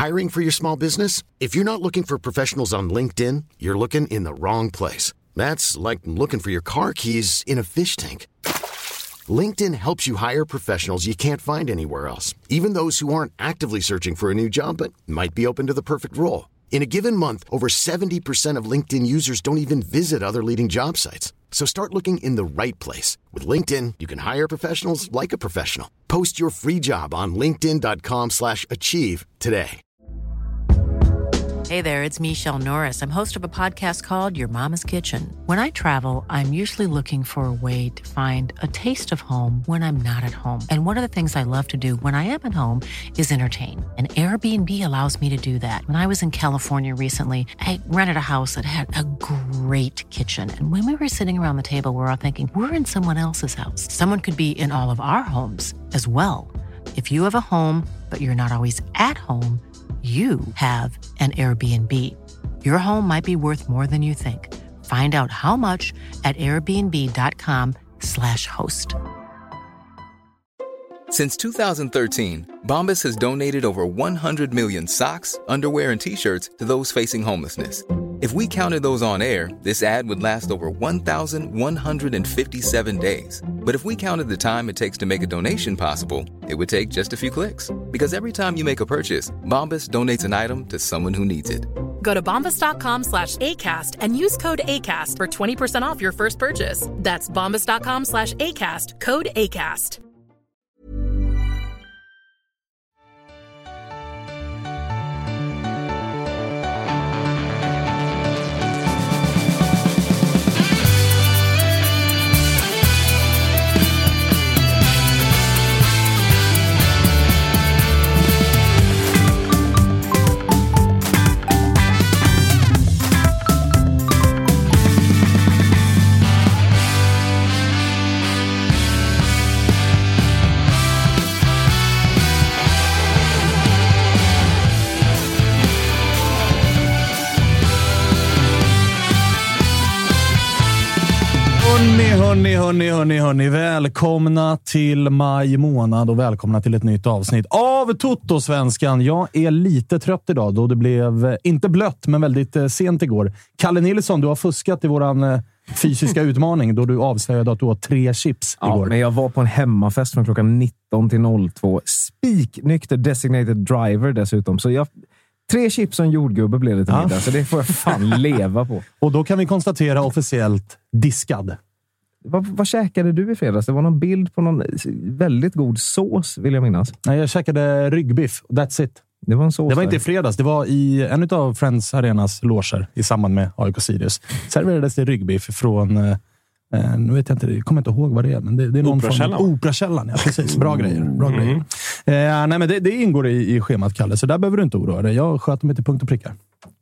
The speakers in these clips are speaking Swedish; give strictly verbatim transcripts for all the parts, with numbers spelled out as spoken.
Hiring for your small business? If you're not looking for professionals on LinkedIn, you're looking in the wrong place. That's like looking for your car keys in a fish tank. LinkedIn helps you hire professionals you can't find anywhere else, even those who aren't actively searching for a new job but might be open to the perfect role. In a given month, over seventy percent of LinkedIn users don't even visit other leading job sites. So start looking in the right place. With LinkedIn, you can hire professionals like a professional. Post your free job on linkedin dot com slash achieve today. Hey there, it's Michelle Norris. I'm host of a podcast called Your Mama's Kitchen. When I travel, I'm usually looking for a way to find a taste of home when I'm not at home. And one of the things I love to do when I am at home is entertain. And Airbnb allows me to do that. When I was in California recently, I rented a house that had a great kitchen. And when we were sitting around the table, we were all thinking, we're in someone else's house. Someone could be in all of our homes as well. If you have a home, but you're not always at home, you have an Airbnb. Your home might be worth more than you think. Find out how much at airbnb dot com slash host. Since two thousand thirteen, Bombas has donated over one hundred million socks, underwear, and T-shirts to those facing homelessness. If we counted those on air, this ad would last over one thousand one hundred fifty-seven days. But if we counted the time it takes to make a donation possible, it would take just a few clicks. Because every time you make a purchase, Bombas donates an item to someone who needs it. Go to bombas dot com slash ACAST and use code ACAST for twenty percent off your first purchase. That's bombas dot com slash ACAST, code ACAST. Hörni, hörni, hörni, hörni. Välkomna till maj månad och välkomna till ett nytt avsnitt av Toto-svenskan. Jag är lite trött idag då det blev, inte blött, men väldigt sent igår. Kalle Nilsson, du har fuskat i våran fysiska utmaning då du avslöjade att du har tre chips ja, igår. Men jag var på en hemmafest från klockan nitton till noll två. Spiknykter designated driver dessutom. Så jag... Tre chips och en jordgubbe blev det till middag, ja. Så det får jag fan leva på. Och då kan vi konstatera officiellt diskad. Vad, vad käkade du i fredags? Det var någon bild på någon väldigt god sås, vill jag minnas. Nej, jag käkade ryggbiff. That's it. Det var en sås. Det var inte i fredags. Det var i en av Friends Arenas loger i samband med A I K Sirius. Serverades det ryggbiff från... Eh, nu vet jag inte, jag kommer inte ihåg vad det är. Men det, det är någon Operakällan. Form av Operakällan, ja precis. Bra grejer. Bra mm. grejer. Eh, nej, men det, det ingår i, i schemat, Kalle. Så där behöver du inte oroa dig. Jag sköter mig till punkt och prickar.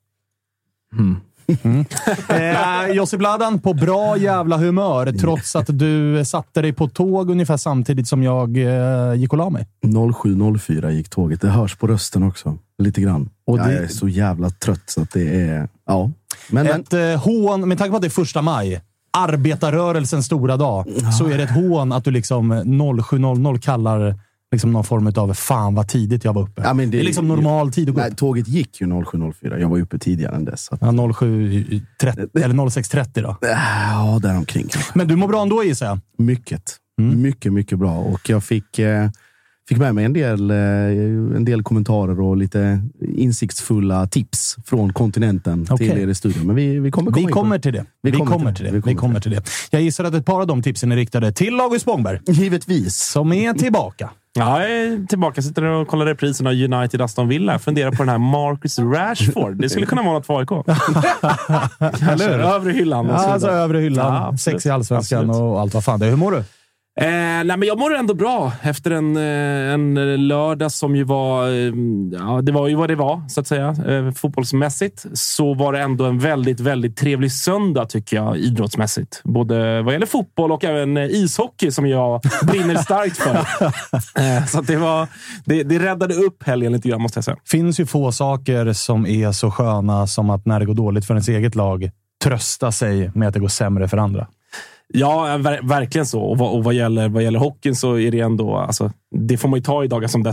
Mm. Mm. Eh, Josip Ladan på bra jävla humör trots att du satte dig på tåg ungefär samtidigt som jag eh, gick och la mig. noll sju noll fyra gick tåget. Det hörs på rösten också. Lite grann. Och det... Jag är så jävla trött så att det är... Ja. Men, Ett men... Eh, hån, med tanke på att det är första maj, arbetarrörelsens stora dag, ja. Så är det ett hån att du liksom noll sju noll noll kallar liksom någon form av fan vad tidigt jag var uppe. Ja, men det, det är liksom normal tid att gå nej, upp. Tåget gick ju noll sju noll fyra. Jag var uppe tidigare än dess. Att... Ja, noll sju trettio eller noll sex trettio då. Ja, där omkring. Men du mår bra ändå, gissar jag. Mycket. Mm. Mycket, mycket bra. Och jag fick, eh, fick med mig en del, eh, en del kommentarer och lite insiktsfulla tips från kontinenten okay. till er i studion. Men vi, vi kommer komma vi kommer till det. Vi, vi kommer, kommer till det. Vi kommer, vi kommer till det. Jag gissar att ett par av de tipsen är riktade till August Spångberg. Givetvis. Som är tillbaka. Ja, jag är tillbaka. Sitter och kollar reprisen av United Aston Villa. Funderar på den här Marcus Rashford. Det skulle kunna vara något för A I K. Eller övre hyllan. Ja, alltså övre hyllan. Ja, sex i allsvenskan absolut. Och allt vad fan det är. Hur mår du? Eh, nej, men jag mår ändå bra efter en, en lördag som ju var ja, det var ju vad det var så att säga eh, fotbollsmässigt, så var det ändå en väldigt, väldigt trevlig söndag tycker jag idrottsmässigt, både vad gäller fotboll och även ishockey som jag brinner starkt för. eh, så att det var det, det räddade upp helgen lite grann, måste jag säga. Finns ju få saker som är så sköna som att när det går dåligt för ens eget lag trösta sig med att det går sämre för andra. Ja, ver- verkligen så. Och, vad, och vad, gäller, vad gäller hockeyn så är det ändå... Alltså, det får man ju ta i dagar som dessa.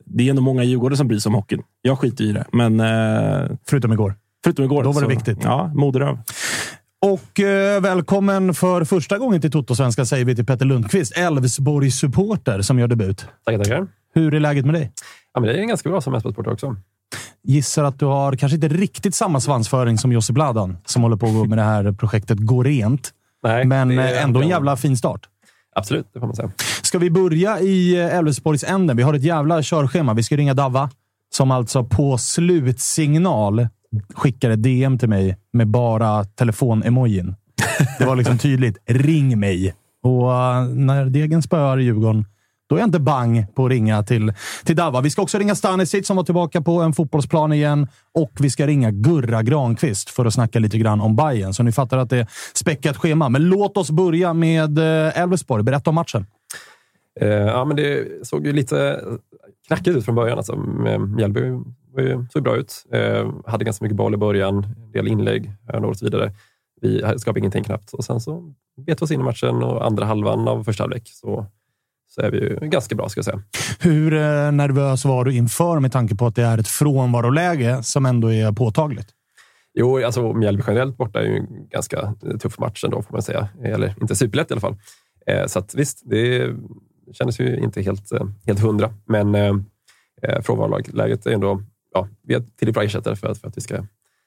det är ändå många Djurgårdare som bryr sig om hockeyn. Jag skiter i det. Men, eh, förutom igår. Förutom igår. Då var det så, viktigt. Ja, moderöv. Och eh, välkommen för första gången till Toto-svenska säger vi till Petter Lundqvist, Elfsborgs supporter som gör debut. Tackar, tackar. Hur är läget med dig? Ja, men det är ganska bra som Elfsborgs-supporter också. Gissar att du har kanske inte riktigt samma svansföring som Jussi Bladan som håller på med det här projektet Gå rent. Nej, men ändå en jävla fin start. Absolut, det får man säga. Ska vi börja i Elfsborgs änden? Vi har ett jävla körschema. Vi ska ringa Davva som alltså på slutsignal skickade ett D M till mig med bara telefon-emojin. Det var liksom tydligt. Ring mig. Och när Degen spöar i Djurgården, då är jag inte bang på att ringa till, till Davva. Vi ska också ringa Stanisic som var tillbaka på en fotbollsplan igen. Och vi ska ringa Gurra Granqvist för att snacka lite grann om Bayern. Så ni fattar att det är späckat schema. Men låt oss börja med Elfsborg. Berätta om matchen. Uh, ja, men det såg ju lite knackigt ut från början. Alltså, Mjällby såg bra ut. Uh, hade ganska mycket boll i början. En del inlägg. Något vidare. Vi skapade ingenting knappt. Och sen så bet vi oss in i matchen och andra halvan av första halvlek så så är vi ju ganska bra, ska jag säga. Hur eh, nervös var du inför med tanke på att det är ett frånvaroläge som ändå är påtagligt? Jo, alltså Mjällby generellt borta är ju en ganska tuff match ändå, får man säga. Eller inte superlätt i alla fall. Eh, så att visst, det kändes ju inte helt, helt hundra. Men eh, frånvaroläget är ändå, ja, vi är till bra ersättare för att, för att vi ska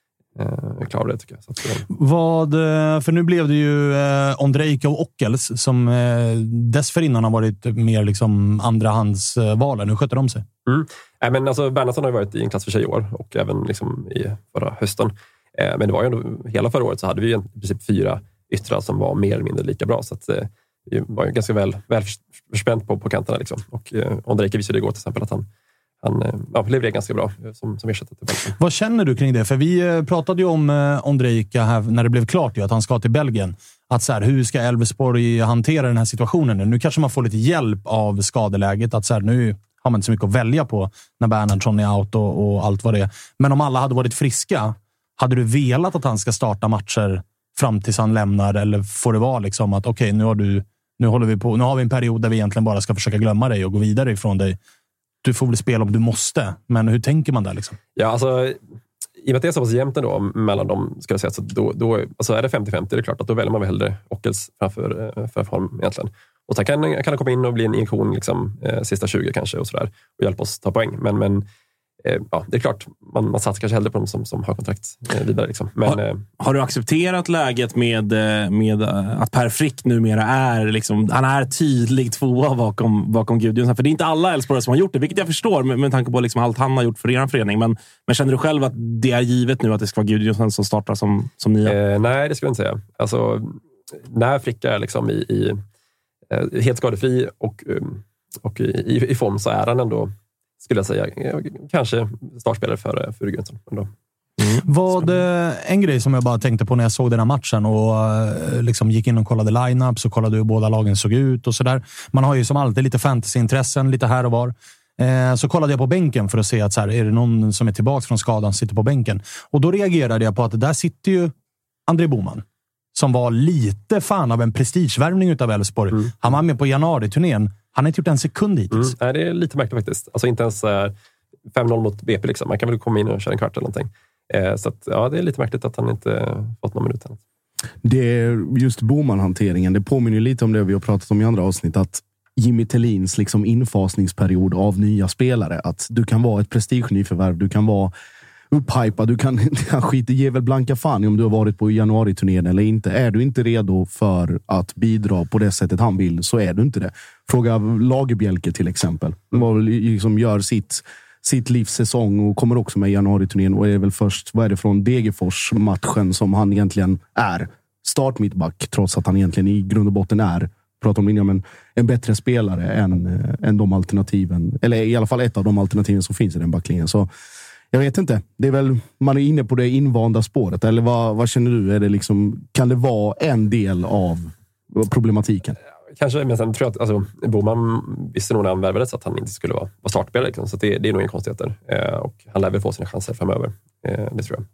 Eh, klar det, tycker jag. Så att, eh. Vad, för nu blev det ju eh, Ondrejka och Ockels som eh, dessförinnan har varit mer liksom andrahandsvalen. Hur sköter de sig? Mm. Äh, men alltså, Bernhardsson har ju varit i en klass för sig i år och även liksom i förra hösten. Eh, men det var ju ändå, hela förra året så hade vi i princip fyra yttrar som var mer eller mindre lika bra. Så att, eh, vi var ju ganska väl, väl förspänt på, på kanterna. Liksom. Och eh, Ondrejka visade igår till exempel att han Han ja, levererar ganska bra som, som ersätter till Belgien. Vad känner du kring det? För vi pratade ju om eh, Ondrejka här när det blev klart ju, att han ska till Belgien. Att så här, hur ska Elfsborg hantera den här situationen nu? Nu kanske man får lite hjälp av skadeläget. Att så här, nu har man inte så mycket att välja på när Bernhardsson är out och, och allt vad det är. Men om alla hade varit friska, hade du velat att han ska starta matcher fram tills han lämnar? Eller får det vara liksom att okej, okay, nu har du nu håller vi på, nu har vi en period där vi egentligen bara ska försöka glömma dig och gå vidare ifrån dig. Du får väl spela om du måste, men hur tänker man där liksom? Ja, alltså i och med att det är så pass jämnt ändå mellan dem, ska jag säga, så då, då alltså är det femtio femtio, det är klart att då väljer man väl hellre Ockels framför, framför honom egentligen. Och sen kan, kan han komma in och bli en injektion liksom, eh, sista tjugo kanske och sådär och hjälpa oss ta poäng. Men, men eh, ja, det är klart, man, man satsar kanske hellre på dem som, som har kontrakt eh, vidare. Liksom. Men, har, eh, har du accepterat läget med, med att Per Frick numera är liksom, han är tydlig tvåa bakom, bakom Gudjonsson? För det är inte alla Elfsborgare som har gjort det, vilket jag förstår med, med tanke på liksom allt han har gjort för er förening. Men, men känner du själv att det är givet nu att det ska vara Gudjonsson som startar som, som nia? Eh, nej, det skulle jag inte säga. Alltså, när Frick är liksom i, i eh, helt skadefri och, och i, i form så är han ändå, skulle jag säga, kanske startspelare för, för Gudjonsson ändå. Mm. Vad, en grej som jag bara tänkte på när jag såg den här matchen och liksom gick in och kollade line-ups och kollade hur båda lagen såg ut och sådär. Man har ju som alltid lite fantasyintressen lite här och var. Eh, så kollade jag på bänken för att se att så här, är det någon som är tillbaka från skadan sitter på bänken. Och då reagerade jag på att där sitter ju André Boman som var lite fan av en prestigevärvning utav Elfsborg. Mm. Han var med på januari-turnén. Han har inte gjort en sekund hittills. Mm. Nej, det är lite märkligt faktiskt. Alltså inte ens eh, fem noll mot B P liksom. Man kan väl komma in och köra en kvart eller någonting. Eh, så att, ja, det är lite märkligt att han inte fått någon minut än. Det är just Boman-hanteringen. Det påminner lite om det vi har pratat om i andra avsnitt. Att Jimmy Tellins liksom infasningsperiod av nya spelare. Att du kan vara ett prestige-nyförvärv. Du kan vara upphypad. Du kan, kan skita, ge väl blanka fan om du har varit på januari-turnén eller inte. Är du inte redo för att bidra på det sättet han vill så är du inte det. Fråga Lagerbjälke till exempel. Han liksom gör sitt, sitt livs säsong och kommer också med i januari-turnén och är väl först, vad är det från Degerfors-matchen som han egentligen är startmittback, trots att han egentligen i grund och botten är, pratar om det, men en bättre spelare än, än de alternativen, eller i alla fall ett av de alternativen som finns i den backlinjen. Så jag vet inte. Det är väl, man är inne på det invanda spåret. Eller vad, vad känner du? Är det liksom, kan det vara en del av problematiken? Kanske, men sen tror jag att alltså, Boman visste nog när han värvades att han inte skulle vara, vara startspelare. Liksom. Så det, det är nog inga konstigheter. Eh, och han lär väl få sina chanser framöver. Eh, det tror jag.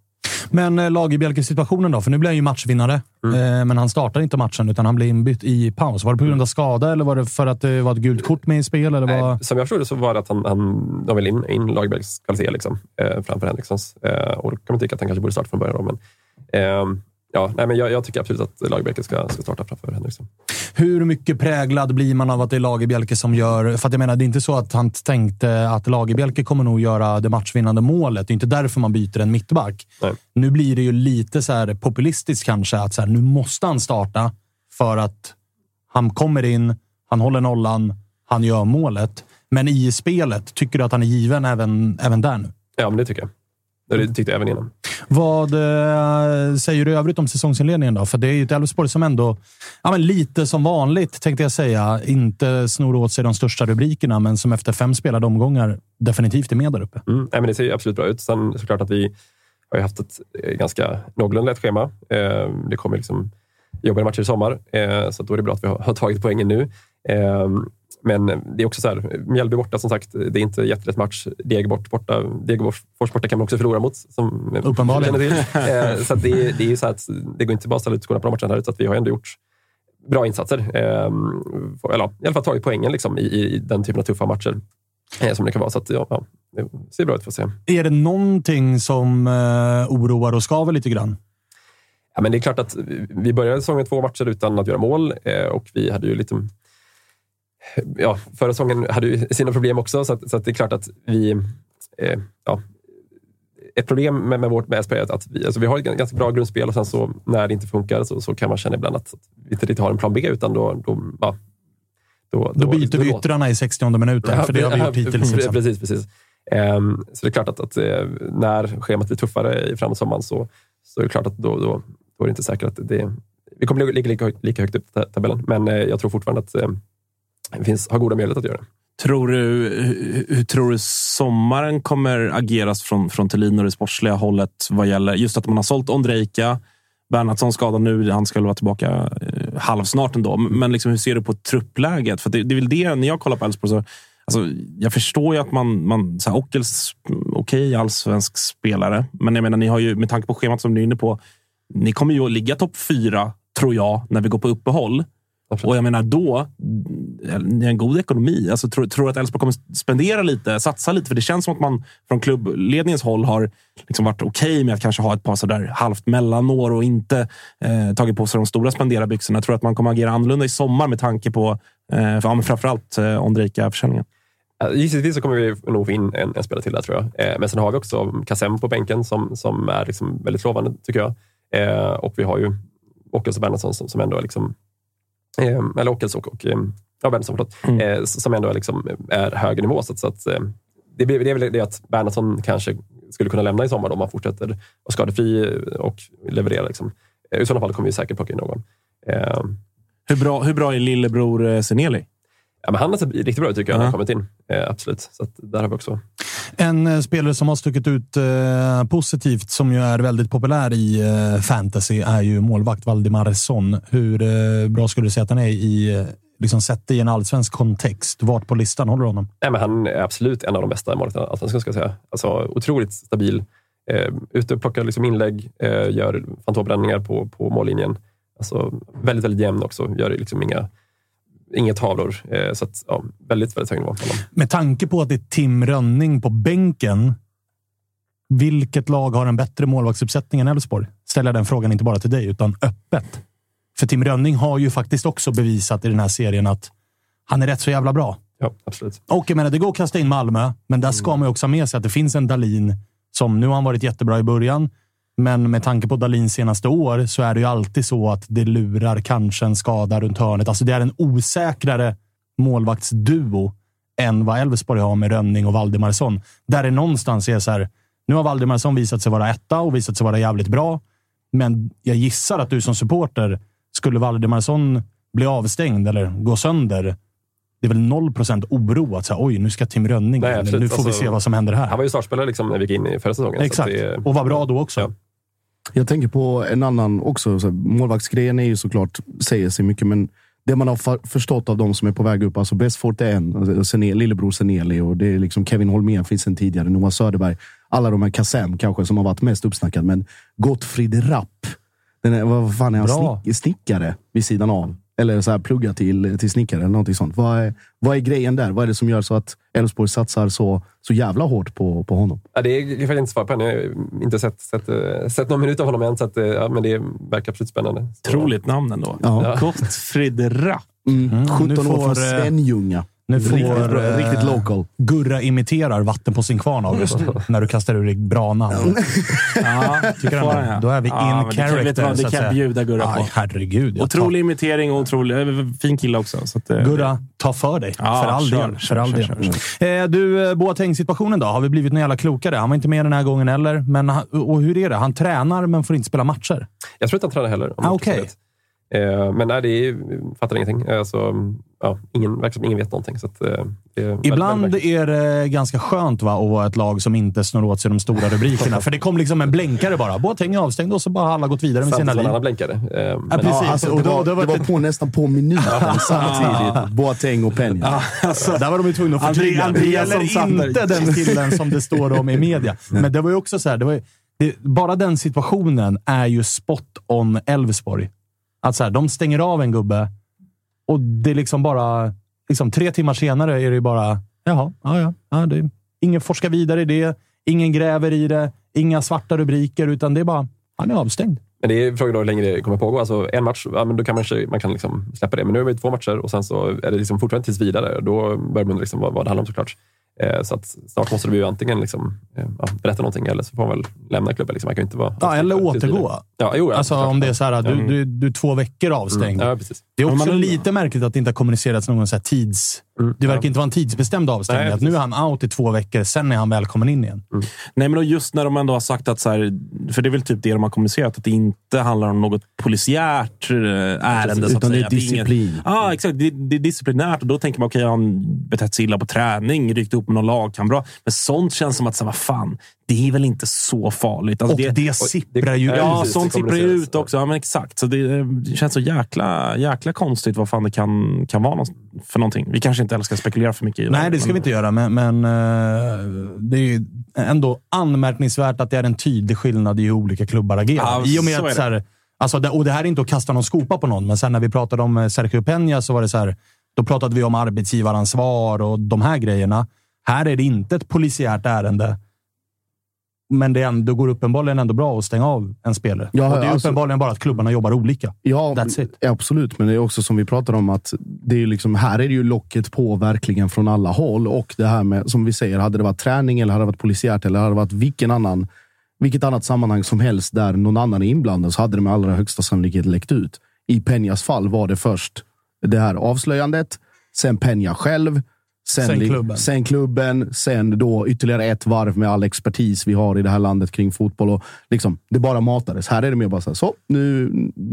Men eh, Lagerbielke-situationen då? För nu blir han ju matchvinnare. Mm. Eh, men han startar inte matchen utan han blir inbytt i paus. Var det på grund av skada eller var det för att det var ett gult kort med i spel? Eller Nej, var... Som jag förstod det så var det att han, han de vill in, in Lagerbielkes kvalitet liksom, eh, framför Henrikssons. Eh, och då kan man tycka att han kanske borde starta från början. Då, men, eh, ja, nej, men jag, jag tycker absolut att Lagerbielke ska, ska starta framför Henriksson. Hur mycket präglad blir man av att det är Lagerbielke som gör... För att jag menar, det är inte så att han tänkte att Lagerbielke kommer nog göra det matchvinnande målet. Det är inte därför man byter en mittback. Nej. Nu blir det ju lite så här populistiskt kanske att så här, nu måste han starta för att han kommer in, han håller nollan, han gör målet. Men i spelet, tycker du att han är given även, även där nu? Ja, men det tycker jag. Det tyckte jag även innan. Vad eh, säger du övrigt om säsongsinledningen då? För det är ju ett Elfsborg som ändå, ja, men lite som vanligt tänkte jag säga, inte snor åt sig de största rubrikerna, men som efter fem spelade omgångar definitivt är med där uppe. Mm. Nej, men det ser absolut bra ut. Sen såklart att vi har ju haft ett ganska någorlunda lätt schema. Eh, det kommer liksom jobbade matcher i sommar, eh, så då är det bra att vi har, har tagit poängen nu. Eh, Men det är också så här, Mjällby borta som sagt, det är inte jättelätt match. Degerfors borta, Degerfors borta kan man också förlora mot. Som uppenbarligen. Till. Eh, så att det, det är ju så att det går inte bara att ställa ut skorna på de matcherna här, utan att vi har ändå gjort bra insatser. Eh, för, eller i alla fall tagit poängen liksom, i, i den typen av tuffa matcher eh, som det kan vara. Så att, ja, ja, det ser bra ut för att se. Är det någonting som eh, oroar och skaver lite grann? Ja, men det är klart att vi började säsongen två matcher utan att göra mål eh, och vi hade ju lite... Ja, förra säsongen hade ju sina problem också, så att, så att det är klart att vi... Eh, ja, ett problem med, med vårt med S P är att vi, alltså vi har ett ganska bra grundspel och sen så när det inte funkar så, så kan man känna ibland att vi inte riktigt har en plan B, utan då... Då, ja, då, då, då byter då, vi yttrarna i sextionde minuten, ja, för det har vi gjort hittills. Liksom. Precis, precis. Um, så det är klart att, att när schemat blir tuffare framåt sommaren så, så är det klart att då, då, då är det inte säkert att det... Vi kommer ligga lika, lika högt upp i tabellen, men eh, jag tror fortfarande att eh, det finns, har goda möjligheter att göra det. Tror du, hur, hur tror du sommaren kommer ageras från, från Thelin och det sportsliga hållet vad gäller just att man har sålt Ondrejka, Bernhardsson skadad nu, han ska vara tillbaka eh, halvsnart ändå, men liksom, hur ser du på truppläget? För det, det är väl det, när jag kollar på Elfsborg så alltså, jag förstår ju att man, man så här, Ockels, okej, okay, allsvensk spelare, men jag menar, ni har ju, med tanke på schemat som ni är inne på, ni kommer ju att ligga topp fyra, tror jag, när vi går på uppehåll. Absolut. Och jag menar då, det är en god ekonomi. Alltså, tror, tror att Elfsborg kommer spendera lite, satsa lite, för det känns som att man från klubbledningens håll har liksom varit okej okay med att kanske ha ett par sådär halvt mellanår och inte eh, tagit på sig de stora spenderarbyxorna. Jag tror att man kommer agera annorlunda i sommar med tanke på eh, för, ja, men framförallt eh, Ondrejka-försäljningen. Givetvis så kommer vi nog få in en, en spelare till där, tror jag. Eh, men sen har vi också Kassem på bänken som, som är liksom väldigt lovande, tycker jag. Eh, och vi har ju Ockels och Bernhardsson som, som ändå är liksom eh, eller Ockels och, och ja, Bernhardsson, förlåt, mm. eh, som ändå är, liksom, är högre nivå. Så, så att, eh, det, det är väl det att Bernhardsson kanske skulle kunna lämna i sommar om man fortsätter vara skadefri och leverera. Liksom. Eh, I sådana fall kommer vi säkert plocka in någon. Eh, hur, bra, hur bra är lillebror eh, Seneli? Ja, men han har sett riktigt bra ut, tycker jag, när han kommit in. Eh, absolut. Så att där har vi också. En eh, spelare som har stuckit ut eh, positivt, som ju är väldigt populär i eh, fantasy, är ju målvakt Valdimarsson. Hur eh, bra skulle du säga att han är i, eh, liksom sett i en allsvensk kontext? Vart på listan håller du honom? Nej, men han är absolut en av de bästa målvakterna allsvenskan, ska jag säga. Alltså, otroligt stabil. Eh, ute och plockar liksom inlägg, eh, gör fantombränningar på, på mållinjen. Alltså, väldigt, väldigt jämn också. Gör liksom inga... Inga tavlor. Eh, så att, ja, väldigt, väldigt hög nivå. Med tanke på att det är Tim Rönning på bänken, vilket lag har en bättre målvaktsuppsättning än Elfsborg? Ställer den frågan inte bara till dig, utan öppet. För Tim Rönning har ju faktiskt också bevisat i den här serien att han är rätt så jävla bra. Ja, absolut. Och jag menar, det går att kasta in Malmö, men där ska mm. man ju också ha med sig att det finns en Dahlin som nu har varit jättebra i början. Men med tanke på Dahlins senaste år så är det ju alltid så att det lurar kanske en skada runt hörnet. Alltså det är en osäkrare målvaktsduo än vad Elfsborg har med Rönning och Valdimarsson. Där är någonstans är så här, nu har Valdimarsson visat sig vara etta och visat sig vara jävligt bra. Men jag gissar att du som supporter, skulle Valdimarsson bli avstängd eller gå sönder, det är väl noll procent oro att säga, oj, nu ska Tim Rönning. Nej, nu får alltså, vi se vad som händer här. Han var ju startspelare liksom när vi gick in i förra säsongen. Exakt, så det... och var bra då också. Ja. Jag tänker på en annan också. Så här, målvaktsgrejen är ju såklart, säger sig mycket, men det man har för, förstått av de som är på väg upp, alltså Bästfort är en, Sene, lillebror Seneli, och det är liksom Kevin Holmén finns sen tidigare, Noah Söderberg, alla de här Kassem kanske som har varit mest uppsnackad, men Gottfried Rapp, den är, vad fan är han, snick, snickare vid sidan av? Eller så här plugga till, till snickare eller någonting sånt. Vad är, vad är grejen där? Vad är det som gör så att Elfsborg satsar så, så jävla hårt på, på honom? Ja, det är, det är faktiskt inte svar på henne. Jag har inte sett, sett, sett någon minut av honom än, så att, ja, men det verkar absolut spännande. Troligt namn ändå. Ja. Gottfried Rapp. Mm. Mm. sjutton år från Svenljunga. Nu får riktigt, riktigt local. Gurra imiterar vatten på sin kvarn, August. När du kastar ur dig bra namn. Ja, tycker han, ja. Då är vi ja, in character. Det kan, det kan jag bjuda Gurra på. Aj, herregud. Otrolig tar... imitering och otrolig, fin kille också. Så att, Gurra, ta för dig. Ja, för all kör, del. Kör, för all kör, del. kör, kör. Eh, du, Boateng-situationen då? Har vi blivit någon jävla klokare? Han var inte med den här gången heller. Men, och hur är det? Han tränar men får inte spela matcher. Jag tror inte han tränar heller. Ah, Okej. Okay. Eh, men nej, det är, fattar ingenting. Alltså, ja, ingen, verkligen ingen vet någonting. Så att, eh, det är Ibland väldigt, väldigt är det ganska skönt, va, att vara ett lag som inte snor åt sig de stora rubrikerna. För det kom liksom en blänkare bara. Boateng är avstängd och så bara alla gått vidare med sina liv. Samtidigt blänkare. Eh, ja, men, precis. Ja, alltså, och då, det var, det var på nästan på minuten samtidigt. Boateng och Peña. Ja, alltså, där var de ju tvungna att förtydliga. Det gäller inte den killen som det står om i media. Men det var ju också så här, det var ju, det, bara den situationen är ju spot on Elfsborg. Att så här, de stänger av en gubbe och det är liksom bara liksom, tre timmar senare är det bara jaha, ja, ja, ja det, ingen forskar vidare i det, ingen gräver i det, inga svarta rubriker, utan det är bara, han är avstängd. Men det är frågan då hur länge det kommer pågå. Alltså en match, ja, men då kan man, man kan liksom släppa det. Men nu har vi två matcher och sen så är det liksom fortfarande tills vidare. Då börjar man liksom vad, vad det handlar om såklart. Eh, så att snart måste du ju antingen liksom, eh, ja, berätta någonting eller så får man väl lämna klubben. Liksom. Man kan ju inte vara ja, eller återgå. Ja, jo, ja, alltså klart. Om det är så här att du, mm. du, du är två veckor avstängd. Mm. Ja, precis. Det är också man, lite märkligt att det inte har kommunicerats någon så här tids... Mm. Det verkar inte vara en tidsbestämd avstängning. Nej, att nu är han out i två veckor, sen är han välkommen in igen. Mm. Nej, men just när de ändå har sagt att så här, för det är väl typ det de har kommunicerat, att det inte handlar om något polisiärt ärende. Utan så att det säga. är disciplin. Ja, ah, exakt. Det, det är disciplinärt och då tänker man, okej, okay, han betett sig illa på träning, ryckt upp med någon lagkamrat. Men sånt känns som att, så här, vad fan, det är väl inte så farligt. Alltså, och det, det sipprar ju ut. Ja, sånt sipprar ju ut också. Ja, men exakt. Så det, det känns så jäkla, jäkla konstigt vad fan det kan, kan vara för någonting. Vi kanske inte heller ska spekulera för mycket i det. Nej, det ska men... vi inte göra. Men, men uh, det är ju ändå anmärkningsvärt att det är en tydlig skillnad i hur olika klubbar agerar. Ja, I och med så att, så här, alltså, det, och det här är inte att kasta någon skopa på någon, men sen när vi pratade om Sergio Peña så var det så här, då pratade vi om arbetsgivaransvar och de här grejerna. Här är det inte ett polisiärt ärende. Men det ändå går uppenbarligen ändå bra att stänga av en spelare. Ja, och det är alltså, uppenbarligen bara att klubbarna jobbar olika. Ja, That's it. Absolut. Men det är också som vi pratar om att det är liksom, här är det ju locket på verkligen från alla håll. Och det här med, som vi säger, hade det varit träning eller hade det varit polisiärt eller hade det varit vilken annan, vilket annat sammanhang som helst där någon annan är inblandad så hade det med allra högsta sannolikhet läckt ut. I Peñas fall var det först det här avslöjandet, sen Peña själv, Sen, sen, klubben. sen klubben, sen då ytterligare ett varv med all expertis vi har i det här landet kring fotboll. Och liksom, det bara matades. Här är det mer bara så här, så nu,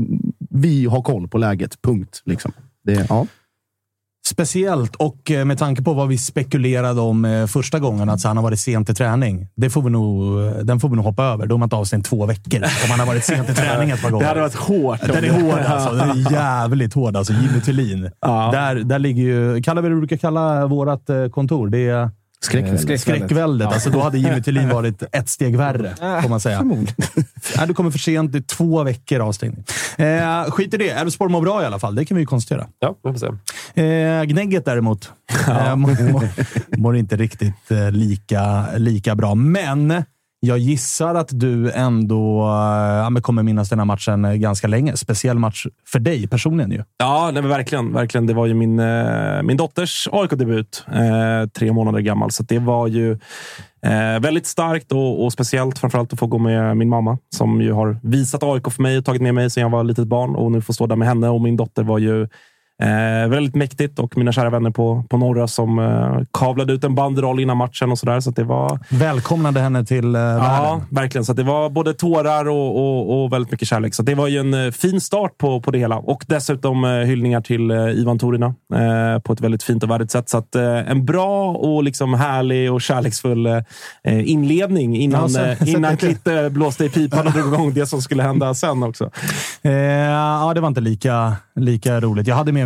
vi har koll på läget, punkt. Liksom. Det, ja. Speciellt, och med tanke på vad vi spekulerade om första gången, att han har varit sent i träning. Det får vi nog, den får vi nog hoppa över. Då har man inte avstängt två veckor. Om han har varit sent i träning ett par gånger. Det hade varit hårt. Den är hård alltså. Den är jävligt hård. Alltså, Jimmy Thulin. Ja. Där, där ligger ju, kallar vi det brukar kalla vårat kontor. Det är Skräckväldet. Skräckväldet. Ja. Alltså, då hade Jimmy Thulin varit ett steg värre, får man säga. Nej, du kommer för sent. Det är två veckor avstängning. Eh, skit i det. Elfsborg mår bra i alla fall. Det kan vi ju konstatera. Ja, vi får se. Eh, Gnägget däremot ja. eh, mår, mår, mår inte riktigt eh, lika, lika bra. Men jag gissar att du ändå äh, kommer minnas den här matchen ganska länge. Speciell match för dig personligen ju. Ja, nej, men verkligen, verkligen. Det var ju min, äh, min dotters A I K-debut. Äh, tre månader gammal. Så det var ju äh, väldigt starkt och, och speciellt framförallt att få gå med min mamma. Som ju har visat A I K för mig och tagit med mig sedan jag var litet barn. Och nu får stå där med henne. Och min dotter var ju Eh, väldigt mäktigt, och mina kära vänner på, på Norra som eh, kavlade ut en banderoll innan matchen och sådär. Så att det var... Välkomnade henne till eh, ja, världen. Verkligen. Så att det var både tårar och, och, och väldigt mycket kärlek. Så det var ju en eh, fin start på, på det hela. Och dessutom eh, hyllningar till eh, Ivan Torina eh, på ett väldigt fint och värdigt sätt. Så att eh, en bra och liksom härlig och kärleksfull eh, inledning innan, ja, sen, eh, innan Klitte blåste i pipan och drog igång det som skulle hända sen också. Eh, ja, det var inte lika, lika roligt. Jag hade med mig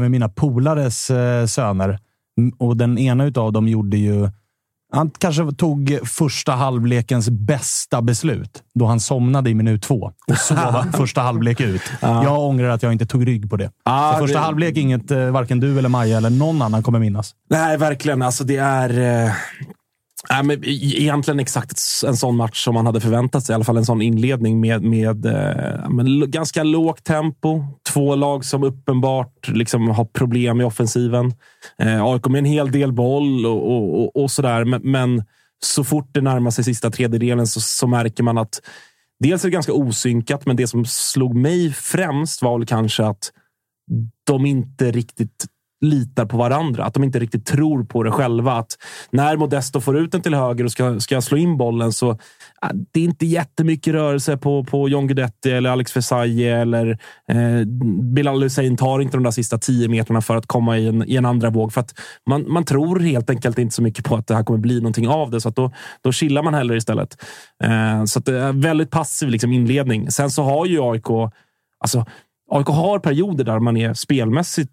med mina polares eh, söner. Och den ena utav dem gjorde ju... Han kanske tog första halvlekens bästa beslut då han somnade i minut två och sov första halvlek ut. Ja. Jag ångrar att jag inte tog rygg på det. Ah, För första det... halvlek inget eh, varken du eller Maja eller någon annan kommer minnas. Nej, verkligen. Alltså det är... Eh... Nej, men egentligen exakt en sån match som man hade förväntat sig. I alla fall en sån inledning med, med eh, men ganska lågt tempo. Två lag som uppenbart liksom har problem i offensiven. Eh, A I K med en hel del boll och, och, och, och sådär. Men, men så fort det närmar sig sista tredjedelen så, så märker man att dels är det ganska osynkat, men det som slog mig främst var väl kanske att de inte riktigt litar på varandra. Att de inte riktigt tror på det själva. Att när Modesto får ut den till höger och ska, ska slå in bollen så äh, det är inte jättemycket rörelse på, på John Guidetti eller Alex Versailles eller eh, Bilal Hussein tar inte de där sista tio meterna för att komma i en, i en andra våg. För att man, man tror helt enkelt inte så mycket på att det här kommer bli någonting av det. Så att då, då chillar man heller istället. Eh, så att det är väldigt passiv liksom, inledning. Sen så har ju A I K alltså A I K har perioder där man är spelmässigt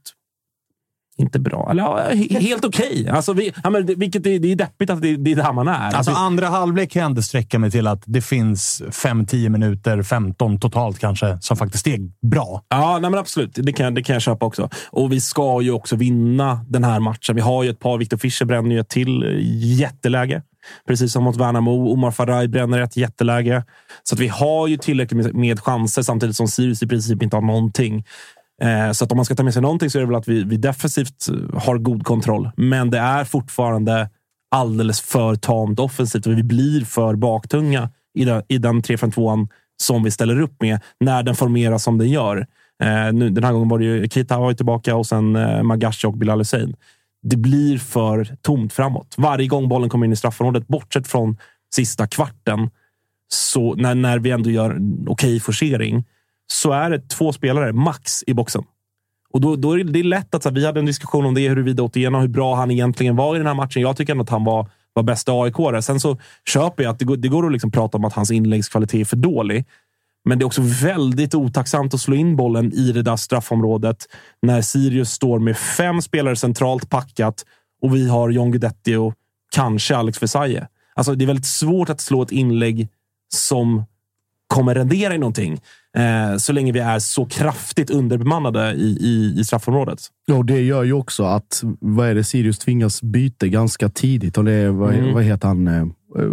inte bra. Eller ja, helt okej. Okay. Alltså vi, ja, men det, vilket är, det är deppigt att det, det är där man är. Alltså vi, andra halvlek kan jag ändå sträcka mig till att det finns fem till tio minuter, femton totalt kanske, som faktiskt är bra. Ja, nej men absolut. Det kan, det kan jag köpa också. Och vi ska ju också vinna den här matchen. Vi har ju ett par, Victor Fischer bränner ju ett till jätteläge. Precis som mot Värnamo. Omar Faraj bränner ett jätteläge. Så att vi har ju tillräckligt med, med chanser samtidigt som Sirius i princip inte har någonting. Så att om man ska ta med sig någonting så är det väl att vi, vi defensivt har god kontroll. Men det är fortfarande alldeles för tamt offensivt och vi blir för baktunga i den, i den tre fem tvåan som vi ställer upp med när den formeras som den gör. Eh, nu, den här gången var det ju Keita var ju tillbaka och sen eh, Magashi och Bilal Hussein. Det blir för tomt framåt. Varje gång bollen kommer in i straffområdet, bortsett från sista kvarten, så när, när vi ändå gör en okej forcering, så är det två spelare max i boxen. Och då, då är det, det är lätt att så här, vi hade en diskussion om det, huruvida Otieno, hur bra han egentligen var i den här matchen. Jag tycker ändå att han var, var bästa A I K-are. Sen så köper jag att det går, det går att liksom prata om att hans inläggskvalitet är för dålig. Men det är också väldigt otacksamt att slå in bollen i det där straffområdet när Sirius står med fem spelare centralt packat och vi har John Guidetti och kanske Alex Versailles. Alltså det är väldigt svårt att slå ett inlägg som kommer rendera i någonting eh, så länge vi är så kraftigt underbemannade i, i, i straffområdet. Ja, det gör ju också att vad är det, Sirius tvingas byta ganska tidigt och det är, vad, mm. vad heter han eh,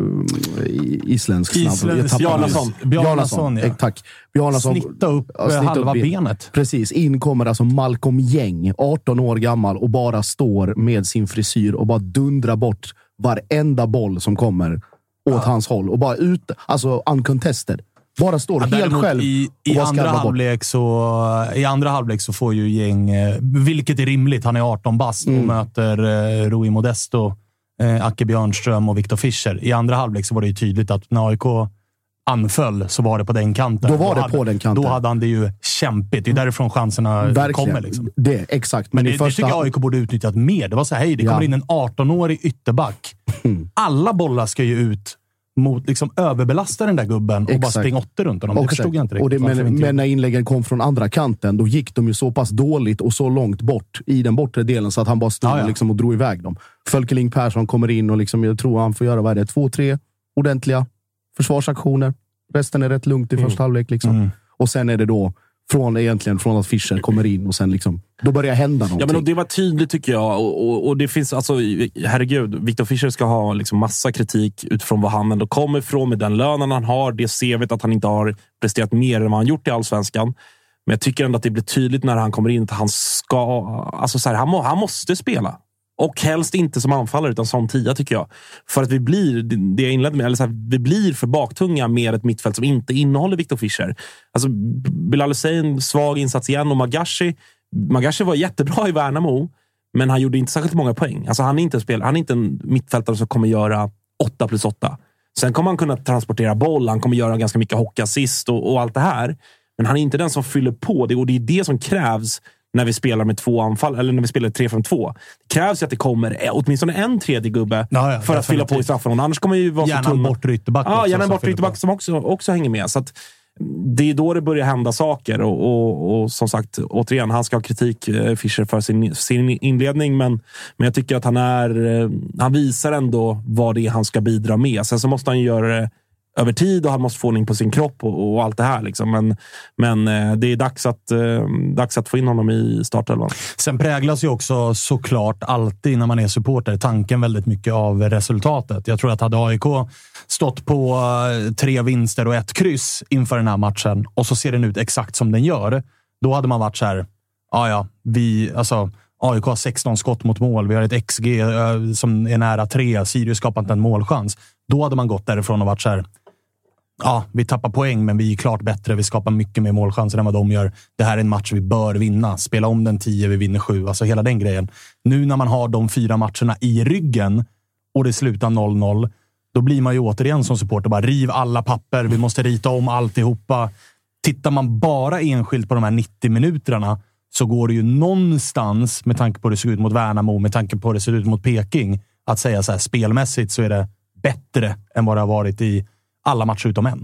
isländsk snabb. Bjarnason. Bjarnason, ja. Tack. Bjarnason. Snitta upp ja, snitta halva upp benet. Precis. In kommer alltså Malcolm Gäng, arton år gammal och bara står med sin frisyr och bara dundrar bort varenda boll som kommer åt ja. hans håll och bara ut, alltså uncontested. Bara står ja, helt själv. I, i, andra halvlek så, I andra halvlek så får ju Gäng, vilket är rimligt, han är arton bast och mm. möter eh, Rui Modesto, eh, Acke Björnström och Victor Fischer. I andra halvlek så var det ju tydligt att när A I K anföll så var det på den kanten. Då var det hade, på den kanten. Då hade han det ju kämpigt. Det är därifrån chanserna Verkligen. kommer. Liksom. Det, exakt. Men, Men i det, första... det tycker jag A I K borde utnyttjat mer. Det var så här, hej, det kommer ja. in en arton-årig ytterback. Mm. Alla bollar ska ju ut mot liksom överbelasta den där gubben och Exakt. bara springa åtta runt honom. Det förstod jag inte riktigt. Och det, men, men när inläggen kom från andra kanten, då gick de ju så pass dåligt och så långt bort i den bortre delen så att han bara stod ja, ja. Liksom och drog iväg dem. Fölkeling Persson kommer in och liksom, jag tror han får göra vad är det, två, tre ordentliga försvarsaktioner. Resten är rätt lugnt i mm. första halvlek. Liksom. Mm. Och sen är det då från, egentligen från att Fischer kommer in och sen liksom, då börjar hända någonting. Ja, men och det var tydligt tycker jag. Och, och, och det finns, alltså, herregud, Victor Fischer ska ha liksom massa kritik utifrån vad han ändå kommer ifrån med den lönen han har. Det C V:t att han inte har presterat mer än vad han gjort i Allsvenskan. Men jag tycker ändå att det blir tydligt när han kommer in att han ska, alltså så här, han, må, han måste spela. Och helst inte som anfallare utan som tia tycker jag. För att vi blir, det jag inledde med, eller så här, vi blir för baktunga med ett mittfält som inte innehåller Victor Fischer. Alltså Bilal Hussein, svag insats igen och Magashi. Magashi var jättebra i Värnamo, men han gjorde inte särskilt många poäng. Alltså han är inte en spelare, han är inte en mittfältare som kommer göra åtta plus åtta. Sen kommer han kunna transportera boll, han kommer göra ganska mycket hockeyassist och, och allt det här. Men han är inte den som fyller på det och det är det som krävs när vi spelar med två anfall, eller när vi spelar tre fem två. Det krävs ju att det kommer åtminstone en tredje gubbe ja, ja, för att fylla på i straffen. Annars kommer ju vara gärna så tunna. Gärna en bortre ytterback. Ja, gärna en bortre ytterback som också, också hänger med. Så att, det är då det börjar hända saker och, och, och som sagt, återigen, han ska ha kritik, Fischer, för sin, sin inledning, men, men jag tycker att han är han visar ändå vad det är han ska bidra med. Sen så måste han göra det över tid och han måste få ordning på sin kropp och, och allt det här liksom. Men, men det är dags att, eh, dags att få in honom i startelvan. Sen präglas ju också såklart alltid när man är supporter tanken väldigt mycket av resultatet. Jag tror att hade A I K stått på tre vinster och ett kryss inför den här matchen och så ser den ut exakt som den gör, då hade man varit så här, ja ja, vi, alltså A I K har sexton skott mot mål, vi har ett X G uh, som är nära tre, Sirius skapar inte en målchans. Då hade man gått därifrån och varit så här, ja, vi tappar poäng men vi är klart bättre, vi skapar mycket mer målchanser än vad de gör. Det här är en match vi bör vinna. Spela om den tio, vi vinner sju. Alltså hela den grejen. Nu när man har de fyra matcherna i ryggen och det slutar noll noll, då blir man ju återigen som supporter bara riv alla papper, vi måste rita om alltihopa. Tittar man bara enskilt på de här nittio minuterna så går det ju någonstans, med tanke på hur det ser ut mot Värnamo, med tanke på hur det ser ut mot Peking, att säga så här, spelmässigt så är det bättre än vad det har varit i alla matcher utom en.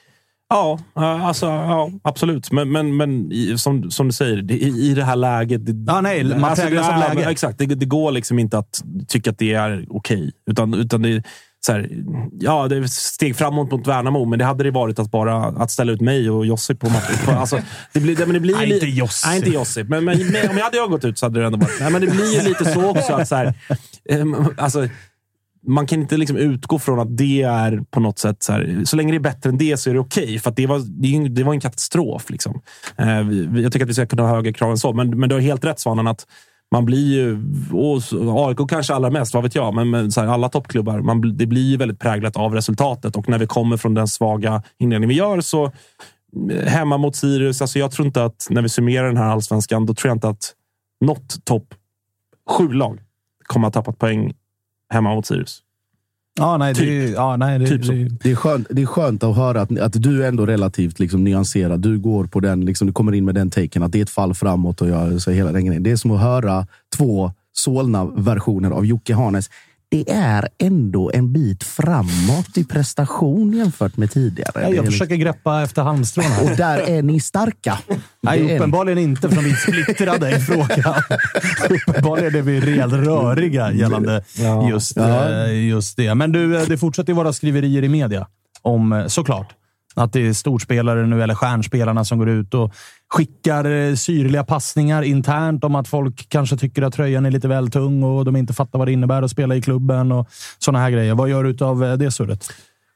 Ja, alltså, ja, absolut. Men, men, men som, som du säger, det, i, i det här läget... Det, ja, nej, man alltså, präglas av läget. Exakt, det, det går liksom inte att tycka att det är okej. Utan, utan det är så här, ja, det är steg framåt mot Värnamo, men det hade det varit att bara att ställa ut mig och Josip på matchen. Alltså, det blir, det, men det blir nej, li- inte Josip. Nej, inte Josip. Men, men, men om jag hade jag gått ut så hade det ändå varit... Nej, men det blir ju lite så också att så här... Um, alltså... Man kan inte liksom utgå från att det är på något sätt så här, så länge det är bättre än det så är det okej, okay, för att det var, det var en katastrof liksom. Eh, jag tycker att vi ska kunna ha högre krav än så, men, men du har helt rätt, Svanen, att man blir ju, och A I K kanske allra mest, vad vet jag, men, men så här, alla toppklubbar, man, det blir ju väldigt präglat av resultatet, och när vi kommer från den svaga inledning vi gör så hemma mot Sirius, alltså jag tror inte att när vi summerar den här allsvenskan, då tror jag inte att något topp sju lag kommer att ha tappat poäng hemma mot Sirius. Ja, nej, typ. det, ja, nej, det, typ så. det, Det är skönt, det är skönt att höra att, att du är ändå relativt liksom nyanserad. Du går på den, liksom, du kommer in med den taken att det är ett fall framåt och jag så hela den grejen. Det är som att höra två Solna-versioner av Jocke Hanes. Det är ändå en bit framåt i prestation jämfört med tidigare. Nej, jag försöker greppa efter halmstrån här. Och där är ni starka. Nej, uppenbarligen inte, för vi är splittrade i frågan. Uppenbarligen är vi rejält röriga gällande ja. Just, ja. just det. Men du, det fortsätter ju vara skriverier i media om, såklart, att det är storspelare nu, eller stjärnspelarna, som går ut och skickar syrliga passningar internt om att folk kanske tycker att tröjan är lite väl tung och de inte fattar vad det innebär att spela i klubben och såna här grejer. Vad gör du utav det surret?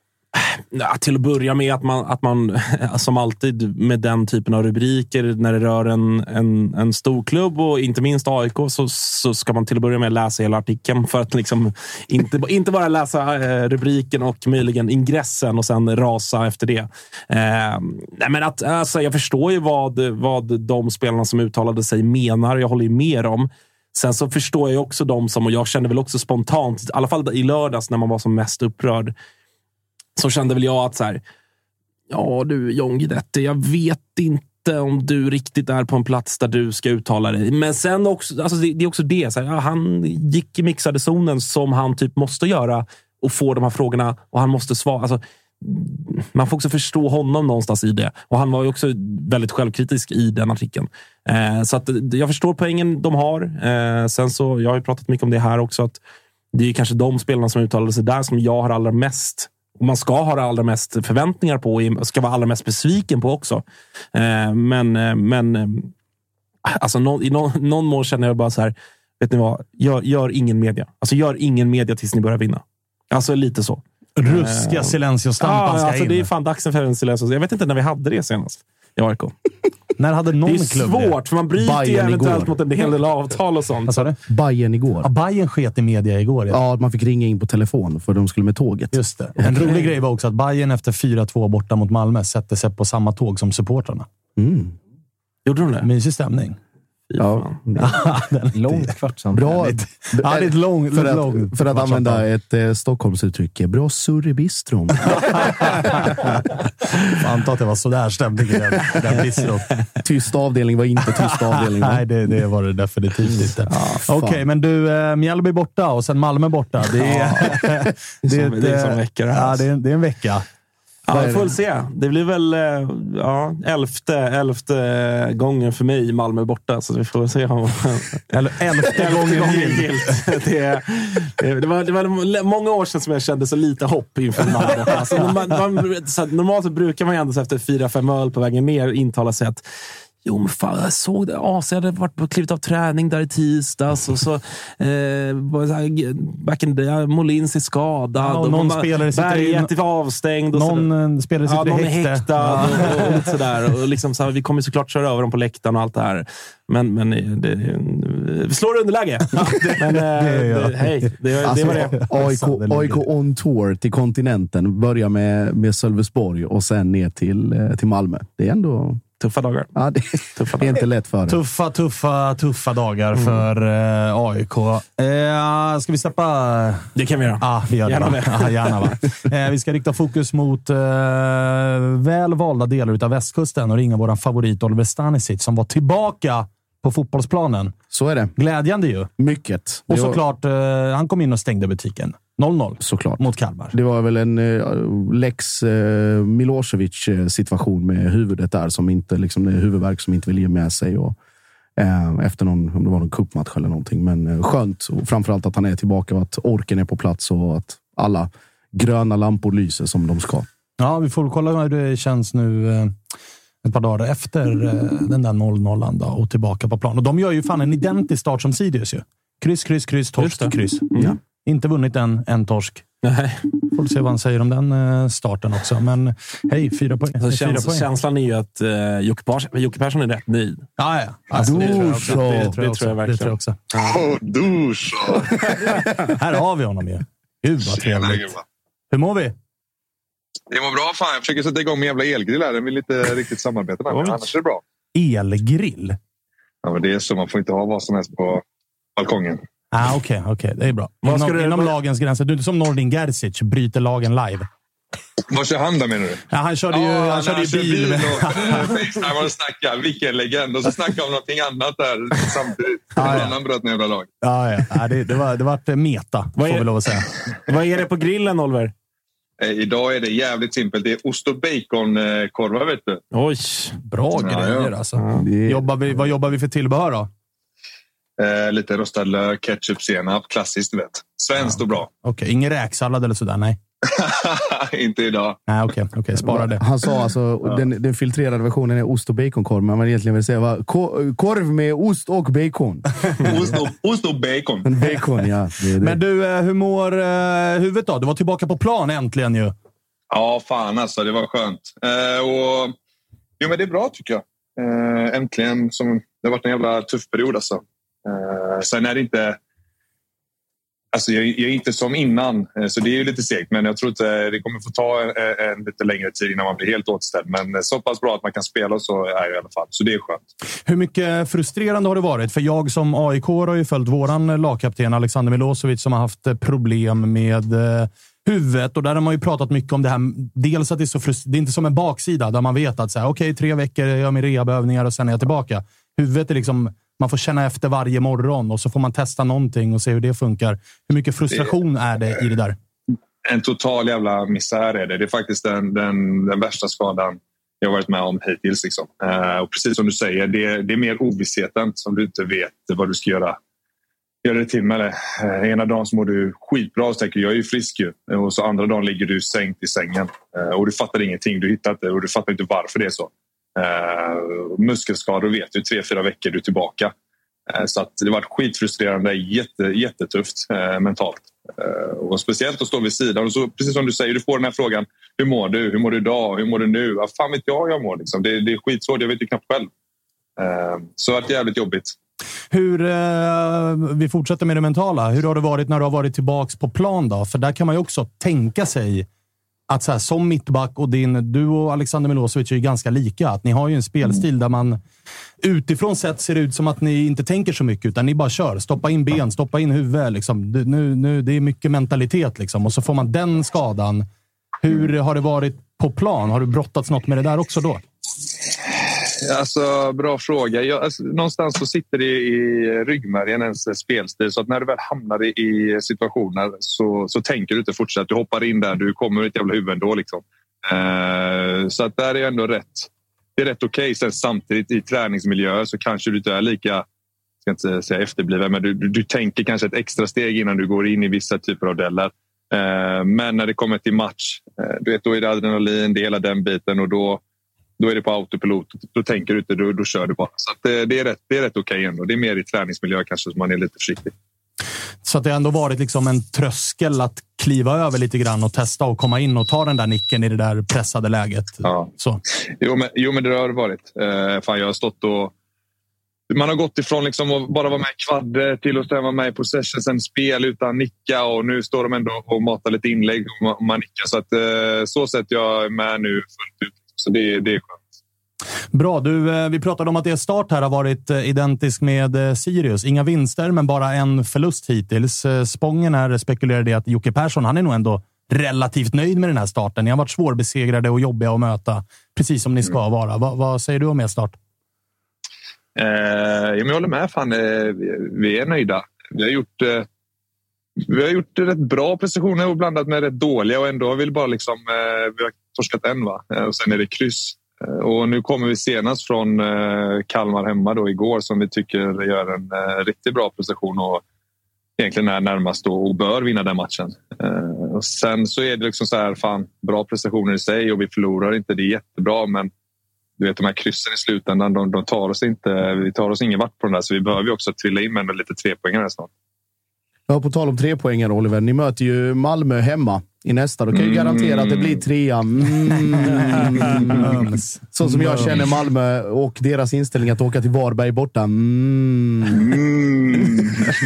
Ja, till att börja med att man, att man som alltid med den typen av rubriker när det rör en, en, en stor klubb och inte minst A I K, så, så ska man till att börja med läsa hela artikeln för att liksom inte, inte bara läsa eh, rubriken och möjligen ingressen och sen rasa efter det. Eh, nej, men att, alltså, jag förstår ju vad, vad de spelarna som uttalade sig menar. Jag håller ju med om. Sen så förstår jag också de som, och jag kände väl också spontant, i alla fall i lördags när man var som mest upprörd, så kände väl jag att så här, ja du John Guidetti, jag vet inte om du riktigt är på en plats där du ska uttala dig. Men sen också, alltså det, det är också det, så här, ja, han gick i mixade zonen som han typ måste göra och få de här frågorna, och han måste svara. Alltså, man får också förstå honom någonstans i det. Och han var ju också väldigt självkritisk i den artikeln. Eh, så att jag förstår poängen de har. Eh, sen så, jag har ju pratat mycket om det här också, att det är kanske de spelarna som uttalade sig där som jag har allra mest, och man ska ha allra mest förväntningar på och ska vara allra mest besviken på också. Eh, men men alltså någon, i någon, någon mån känner jag bara så här, vet ni vad, gör, gör ingen media. Alltså gör ingen media tills ni börjar vinna. Alltså lite så. Ruskiga uh, silencio-stampan ska alltså in. Det är fan dags för en silencio. Jag vet inte när vi hade det senast i A I K. När hade någon klubb det? är klubb svårt, för man bryter ju eventuellt mot en hel del avtal och sånt. Vad sa du? Bayern igår. Ja, Bayern sket i media igår. Ja. ja, man fick ringa in på telefon för de skulle med tåget. Just det. En okay. rolig grej var också att Bayern efter fyra två borta mot Malmö sätter sig på samma tåg som supportrarna. Mm. Gjorde de det? Mysig stämning. Ja, långt kvartsamt. Bra. Ja, det är ett lång, för att, lång, för att använda ett eh, Stockholmsuttryck. Bra surr i bistron. Jag antar att det var sådär stämning i den, den bistron. Tyst avdelning var inte tyst avdelning. Nej, det, det var det definitivt inte. Ja, Okej, okay, men du, äh, Mjällby borta och sen Malmö borta. Det är, ja. det är, det är, ett, det är en vecka. Ja, det är, det är en vecka. Ja, vi får väl se. Det blir väl ja, elfte, elfte gången för mig i Malmö borta. Så vi får se om... Eller elfte gången gilt. Det, det, var, det var många år sedan som jag kände så lite hopp inför Malmö borta. Alltså, man, man, så normalt så brukar man ju ändå efter fyra, fem öl på vägen ner intala sig att jo, men fan, jag såg det. A C hade varit på klivit av träning där i tisdags. Och så, eh, back in the, Molins är skadad. Ja, och någon man, spelare sitter Berget är avstängd. Och någon så, spelare sitter ja, i häkte. häktad. Ja. Och, och lite sådär. Och liksom, så här, vi kommer såklart köra över dem på läktaren och allt det här. Men, men det, vi slår underläge. Men eh, det, hej, det, alltså, det var det. A I K, A I K on tour till kontinenten. Börja med, med Sölvesborg och sen ner till, till Malmö. Det är ändå... Tuffa dagar. Ja, det, tuffa det är inte lätt för det. Tuffa, tuffa, tuffa dagar mm. för eh, A I K. Eh, ska vi släppa... Det kan vi göra. Ah, vi gör gärna det. Ah, gärna, va? Eh, vi ska rikta fokus mot eh, väl valda delar av västkusten och ringa våran favorit Oliver Stanisic som var tillbaka på fotbollsplanen. Så är det. Glädjande ju. Mycket. Och såklart, eh, han kom in och stängde butiken. noll noll såklart. Mot Kalmar. Det var väl en uh, Lex uh, Milosevic-situation med huvudet där, som inte, liksom, det huvudvärk som inte vill ge med sig. Och, uh, efter någon, om det var någon cupmatch eller någonting. Men uh, skönt. Och framförallt att han är tillbaka och att orken är på plats och att alla gröna lampor lyser som de ska. Ja, vi får kolla hur det känns nu uh, ett par dagar efter uh, den där noll nollan då, och tillbaka på plan. Och de gör ju fan en identisk start som Sirius ju. Kryss, kryss, kryss, torsk, kryss. Mm. Ja. Inte vunnit en, en torsk. Nej. Får se vad han säger om den starten också. Men hej, fyra poäng. Alltså, käns- poäng. Känslan är ju att uh, Jocke, Pers- Jocke Persson är rätt nöjd. Ja, ja. Alltså, det, tror jag också. Det, det, det tror jag verkligen. Det tror jag också. Åh, du så. Här har vi honom ju. Gud vad trevligt. Hur mår vi? Det mår bra, fan. Jag försöker sätta igång med jävla elgrill här. Den vill inte riktigt samarbeta med. Men annars är det bra. Elgrill? Ja, men det är så. Man får inte ha vad som helst på balkongen. Ah, okej, okay, okay. Det är bra. Vad inom du, inom vad... lagens gränser. Du är inte som Nordin Gerzic, bryter lagen live. Vad kör han då, menar du? Ja, han körde ju, ja, han han körde ju bil. bil och, äh, var snackar, vilken legend. Och så snackade om någonting annat där samtidigt. Ah, ja. Han bröt ner hela lag. Ah, ja, ja. Det, det var det var meta, vad får vi lov att säga. Vad är det på grillen, Oliver? Eh, idag är det jävligt simpelt. Det är ost- och baconkorvar, vet du. Oj, bra ja, grejer ja. Alltså. Ja, det... jobbar vi, vad jobbar vi för tillbehör då? Eh, lite rostad lök, ketchup, senap. Klassiskt, du vet. Svenskt ja, och bra. Okej, okay. Ingen räksallad eller sådär, nej. Inte idag. Nej, okej, okay, okay, spara det. Han sa alltså, ja. den, den filtrerade versionen är ost- och baconkorv. Men man egentligen vill säga var korv med ost och bacon. ost, och, ost och bacon. Bacon, ja. Det är det. Men du, hur mår uh, huvudet då? Du var tillbaka på plan äntligen ju. Ja, fan alltså. Det var skönt. Uh, och, jo, men det är bra tycker jag. Uh, äntligen. Som, det har varit en jävla tuff period alltså. Uh, sen är det inte... Alltså jag, jag är inte som innan, så det är ju lite segt. Men jag tror att det kommer få ta en, en lite längre tid innan man blir helt återställd. Men så pass bra att man kan spela så är det i alla fall. Så det är skönt. Hur mycket frustrerande har det varit? För jag som A I K har ju följt våran lagkapten Alexander Milosevic som har haft problem med huvudet. Och där har man ju pratat mycket om det här. Dels att det är så frust- det är inte som en baksida där man vet att så här, okej, tre veckor jag gör min rehabövningar och sen är jag tillbaka. Huvudet är liksom... Man får känna efter varje morgon och så får man testa någonting och se hur det funkar. Hur mycket frustration är det i det där? En total jävla misär är det. Det är faktiskt den, den, den värsta skadan jag har varit med om hittills. Liksom. Uh, och precis som du säger, det, det är mer ovissheten som du inte vet vad du ska göra. Gör det till med det. Uh, ena dagen så mår du skitbra och tänker jag är ju frisk ju. Och så andra dagen ligger du sänkt i sängen. Uh, och du fattar ingenting, du hittar inte och du fattar inte varför det är så. Uh, muskelskador vet du, tre, fyra veckor du är tillbaka. Uh, så att det var skitfrustrerande, jätte, jättetufft uh, mentalt. Uh, och speciellt att stå vid sidan. Och så, precis som du säger, du får den här frågan, hur mår du? Hur mår du idag? Hur mår du nu? Ja, fan vet jag hur jag mår. Liksom. Det, det är skitsvårt, jag vet ju knappt själv. Uh, så det är jävligt jobbigt. Hur, uh, vi fortsätter med det mentala. Hur har det varit när du har varit tillbaks på plan då? För där kan man ju också tänka sig att så här, som mittback och din, du och Alexander Milosevic är ju ganska lika. Att ni har ju en spelstil där man utifrån sett ser ut som att ni inte tänker så mycket utan ni bara kör. Stoppa in ben, stoppa in huvud. Liksom. Nu, nu, det är mycket mentalitet liksom. Och så får man den skadan. Hur har det varit på plan? Har du brottats något med det där också då? Alltså, bra fråga. Jag, alltså, någonstans så sitter det i ryggmärgen ens spelstil. Så att när du väl hamnar i situationer så, så tänker du inte fortsätta. Du hoppar in där, du kommer i ett jävla huvud ändå. Liksom. Eh, så att där är ändå rätt. Det är rätt okej. Okay. Sen samtidigt i träningsmiljö så kanske du inte är lika, jag ska inte säga efterbliven, men du, du, du tänker kanske ett extra steg innan du går in i vissa typer av delar. Eh, men när det kommer till match, eh, du vet, då är det adrenalin, det är hela den biten och då, då är det på autopilot. Då tänker du inte, då, då kör du bara. Så att, eh, det är rätt, det är rätt okej okay ändå. Det är mer i träningsmiljö kanske som man är lite försiktig. Så att det har ändå varit liksom en tröskel att kliva över lite grann och testa och komma in och ta den där nicken i det där pressade läget. Ja. Så. Jo, men, jo, men det har det varit. Eh, fan, jag har stått och... Man har gått ifrån liksom att bara vara med i kvadder till att vara med i possession, sen spel utan nicka och nu står de ändå och matar lite inlägg och man nickar. Så att eh, så sätt jag är med nu fullt ut. Så det, det är skönt. Bra, du, vi pratade om att er start här har varit identisk med Sirius. Inga vinster, men bara en förlust hittills. Spången här spekulerade att Jocke Persson, han är nog ändå relativt nöjd med den här starten. Ni har varit svårbesegrade och jobbiga att möta, precis som ni ska vara. Va, vad säger du om er start? Eh, jag håller med, fan. Eh, vi är nöjda. Vi har gjort... Eh, vi har gjort rätt bra prestationer och blandat med rätt dåliga och ändå vill bara liksom... Eh, vi har torskat en, va? Eh, och sen är det kryss. Och nu kommer vi senast från Kalmar hemma då igår som vi tycker gör en riktigt bra prestation och egentligen är närmast och bör vinna den matchen. Och sen så är det liksom så här, fan, bra prestationer i sig och vi förlorar inte, det är jättebra, men du vet de här kryssen i slutändan, de, de tar oss inte, vi tar oss ingen vart på den där, så vi behöver ju också trilla in med lite trepoängare snart. Ja, på tal om trepoängare, Oliver, ni möter ju Malmö hemma i nästa. Då kan jag garantera att det blir trea. Mm. Så som jag känner Malmö och deras inställning att åka till Varberg borta. Mm. Mm.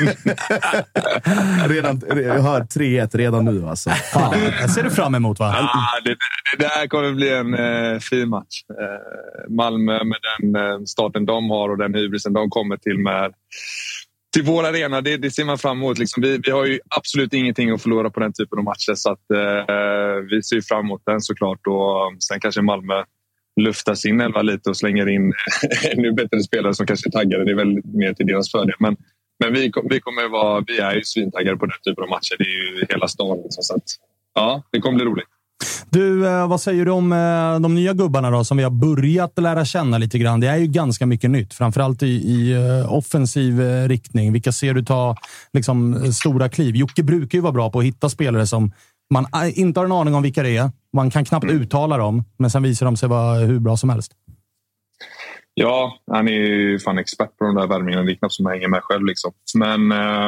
redan, jag hör tre ett redan nu. Alltså. Fan, jag ser du fram emot, va? Ja, det, det där kommer bli en eh, fin match. Eh, Malmö med den eh, starten de har och den hybrisen de kommer till med... Till vår arena, det, det ser man fram emot. Liksom, vi, vi har ju absolut ingenting att förlora på den typen av matcher. Så att, eh, vi ser fram emot den såklart. Och sen kanske Malmö luftar sin elva lite och slänger in ännu bättre spelare som kanske är taggade. Det är väl mer till deras fördel. Men, men vi, vi, kommer vara, vi är ju svintaggade på den typen av matcher. Det är ju hela stan. Liksom, så att, ja, det kommer bli roligt. Du, vad säger du om de nya gubbarna då, som vi har börjat lära känna lite grann? Det är ju ganska mycket nytt, framförallt i, i offensiv riktning. Vilka ser du ta liksom, stora kliv? Jocke brukar ju vara bra på att hitta spelare som man inte har en aning om vilka det är. Man kan knappt uttala dem, men sen visar de sig vara hur bra som helst. Ja, han är ju fan expert på de där värvningarna. Det är knappt som jag hänger med själv. Liksom. Men... Eh...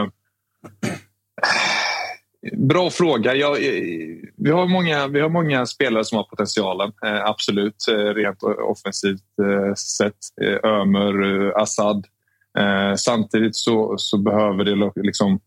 Bra fråga. Jag, vi, har många, vi har många spelare som har potentialen. Eh, absolut. Eh, rent offensivt eh, sett. Eh, Ömer, eh, Assad. Eh, samtidigt så, så behöver det liksom...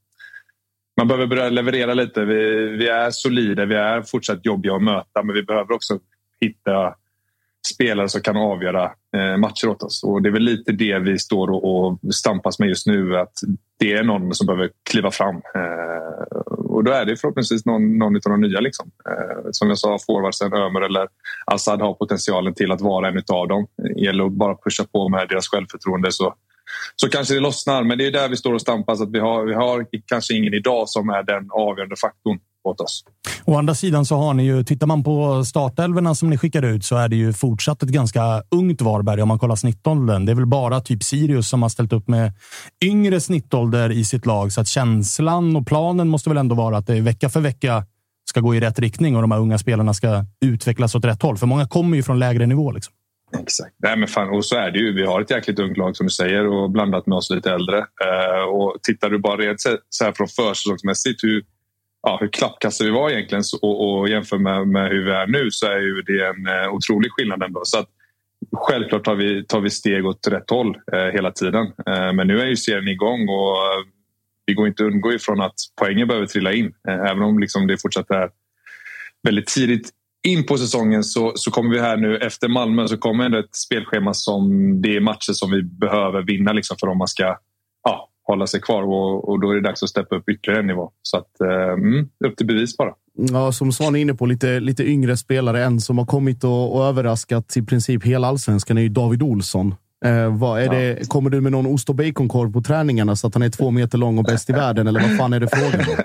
Man behöver börja leverera lite. Vi, vi är solida. Vi är fortsatt jobbiga att möta. Men vi behöver också hitta spelare som kan avgöra eh, matcher åt oss. Och det är väl lite det vi står och, och stampas med just nu. Att det är någon som behöver kliva fram. Eh, och då är det förhoppningsvis någon, någon av de nya. Liksom. Eh, som jag sa, forwardsen, Ömer eller Assad har potentialen till att vara en av dem. Det gäller att bara pusha på med deras självförtroende så, så kanske det lossnar. Men det är där vi står och stampas. Att vi har, vi har kanske ingen idag som är den avgörande faktorn åt oss. Å andra sidan så har ni ju, tittar man på startelverna som ni skickar ut så är det ju fortsatt ett ganska ungt Varberg om man kollar snittåldern. Det är väl bara typ Sirius som har ställt upp med yngre snittålder i sitt lag, så att känslan och planen måste väl ändå vara att det vecka för vecka ska gå i rätt riktning och de här unga spelarna ska utvecklas åt rätt håll. För många kommer ju från lägre nivå liksom. Exakt. Nej, men fan, och så är det ju. Vi har ett jäkligt ungt lag som du säger och blandat med oss lite äldre. Uh, och tittar du bara rent så här från försäsongsmässigt hur Ja, hur klappkassa vi var egentligen och, och jämför med, med hur vi är nu så är ju det en eh, otrolig skillnad ändå. Så att, självklart tar vi, tar vi steg åt rätt håll eh, hela tiden. Eh, men nu är ju serien igång och eh, vi går inte undgå ifrån att poängen behöver trilla in. Eh, även om liksom, det fortsatt är väldigt tidigt in på säsongen så, så kommer vi här nu efter Malmö så kommer ändå ett spelschema som det är matcher som vi behöver vinna liksom, för om man ska ja, hålla sig kvar och, och då är det dags att steppa upp ytterligare en nivå. Så att, mm, upp till bevis bara. Ja, som Svan är inne på, lite, lite yngre spelare. En som har kommit och, och överraskat i princip hela allsvenskan är ju David Olsson. Eh, vad är ja. det, kommer du med någon ost- och baconkorv på träningarna så att han är två meter lång och bäst i världen? Eller vad fan är det frågan om?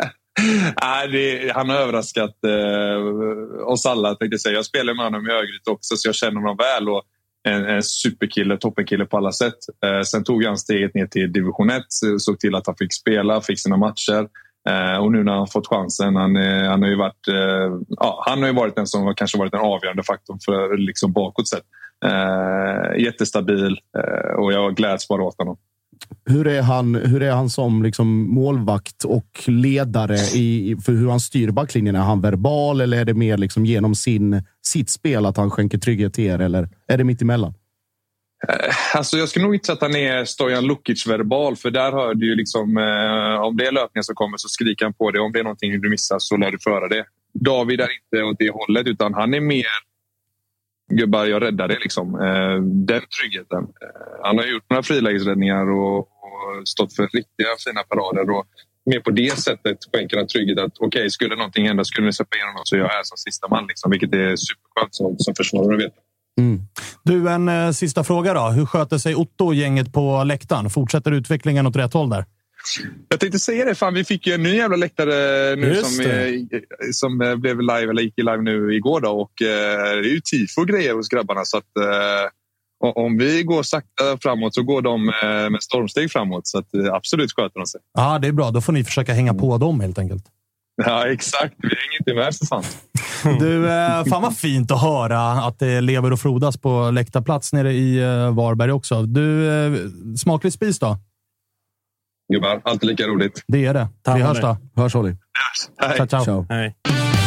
Nej, det, han har överraskat eh, oss alla, tänkte jag säga. Jag spelar med honom i Örgryte också, så jag känner honom väl. Och en, en superkille, toppenkille på alla sätt. Eh, sen tog han steget ner till division ett, såg till att han fick spela, fick sina matcher. Eh, och nu när han fått chansen, han, eh, han har ju varit eh, ja, han har ju varit den som har kanske varit den avgörande faktorn för liksom bakåt sett. Eh, jättestabil eh, och jag gläds bara åt honom. Hur är han, hur är han som liksom målvakt och ledare i, för hur han styr backlinjen? Är han verbal eller är det mer liksom genom sin, sitt spel att han skänker trygghet till er, eller är det mitt emellan? Alltså jag skulle nog inte säga att han är Stojan Lukic verbal, för där hör du ju liksom eh, om det är löpningar som kommer så skriker han på det, om det är någonting du missar så lär du föra det. David är inte åt det hållet, utan han är mer gubbar, jag räddar det liksom. Eh, den tryggheten. Eh, han har gjort några frilägesräddningar och, och stått för riktiga fina parader och mer på det sättet skänker han trygghet att okej, okay, skulle någonting hända, skulle ni släppa igenom något så jag är som sista man liksom, vilket är superskönt som, som försvarare, vet. Mm. Du, en eh, sista fråga då. Hur sköter sig Otto och gänget på läktaren? Fortsätter utvecklingen åt rätt håll där? Jag tänkte säga det, fan vi fick ju en ny jävla läktare nu som, eh, som blev live, eller gick live nu igår då, och eh, det är ju tifo och grejer hos grabbarna, så att eh, om vi går sakta framåt så går de eh, med stormsteg framåt, så att eh, absolut sköter de sig. Ja, det är bra. Då får ni försöka hänga på dem helt enkelt. Ja, exakt. Vi hänger inte med för fan. Du, eh, fan vad fint att höra att det lever och frodas på läktarplats nere i eh, Varberg också. Du, eh, smaklig spis då? Gubbar, alltid lika roligt. Det är det. Vi hörs då. Hörs, Holly. Hej. Ciao, ciao. Ciao. Hej.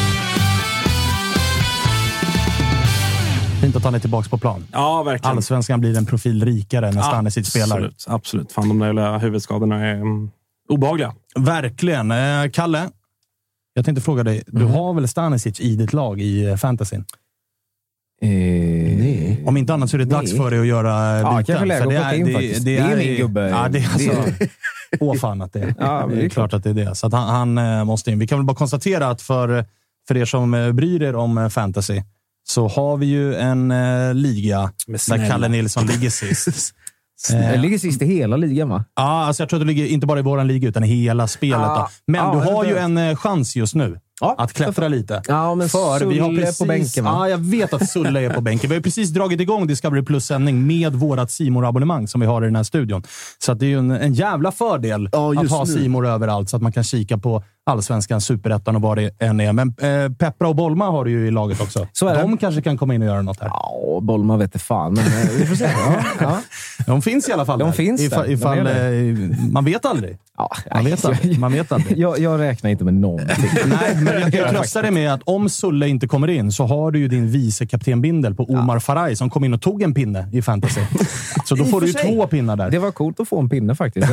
Fint att ta dig tillbaka på plan. Ja, verkligen. Allsvenskan blir en profil rikare när Stanisic spelar. Absolut, absolut. Fan, de där huvudskadorna är um, obehagliga. Verkligen. Eh, Kalle, jag tänkte fråga dig. Du Mm. har väl Stanisic i ditt lag i fantasyn? Eh, nej. Om inte annat så är det dags Nej. för dig att göra Ja, byten. kanske läge För att plocka in faktiskt. Det är min gubbe. Ja, det är alltså... Det Åh fan att det är. Ja, men det är klart att det är det. Så att han, han eh, måste in. Vi kan väl bara konstatera att för, för er som eh, bryr er om eh, fantasy så har vi ju en eh, liga där Kalle Nilsson ligger sist. Jag ligger sist i hela ligan, va? Ja, alltså jag tror att du ligger inte bara i våran liga utan i hela spelet. Ah, då. Men ah, du har det ju det. en eh, chans just nu. Ja, att klättra lite. Ja, men för vi har precis, på bänken, va? Ja, jag vet att Sulle är på bänken. Vi har precis dragit igång Discovery Plus-sändning med vårat C More-abonnemang som vi har i den här studion. Så att det är ju en, en jävla fördel ja, att ha nu. C More överallt så att man kan kika på Allsvenskan, Superettan och vad det än är. Men eh, Peppra och Bolma har du ju i laget också. Så är De det. kanske kan komma in och göra något här. Ja, Bolma vet det fan. Men eh, vi får se. Ja, ja. De finns i alla fall De där. finns ifall, där. De ifall, är eh, man vet aldrig. Ja, Man vet aldrig. Man vet aldrig. jag, jag räknar inte med någonting. Nej, men jag kan trösta dig med att om Sulle inte kommer in så har du ju din vice kaptenbindel på Omar ja. Faraj som kom in och tog en pinne i fantasy. Så då får du ju sig. två pinnar där. Det var coolt att få en pinne faktiskt.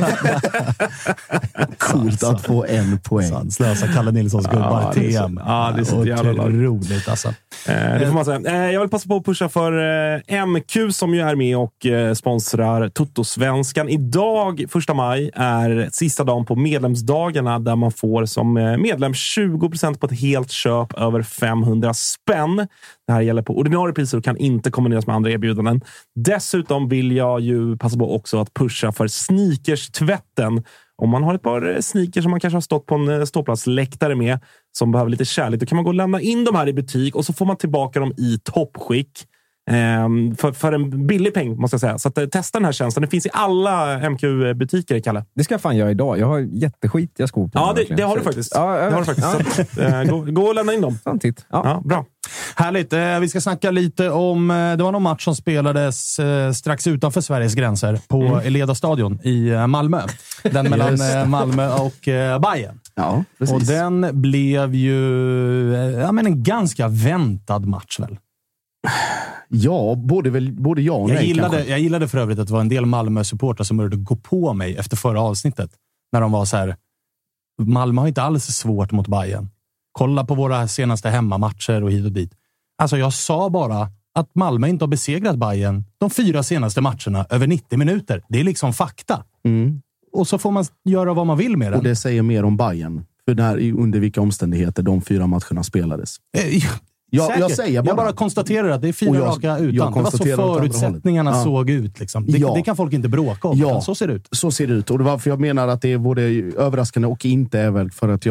Coolt att få en poäng. Sanslösa Kalle Nilssons gubbar Ja, T M. Ja, det är så jävla roligt alltså. Eh, det får man säga. Eh, jag vill passa på att pusha för eh, M Q som ju är med och eh, sponsrar Toto-svenskan. Idag, första maj, är sista dagen på medlemsdagarna där man får som eh, medlem tjugo procent på ett helt köp över femhundra spänn. Det här gäller på ordinarie priser och kan inte kombineras med andra erbjudanden. Dessutom vill jag ju passa på också att pusha för sneakers-tvätten. Om man har ett par sneakers som man kanske har stått på en ståplatsläktare med som behöver lite kärlek, då kan man gå och lämna in de här i butik och så får man tillbaka dem i toppskick. Um, för, för en billig peng måste jag säga. Så att, uh, testa den här tjänsten. Det finns i alla M Q-butiker, Kalle. Det ska jag fan göra idag. Jag har jätteskitiga skor på. Ja, mig, det, det har du faktiskt. Ja, det har du faktiskt. Ja. Så att, uh, gå, gå och lämna in dem. Samtidigt. Ja. Ja, bra. Härligt. Vi ska snacka lite om... Det var någon match som spelades strax utanför Sveriges gränser på mm. Eleda stadion i Malmö. Den mellan Malmö och Bayern. Ja, precis. Och den blev ju ja, men en ganska väntad match väl? Ja, både, väl, både ja och jag nej gillade, kanske. jag gillade för övrigt att det var en del Malmö-supportrar som började gå på mig efter förra avsnittet. När de var så här: Malmö har inte alls svårt mot Bayern. Kolla på våra senaste hemmamatcher och hit och dit. Alltså jag sa bara att Malmö inte har besegrat Bayern de fyra senaste matcherna över nittio minuter. Det är liksom fakta. Mm. Och så får man göra vad man vill med den. Och det säger mer om Bayern. För där, under vilka omständigheter de fyra matcherna spelades. Eh, Jag, jag säger bara. Jag bara konstaterar att det är fyra jag, raka utan. jag det var så förutsättningarna ja. såg ut. Liksom. Det, ja. det kan folk inte bråka om. Ja. Så ser det ut. Så ser det ut. Och det var för jag menar att det är både överraskande och inte är väl för att jag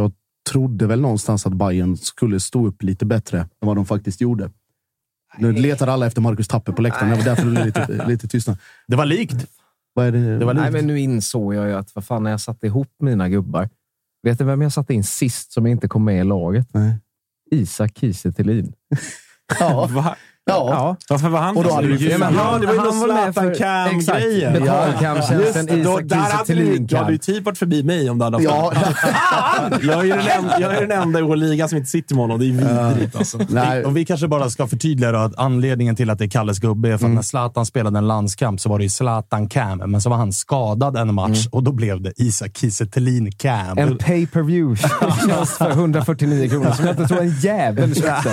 trodde väl någonstans att Bayern skulle stå upp lite bättre än vad de faktiskt gjorde. Nu letar alla efter Marcus Tapper på läktaren. Det var därför det lite, lite tystnad. Det var likt. Vad är det? Det var likt. Nej, men nu insåg jag ju att vad fan, när jag satte ihop mina gubbar. Vet du vem jag satte in sist som inte kom med i laget? Nej. Isak Kiese Thelin. Ja. Va? Ja. Ja. Varför var han? Och då hade du- ja, men han, det var ju någon Zlatan Cam-grejen. Betalcam-tjänsten Isak Kiese Thelin. Du hade ju typ varit förbi mig om du hade haft Ja. jag, är ju den enda, jag är den enda i vår liga som inte sitter med honom. Det är ju vidrigt alltså. Nej. Och vi kanske bara ska förtydliga då att anledningen till att det är Kalles gubbe är för att Mm. när Zlatan spelade en landskamp så var det ju Zlatan Cam, men så var han skadad en match och då blev det Isak Kiese Thelin Cam. En pay-per-view just för hundrafyrtionio kronor som jag inte tror en jävel köpte.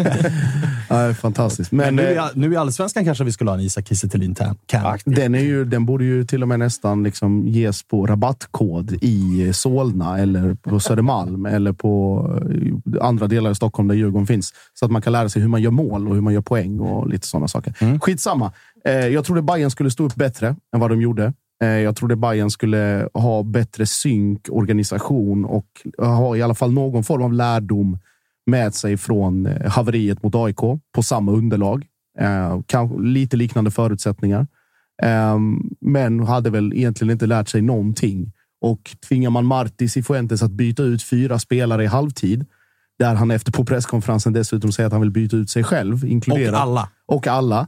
Ja, fantastiskt. Men, Men nu, eh, i, nu i Allsvenskan kanske vi skulle ha en Isak Kiese Thelin Cam. den, är ju, den borde ju till och med nästan liksom ges på rabattkod i Solna eller på Södermalm eller på eh, andra delar av Stockholm där Djurgården finns. Så att man kan lära sig hur man gör mål och hur man gör poäng och lite sådana saker. Mm. Skitsamma. Eh, jag trodde Bayern skulle stå upp bättre än vad de gjorde. Eh, jag trodde Bayern skulle ha bättre synk, organisation och ha i alla fall någon form av lärdom med sig från eh, haveriet mot A I K på samma underlag. Eh, kanske lite liknande förutsättningar. Eh, men hade väl egentligen inte lärt sig någonting. Och tvingar man Marti Cifuentes att byta ut fyra spelare i halvtid, där han efter på presskonferensen dessutom säger att han vill byta ut sig själv, inkludera Och alla. och alla,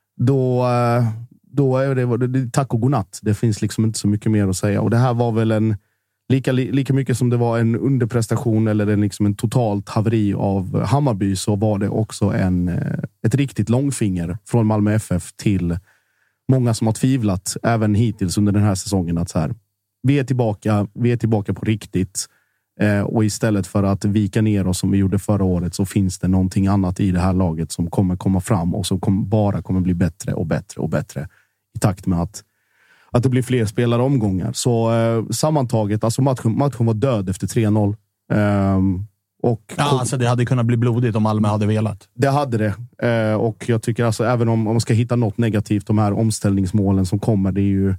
då, eh, då är det, det tack och godnatt. Det finns liksom inte så mycket mer att säga. Och det här var väl en Lika, lika mycket som det var en underprestation eller en, liksom en totalt haveri av Hammarby, så var det också en, ett riktigt långfinger från Malmö F F till många som har tvivlat även hittills under den här säsongen att så här, vi är tillbaka, vi är tillbaka på riktigt eh, och istället för att vika ner oss som vi gjorde förra året så finns det någonting annat i det här laget som kommer komma fram och som kommer, bara kommer bli bättre och bättre och bättre i takt med att Att det blir fler spelare omgångar. Så eh, sammantaget, alltså matchen, matchen var död efter tre noll. Um, och Ja, alltså det hade kunnat bli blodigt om Malmö hade velat. Det hade det. Uh, och jag tycker alltså, även om, om man ska hitta något negativt, de här omställningsmålen som kommer, det är ju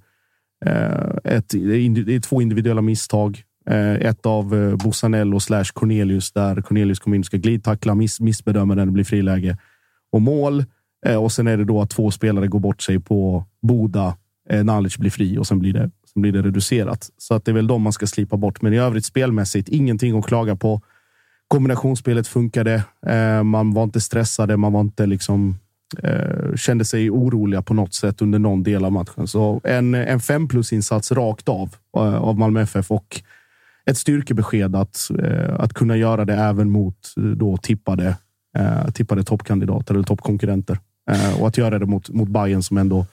uh, ett, det är två individuella misstag. Uh, ett av uh, Bussanello slash Cornelius, där Cornelius kommer in och ska glidtackla, miss, missbedömer den, det blir friläge. Och mål. Uh, och sen är det då att två spelare går bort sig på Boda. Nalic blir fri och sen blir det, sen blir det reducerat. Så att det är väl de man ska slipa bort. Men i övrigt spelmässigt, ingenting att klaga på. Kombinationsspelet funkade. Eh, man var inte stressade. Man var inte liksom eh, kände sig oroliga på något sätt under någon del av matchen. Så en, en fem plus-insats rakt av eh, av Malmö F F och ett styrkebesked att, eh, att kunna göra det även mot då tippade, eh, tippade toppkandidater eller toppkonkurrenter. Eh, och att göra det mot, mot Bayern som ändå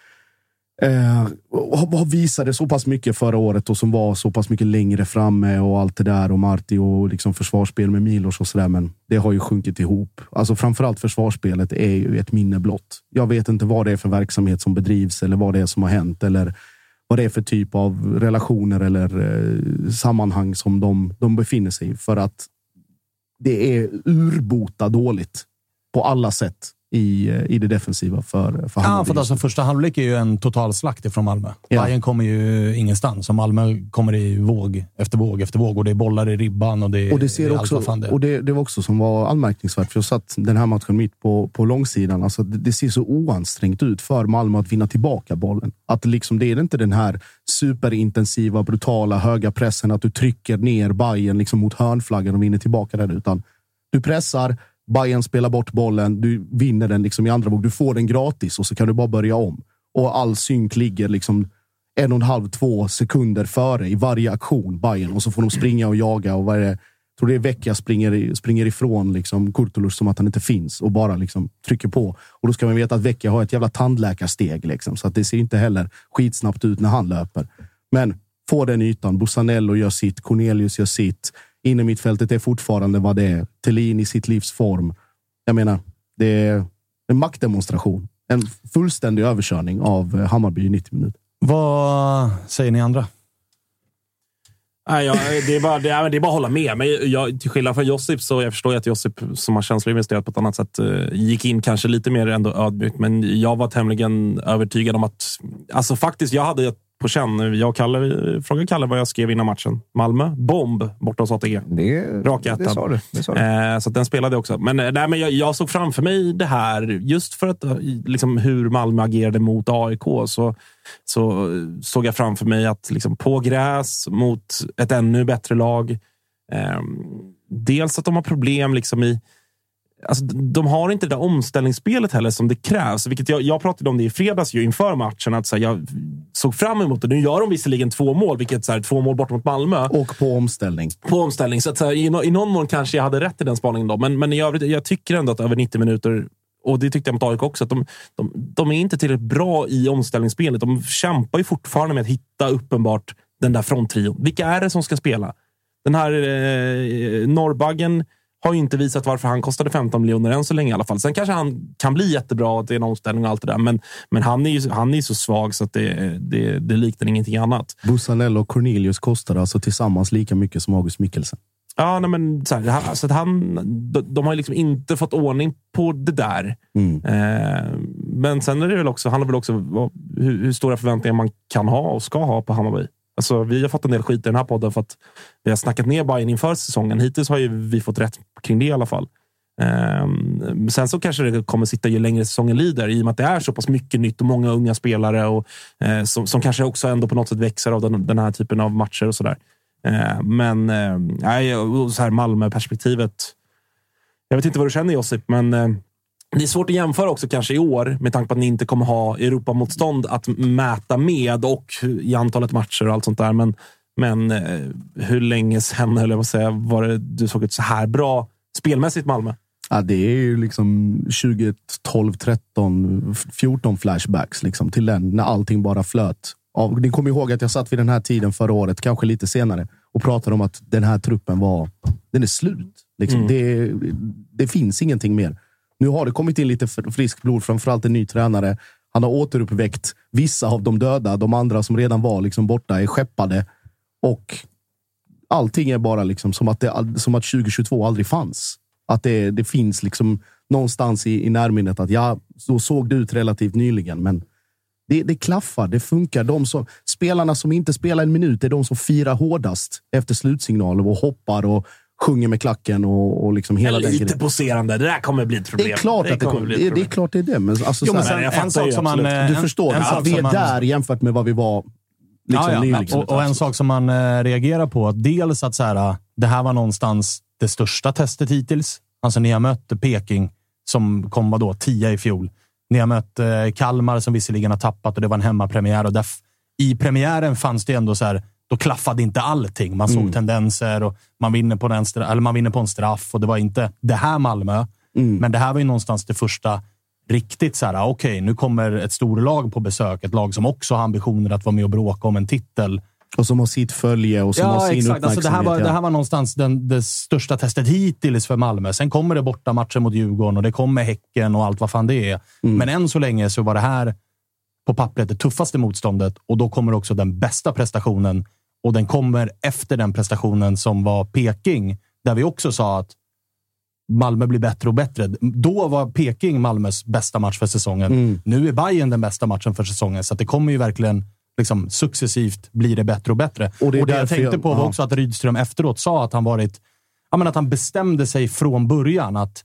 Eh, och visade så pass mycket förra året och som var så pass mycket längre framme och allt det där och Marti och liksom försvarsspel med Milos och sådär, men det har ju sjunkit ihop. Alltså framförallt försvarsspelet är ju ett minne blott. Jag vet inte vad det är för verksamhet som bedrivs eller vad det är som har hänt eller vad det är för typ av relationer eller eh, sammanhang som de, de befinner sig i, för att det är urbota dåligt på alla sätt i, i det defensiva för, för Ja, för att alltså första halvlek är ju en total slakt ifrån Malmö. Ja. Bayern kommer ju ingenstans. Och Malmö kommer i våg efter våg efter våg. Och det är bollar i ribban. Och det, och det, ser det är också, allt vad fan det är. Och det, det var också som var anmärkningsvärt. För jag satt den här matchen mitt på, på långsidan. Alltså det, det ser så oansträngt ut för Malmö att vinna tillbaka bollen. Att liksom, det är inte den här superintensiva, brutala, höga pressen. Att du trycker ner Bayern liksom mot hörnflaggan och vinner tillbaka den. Utan du pressar, Bayern spelar bort bollen, du vinner den liksom i andra våg, du får den gratis och så kan du bara börja om. Och all synk ligger liksom en och en halv, två sekunder före i varje aktion, Bayern, och så får de springa och jaga och vad är det? Jag tror det är Vecchia springer, springer ifrån liksom Kurtulus som att han inte finns och bara liksom trycker på. Och då ska man veta att Vecchia har ett jävla tandläkarsteg liksom, så att det ser inte heller skitsnabbt ut när han löper. Men få den ytan, Bussanello gör sitt, Cornelius gör sitt. Inne mittfältet är fortfarande vad det är. Thelin i sitt livs form. Jag menar, det är en maktdemonstration. En fullständig överkörning av Hammarby i nittio minuter. Vad säger ni andra? Nej, jag, det, är bara, det, är, det är bara att hålla med. Men jag, till skillnad från Josip så jag förstår att Josip som har känsloinvesterat på ett annat sätt gick in kanske lite mer ändå ödmjukt. Men jag var tämligen övertygad om att... Alltså faktiskt, jag hade på känn. Jag och Kalle, frågade Kalle vad jag skrev innan matchen. Malmö, bomb borta hos A T G. Det, Raka det sa du. Det sa du. Eh, så att den spelade jag också. Men, nej, men jag, jag såg framför mig det här, just för att liksom, hur Malmö agerade mot A I K, så, så såg jag framför mig att liksom, på gräs mot ett ännu bättre lag. Eh, dels att de har problem liksom i Alltså, de har inte det där omställningsspelet heller som det krävs. Vilket jag, jag pratade om det i fredags ju inför matchen. Att, så här, jag såg fram emot det. Nu gör de visserligen två mål. Vilket så här, två mål bort mot Malmö. Och på omställning. På omställning. Så, att, så här, i, no, i någon mån kanske jag hade rätt i den spaningen då. Men, men i övrigt, jag tycker ändå att över nittio minuter, och det tyckte jag mot A I K också, att de, de, de är inte tillräckligt bra i omställningsspelet. De kämpar ju fortfarande med att hitta uppenbart den där fronttrion. Vilka är det som ska spela? Den här eh, Norrbaggen har ju inte visat varför han kostade femton miljoner än så länge i alla fall. Sen kanske han kan bli jättebra, att det är en omställning och allt det där. Men, men han är ju han är så svag så att det, det, det liknar ingenting annat. Bussanello och Cornelius kostar alltså tillsammans lika mycket som August Mikkelsen. Ja, nej, men så, här, så att han, de, de har ju liksom inte fått ordning på det där. Mm. Eh, men sen är det väl också, handlar väl också om hur, hur stora förväntningar man kan ha och ska ha på Hammarby. Alltså, vi har fått en del skit i den här podden för att vi har snackat ner Bayern inför säsongen. Hittills har ju vi fått rätt kring det i alla fall. Um, sen så kanske det kommer sitta ju längre säsongen lider, i och med att det är så pass mycket nytt och många unga spelare och, uh, som, som kanske också ändå på något sätt växer av den, den här typen av matcher och sådär. Uh, men nej, uh, så här Malmö-perspektivet. Jag vet inte vad du känner, Josip, men uh, det är svårt att jämföra också kanske i år med tanke på att ni inte kommer ha Europamotstånd att mäta med och i antalet matcher och allt sånt där. Men, men eh, hur länge sedan, eller vad säger, var det du såg ett så här bra spelmässigt Malmö? Ja, det är ju liksom tjugo tolv, tretton, fjorton flashbacks liksom, till den när allting bara flöt. Ja, ni kommer ihåg att jag satt vid den här tiden förra året, kanske lite senare, och pratade om att den här truppen var, den är slut. Liksom. Mm. Det, det finns ingenting mer. Nu har det kommit in lite frisk blod, framförallt en ny tränare. Han har återuppväckt vissa av de döda. De andra som redan var liksom borta är skeppade. Och allting är bara liksom som att, det, som att tjugo tjugotvå aldrig fanns. Att det, det finns liksom någonstans i, i närminnet att ja, så såg det ut relativt nyligen. Men det, det klaffar, det funkar. De som, spelarna som inte spelar en minut är de som firar hårdast efter slutsignal och hoppar och sjunger med klacken och, och liksom hela lite den lite poserande. Det där kommer bli ett problem. Det är klart, det att det, kommer, det, det är klart det är det. Men alltså, jo, men sen, en, en sak som man, du en, förstår en, en att vi är man, där jämfört med vad vi var liksom, ja, ja, nyligen. och, och en sak som man äh, reagerar på, dels att så här, det här var någonstans det största testet hittills. Alltså ni har mött Peking som kom då tio i fjol. Ni har mött äh, Kalmar som visserligen har tappat och det var en hemmapremiär. Och där, i premiären fanns det ändå så här, då klaffade inte allting. Man såg mm. tendenser och man vinner på en straff, eller man vinner på en straff och det var inte det här Malmö. Mm. Men det här var ju någonstans det första riktigt så här, okej, okay, nu kommer ett storlag på besök, ett lag som också har ambitioner att vara med och bråka om en titel. Och som har sitt följe och som ja, har sin exakt. uppmärksamhet. Alltså det, här var, ja. det här var någonstans den, det största testet hittills för Malmö. Sen kommer det borta matcher mot Djurgården och det kommer Häcken och allt vad fan det är. Mm. Men än så länge så var det här på pappret det tuffaste motståndet och då kommer också den bästa prestationen. Och den kommer efter den prestationen som var Peking, där vi också sa att Malmö blir bättre och bättre. Då var Peking Malmös bästa match för säsongen. Mm. Nu är Bayern den bästa matchen för säsongen. Så att det kommer ju verkligen liksom, successivt bli det bättre och bättre. Och det, och det jag tänkte jag, på var också att Rydström efteråt sa att han varit, ja, men att han bestämde sig från början att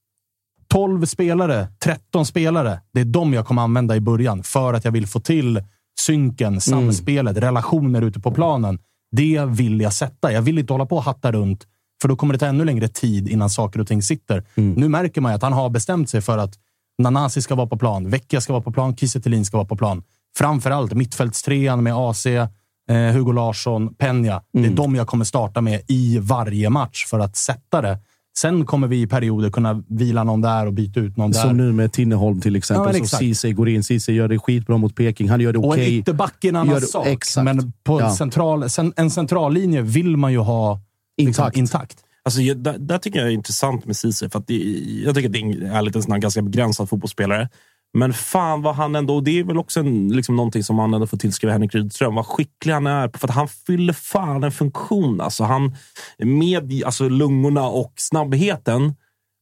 tolv spelare, tretton spelare, det är de jag kommer använda i början för att jag vill få till synken, samspelet, mm. relationer ute på planen. Det vill jag sätta. Jag vill inte hålla på och hatta runt, för då kommer det ta ännu längre tid innan saker och ting sitter. Mm. Nu märker man ju att han har bestämt sig för att Nanasi ska vara på plan, Vecchia ska vara på plan, Kiese Thelin ska vara på plan. Framförallt mittfältstrean med A C, eh, Hugo Larsson, Peña. Mm. Det är de jag kommer starta med i varje match för att sätta det. Sen kommer vi i perioder kunna vila någon där och byta ut någon där. Som nu med Tinneholm till exempel. Ja, så Ceesay går in. Ceesay gör det skitbra mot Peking. Han gör det okej. Okay. Och en ytterback är en annan sak. Exakt. Men på ja. central, en centrallinje vill man ju ha liksom, intakt. intakt. Alltså, där, där tycker jag är intressant med Ceesay. För att det, jag tycker att det är ärligt en sån här ganska begränsad fotbollsspelare. Men fan vad han ändå, och det är väl också en, liksom någonting som han ändå får tillskriva Henrik Rydström, vad skicklig han är, för att han fyller fan en funktion. Alltså han, med alltså lungorna och snabbheten,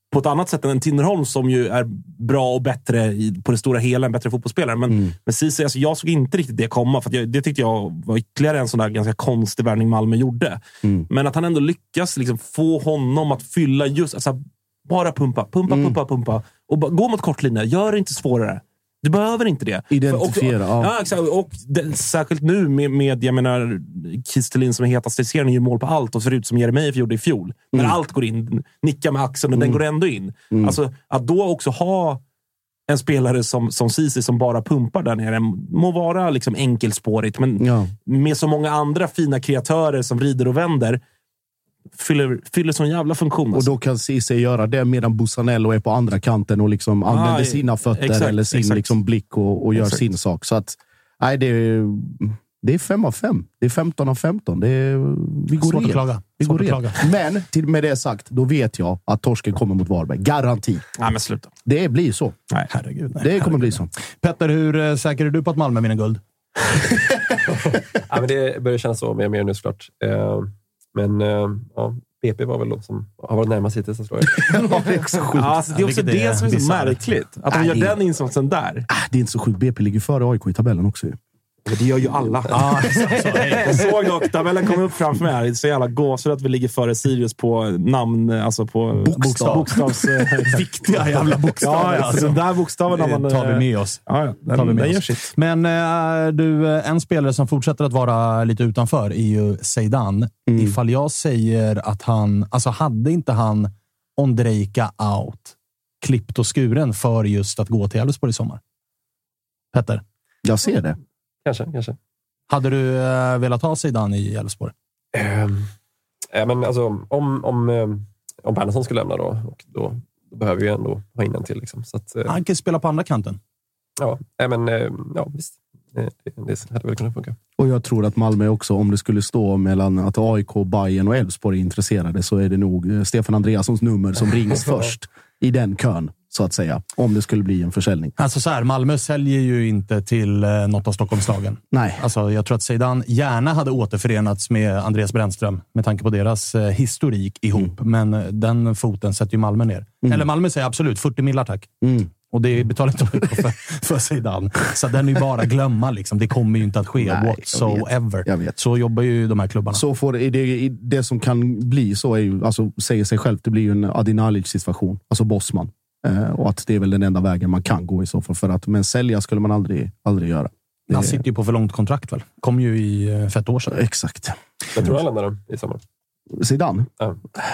på ett annat sätt än en Tinnerholm som ju är bra och bättre i, på det stora hela, en bättre fotbollsspelare. Men, mm. men Ceesay, alltså, jag såg inte riktigt det komma, för att jag, det tyckte jag var ytterligare en sån där ganska konstig värvning Malmö gjorde. Mm. Men att han ändå lyckas liksom få honom att fylla just, alltså, bara pumpa, pumpa, mm. pumpa, pumpa och bara, gå mot kortlinjer, gör det inte svårare. Du behöver inte det. Identifiera. Och, och, ja, exakt. Och det, särskilt nu med, med jag menar, Kistelin som är hetast i serien, gör mål på allt och ser ut som Jeremejeff gjorde i fjol. När mm. allt går in, nickar med axeln och mm. den går ändå in. Mm. Alltså, att då också ha en spelare som, som Ceesay som bara pumpar där nere, må vara liksom enkelspårigt, men ja. med så många andra fina kreatörer som rider och vänder, fyller, fyller sån jävla funktion. Alltså. Och då kan Ceesay göra det medan Bussanello är på andra kanten och liksom ah, använder sina fötter exakt, eller sin liksom blick och, och gör exakt. sin sak. Så att, nej, det är, det är fem av fem. Det är femton av femton. Det är, vi går Svårt att klaga. Vi Svårt går att klaga. Men till, med det sagt, då vet jag att torsken kommer mot Varberg. Garanti. Nej, men sluta. Det blir så. Nej, herregud. Nej, det kommer herregud. bli så. Petter, hur säker är du på att Malmö vinner guld? Ja, men det börjar kännas så mer och mer nu såklart. Men ja, B P var väl de som har varit närmast hittills, tror jag. Ja, det är också sjukt. Ja, alltså, det är också det, det som är så märkligt. Att de gör den insatsen där. Det är inte så sjukt. B P ligger före A I K i tabellen också. Men det gör ju alla. Ah, så, så, jag såg dock, tabellen kom upp framför mig här. Det är så jävla gåsor att vi ligger före Sirius på namn, alltså på bokstav. bokstavs eh, viktiga jävla bokstavar. Ja, ja, alltså, den där bokstaven det man, tar vi med oss. Ja, ja, den, tar vi med den oss. Gör sitt. Men äh, du, en spelare som fortsätter att vara lite utanför är ju Zeidan. Mm. Ifall jag säger att han, alltså hade inte han Ondrejka out, klippt och skuren för just att gå till Elfsborg i sommar? Petter? Jag ser det. Kanske, kanske. Hade du äh, velat ha Zeidan i Elfsborg? Um, ja, men alltså, om, om, um, om Bernhardsson skulle lämna då, och då, då behöver vi ändå ha in en till. Liksom. Så att, uh, han kan spela på andra kanten. Ja, äh, men uh, ja, visst. Det, det hade väl kunnat funka. Och jag tror att Malmö också, om det skulle stå mellan att A I K, Bayern och Elfsborg är intresserade, så är det nog Stefan Andreassons nummer som rings först i den kön, så att säga, om det skulle bli en försäljning. Alltså så här, Malmö säljer ju inte till eh, något av Stockholmslagen. Nej. Alltså jag tror att Zeidan gärna hade återförenats med Andreas Brännström med tanke på deras eh, historik ihop. Mm. Men den foten sätter ju Malmö ner. Mm. Eller Malmö säger absolut, fyrtio millar tack. Mm. Och det betalar inte för, för Zeidan. Så den är ju bara glömma liksom. Det kommer ju inte att ske. Nej, whatsoever. Jag vet. Så jobbar ju de här klubbarna. Så får det, det, det som kan bli så är ju, alltså säger sig själv, det blir ju en Adinalic-situation. Alltså bossman. Eh, och att det är väl den enda vägen man kan gå i så fall. För att, men sälja skulle man aldrig, aldrig göra. Det, han sitter ju på för långt kontrakt väl? Kom ju i för ett år sedan. Exakt. Jag tror han lämnar dem i sommar. Zeidan? Ja.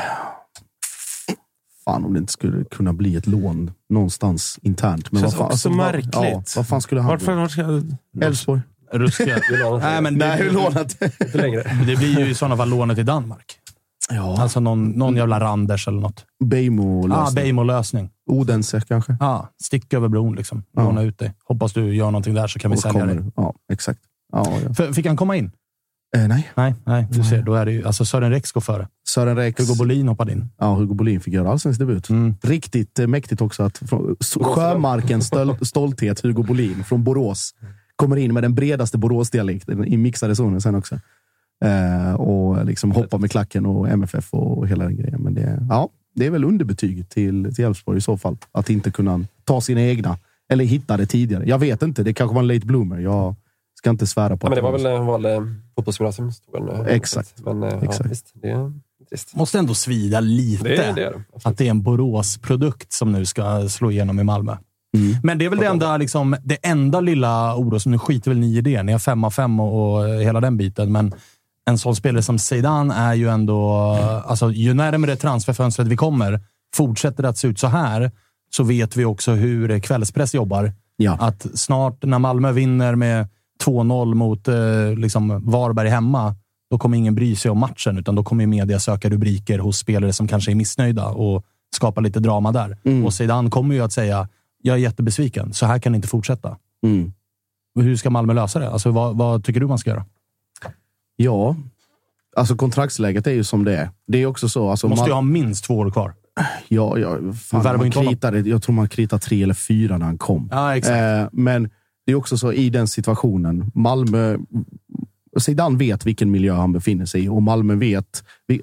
Fan, om det inte skulle kunna bli ett lån någonstans internt. Men vad fan, också alltså, märkligt. Ja, vad fan skulle han... Varför, varför Elfsborg. Ruska. Nej, men det, Nej, lånat. Inte längre. Det blir ju i sådana fall lånet i Danmark. Ja. Alltså någon, någon jävla Randers eller något. Beijmo-lösning. Ja, ah, Beijmo-lösning. Odense kanske. Ja, ah, stick över bron liksom. Låna ja. ut dig. Hoppas du gör någonting där så kan vi och sälja kommer. dig. Ja, exakt. Ja, ja. För, fick han komma in? Eh, nej. Nej, nej. Du nej. ser, då är det ju... Alltså Sören Rex går före. Sören Rex. Hugo Bolin hoppade in. Ja, Hugo Bolin fick göra allsens debut. Mm. Riktigt eh, mäktigt också att från, sjömarkens stöl, stolthet, Hugo Bolin från Borås, kommer in med den bredaste Borås-dialekten i mixade zonen sen också. Eh, och liksom hoppa med klacken och M F F och hela den grejen. Men det, ja, det är väl underbetyg till, till Elfsborg i så fall. Att inte kunna ta sina egna. Eller hitta det tidigare. Jag vet inte, det kanske var en late bloomer. Jag ska inte svära på ja, det. Men det var väl en vanlig fotbollsgymnasium. Exakt. Men ja, Exakt. Visst, det är trist. Måste ändå svida lite. Det är det, att det är en Borås-produkt som nu ska slå igenom i Malmö. Mm. Men det är väl det enda, liksom, det enda lilla oro som nu skiter väl ni i det. Ni har fem av fem och, och hela den biten. Men en sån spelare som Zeidan är ju ändå... Alltså, ju närmare transferfönstret vi kommer, fortsätter det att se ut så här, så vet vi också hur kvällspress jobbar. Ja. Att snart när Malmö vinner med två noll mot eh, liksom Varberg hemma, då kommer ingen bry sig om matchen, utan då kommer ju media söka rubriker hos spelare som kanske är missnöjda och skapa lite drama där. Mm. Och Zeidan kommer ju att säga, jag är jättebesviken, så här kan det inte fortsätta. Mm. Hur ska Malmö lösa det? Alltså, vad, vad tycker du man ska göra? Ja, alltså kontraktsläget är ju som det är. Det är också så. Alltså, måste man... ju ha minst två år kvar. Ja, ja fan, man kritade, jag tror man kritade tre eller fyra när han kom. Ja, exakt. Eh, men det är också så i den situationen. Malmö, Zeidan vet vilken miljö han befinner sig i och Malmö vet,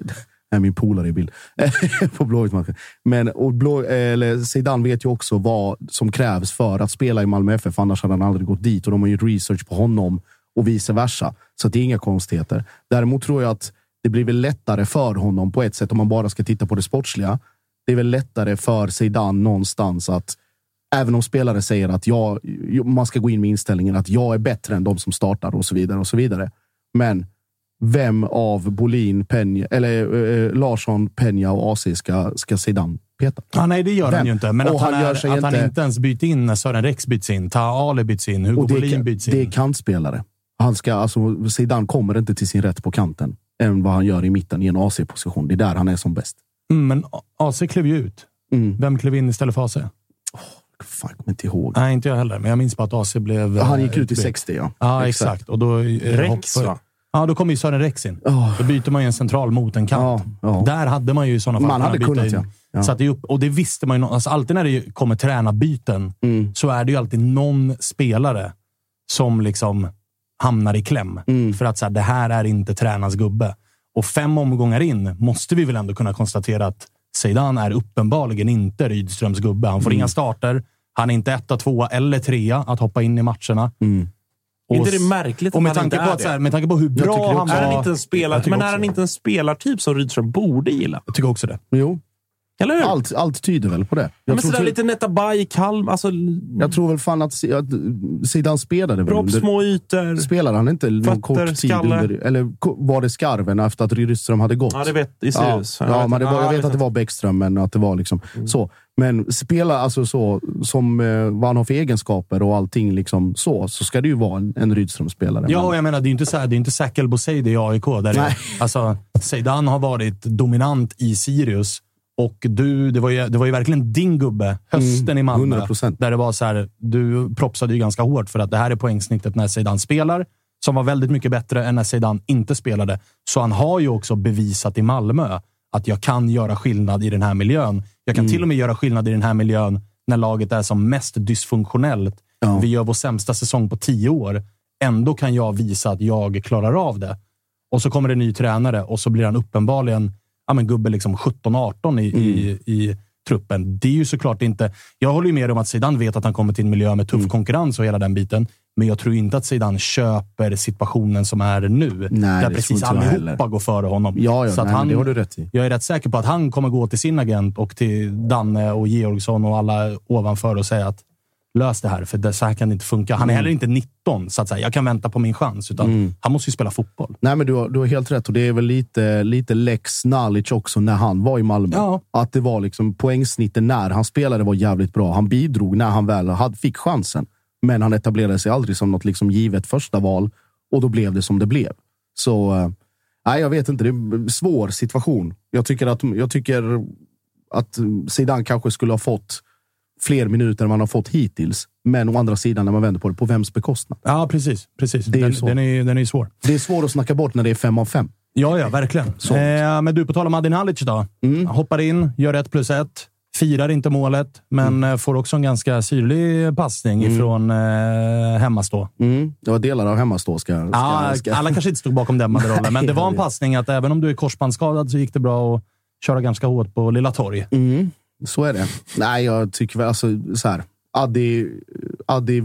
är min polare i bild. På Blåvitt-matchen. Men och Blå, eller Zidane vet ju också vad som krävs för att spela i Malmö F F. Annars hade han aldrig gått dit. Och de har gjort research på honom och vice versa. Så det är inga konstigheter. Däremot tror jag att det blir väl lättare för honom på ett sätt om man bara ska titta på det sportsliga. Det är väl lättare för Zidane någonstans att även om spelare säger att jag, man ska gå in med inställningen att jag är bättre än de som startar och så vidare och så vidare. Men vem av Bolin, Peña, eller eh, Larsson, Peña och A C ska, ska Zidane peta? Ah, nej, det gör vem? han ju inte. Men att, han, han, är, att inte... han inte ens byter in när Sören Rex byts in, Taha Ali byts in, Hugo Bolin byts in. Det är kantspelare. Han ska, alltså, Zidane kommer inte till sin rätt på kanten än vad han gör i mitten i en A C-position. Det är där han är som bäst. Mm, men A C klev ju ut. Mm. Vem klev in istället för A C? Oh, fan, jag kommer inte ihåg. Nej, inte jag heller. Men jag minns bara att A C blev... Han gick ut i sextio, ja. Ja, exakt. exakt. Och då, Rex, va? Ja, då kommer ju Sören Rex in. Oh. Då byter man ju en central mot en kant. Ja, ja. Där hade man ju i sådana fall man hade kunnat, in. Ja. Ja. Så att det upp, och det visste man ju. Alltså, alltid när det kommer tränarbyten mm. så är det ju alltid någon spelare som liksom hamnar i kläm. Mm. För att så här, det här är inte tränarens gubbe. Och fem omgångar in måste vi väl ändå kunna konstatera att Zidane är uppenbarligen inte Rydströms gubbe. Han får mm. inga starter. Han är inte etta, tvåa eller trea att hoppa in i matcherna. Mm. Och, inte det märkligt och med tanke på att så här, med tanke på hur bra han var. Är han inte en spelar, men är han inte en spelartyp som Rydström borde gilla? Jag tycker också det. Jo. Eller hur? Allt, allt tyder väl på det. Jag ja, men tror sådär till... lite Netabay, Kalm. Alltså... Jag tror väl fan att, att Zidane spelade väl under... små ytor. Spelade han inte någon fötter, kort tid skalle. Under... Eller var det skarven efter att Rydström hade gått? Ja, det vet i Sirius. Ja, ja, men det var, jag vet, jag vet att det var Bäckström, men att det var liksom mm. så. Men spela alltså så, som eh, vad han har för egenskaper och allting liksom så, så ska det ju vara en, en Rydström-spelare. Ja, men... jag menar, det är ju inte så här, det är inte Sakel Boseidi i A I K. Där det, alltså, Zidane har varit dominant i Sirius. Och du, det var ju, det var ju verkligen din gubbe hösten mm, i Malmö. hundra procent. Där det var så här, du propsade ju ganska hårt för att det här är poängsnittet när Zidane spelar. Som var väldigt mycket bättre än när Zidane inte spelade. Så han har ju också bevisat i Malmö att jag kan göra skillnad i den här miljön. Jag kan mm. till och med göra skillnad i den här miljön när laget är som mest dysfunktionellt. Ja. Vi gör vår sämsta säsong på tio år. Ändå kan jag visa att jag klarar av det. Och så kommer det en ny tränare och så blir han uppenbarligen ja, men gubbe liksom sjutton arton i, mm. i, i truppen. Det är ju såklart inte... Jag håller ju med om att Zidane vet att han kommer till en miljö med tuff mm. konkurrens och hela den biten. Men jag tror inte att Zidane köper situationen som är nu. Nej, där precis allihopa går före honom. Ja, ja så att nej, han, det har du rätt i. Jag är rätt säker på att han kommer gå till sin agent och till Danne och Georgsson och alla ovanför och säga att lös det här, för det, så här kan det inte funka. Han är mm. heller inte nitton, så att säga. Jag kan vänta på min chans, utan mm. han måste ju spela fotboll. Nej, men du har, du har helt rätt, och det är väl lite, lite Lex knowledge också när han var i Malmö. Ja. Att det var liksom poängsnitten när han spelade var jävligt bra. Han bidrog när han väl hade, fick chansen. Men han etablerade sig aldrig som något liksom givet första val, och då blev det som det blev. Så, äh, nej, jag vet inte. Det är en svår situation. Jag tycker att, jag tycker att Zidane kanske skulle ha fått fler minuter än man har fått hittills. Men å andra sidan, när man vänder på det, på vems bekostnad? Ja, precis. precis. Det är den, så. den, är, den är svår. Det är svårt att snacka bort när det är fem av fem. Ja, ja, verkligen. Eh, men du, på tal om Adin Halic då. Mm. Hoppar in, gör ett plus ett. Firar inte målet, men mm. får också en ganska syrlig passning mm. ifrån eh, hemmastå. Mm. Det var delar av hemmastå. Ska, ska, ja, ska. Alla kanske inte stod bakom den rollen, men det var en passning att även om du är korsbandsskadad så gick det bra att köra ganska hårt på Lilla Torg. Mm. Så är det. Nej, jag tycker väl alltså så här. Addi, Addi,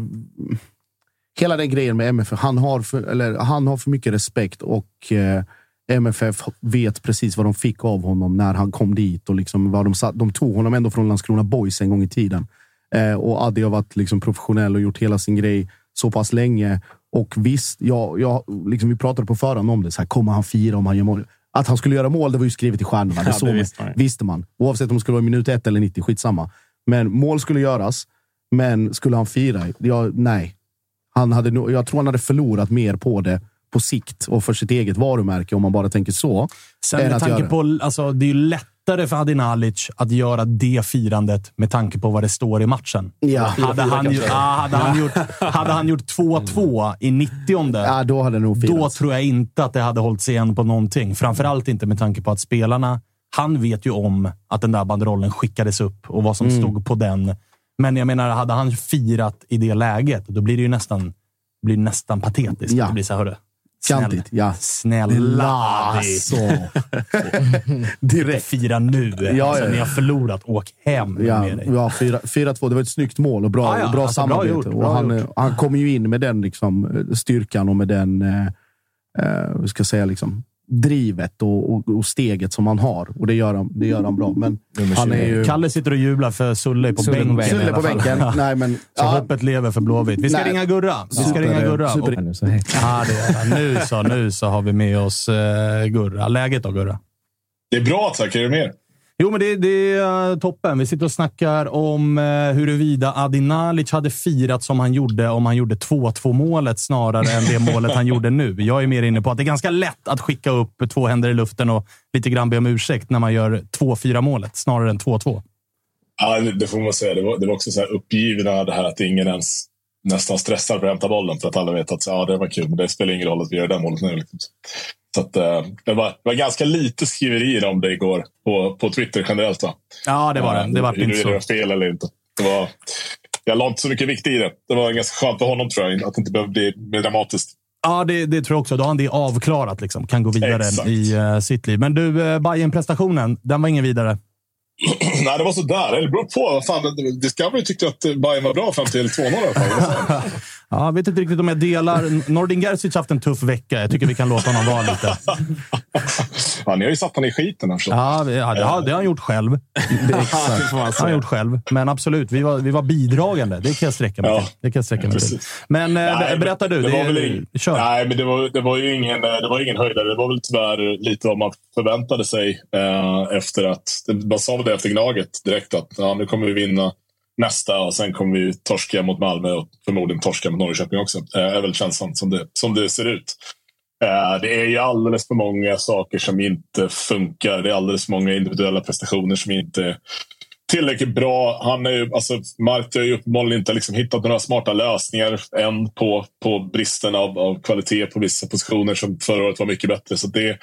hela den grejen med M F F, han har för, eller, han har för mycket respekt, och eh, M F F vet precis vad de fick av honom när han kom dit, och liksom vad de, de tog honom ändå från Landskrona Boys en gång i tiden. Eh, och Addi har varit liksom professionell och gjort hela sin grej så pass länge. Och visst, jag, jag, liksom, vi pratade på förhand om det. Så här, kommer han fira om han gör mål? Att han skulle göra mål, det var ju skrivet i stjärnorna. Det, ja, så det visste, man. visste man. Oavsett om det skulle vara minut ett eller nittio, skitsamma. Men mål skulle göras. Men skulle han fira? Ja, nej. Han hade, jag tror han hade förlorat mer på det på sikt och för sitt eget varumärke, om man bara tänker så. Sen med tanke på, alltså, det är ju lättare för Adin Halic att göra det firandet med tanke på vad det står i matchen. Ja. Hade, han, ju, ah, hade, han gjort, hade han gjort två två i nittionde, ja, då hade nog firat. Då tror jag inte att det hade hållit sig igen på någonting. Framförallt inte med tanke på att spelarna, han vet ju om att den där banderollen skickades upp och vad som mm. stod på den. Men jag menar, hade han firat i det läget, då blir det ju nästan, blir nästan patetiskt. Ja. Det blir så här, hörru. Kantigt, ja. Snälla. Alltså. Direkt. Fira nu. Ja, ja, alltså, ja. Ni har förlorat. Åk hem ja, med dig. Ja, fyra två. Det var ett snyggt mål och bra, ah, ja. bra alltså, samarbete. bra gjort, bra och han, gjort. han kommer ju in med den liksom, styrkan och med den eh, eh, ska jag säga, liksom, drivet och, och, och steget som han har. Och det gör han, det gör han bra. Men han är ju... Kalle sitter och jublar för Sulle på Sulle bänken. Sulle på bänken. Nej, men, Så ja. hoppet lever för Blåvitt. Vi ska Nej. ringa Gurra. Vi ska Super, ringa Gurra. super. Och, ja, det är, nu, så, nu så har vi med oss uh, Gurra. Läget då, Gurra? Det är bra, tack. Är du med? Jo, men det, det är uh, toppen. Vi sitter och snackar om uh, huruvida Adi Nalic hade firat som han gjorde om han gjorde två två målet snarare än det målet han gjorde nu. Jag är mer inne på att det är ganska lätt att skicka upp två händer i luften och lite grann be om ursäkt när man gör två fyra målet snarare än två två. Ja, det får man säga. Det var, det var också så här uppgivna det här att ingen ens nästan stressar för att hämta bollen för att alla vet att ja, det var kul, men det spelar ingen roll att vi gör det målet nu. Liksom. Så att, uh, det, var, det var ganska lite skriverier om det igår på, på Twitter generellt. Va? Ja, det var det. Det var uh, inte så. Det var fel eller inte. Det var, jag la inte så mycket vikt i det. Det var ganska skönt för honom, tror jag, att det inte behövde bli mer dramatiskt. Ja, det, det tror jag också. Då har han det avklarat. Liksom. Kan gå vidare Exakt. i uh, sitt liv. Men du, uh, Bayern-prestationen, den var ingen vidare. Nej, det var så där. Eller beror på. Fan, Discovery tyckte att Bayern var bra fram till två noll i alla fall. Ja, jag vet inte riktigt om jag delar. Nordin Gerzic har haft en tuff vecka. Jag tycker vi kan låta honom vara lite. Ja, ni har ju satt honom i skiten. Här, så. Ja, det, ja, det, har, det har han gjort själv. Det är exakt. Det har han gjort själv. Men absolut, vi var, vi var bidragande. Det kan jag sträcka mig Ja, till. Det kan jag sträcka mig till. Men nej, äh, berätta du. Det, det var väl ing, kör. Nej, men det var, det var ju ingen, det var ingen höjdare. Det var väl tyvärr lite vad man förväntade sig eh, efter att... Man sa det efter Gnaget direkt att ja, nu kommer vi vinna nästa och sen kommer vi torska mot Malmö och förmodligen torska mot Norrköping också. Det är väl känslan som det, som det ser ut. Det är ju alldeles för många saker som inte funkar. Det är alldeles för många individuella prestationer som inte är tillräckligt bra. Han är ju, alltså, Marti har ju uppenbarligen inte liksom hittat några smarta lösningar än på, på bristen av, av kvalitet på vissa positioner som förra året var mycket bättre. Så det,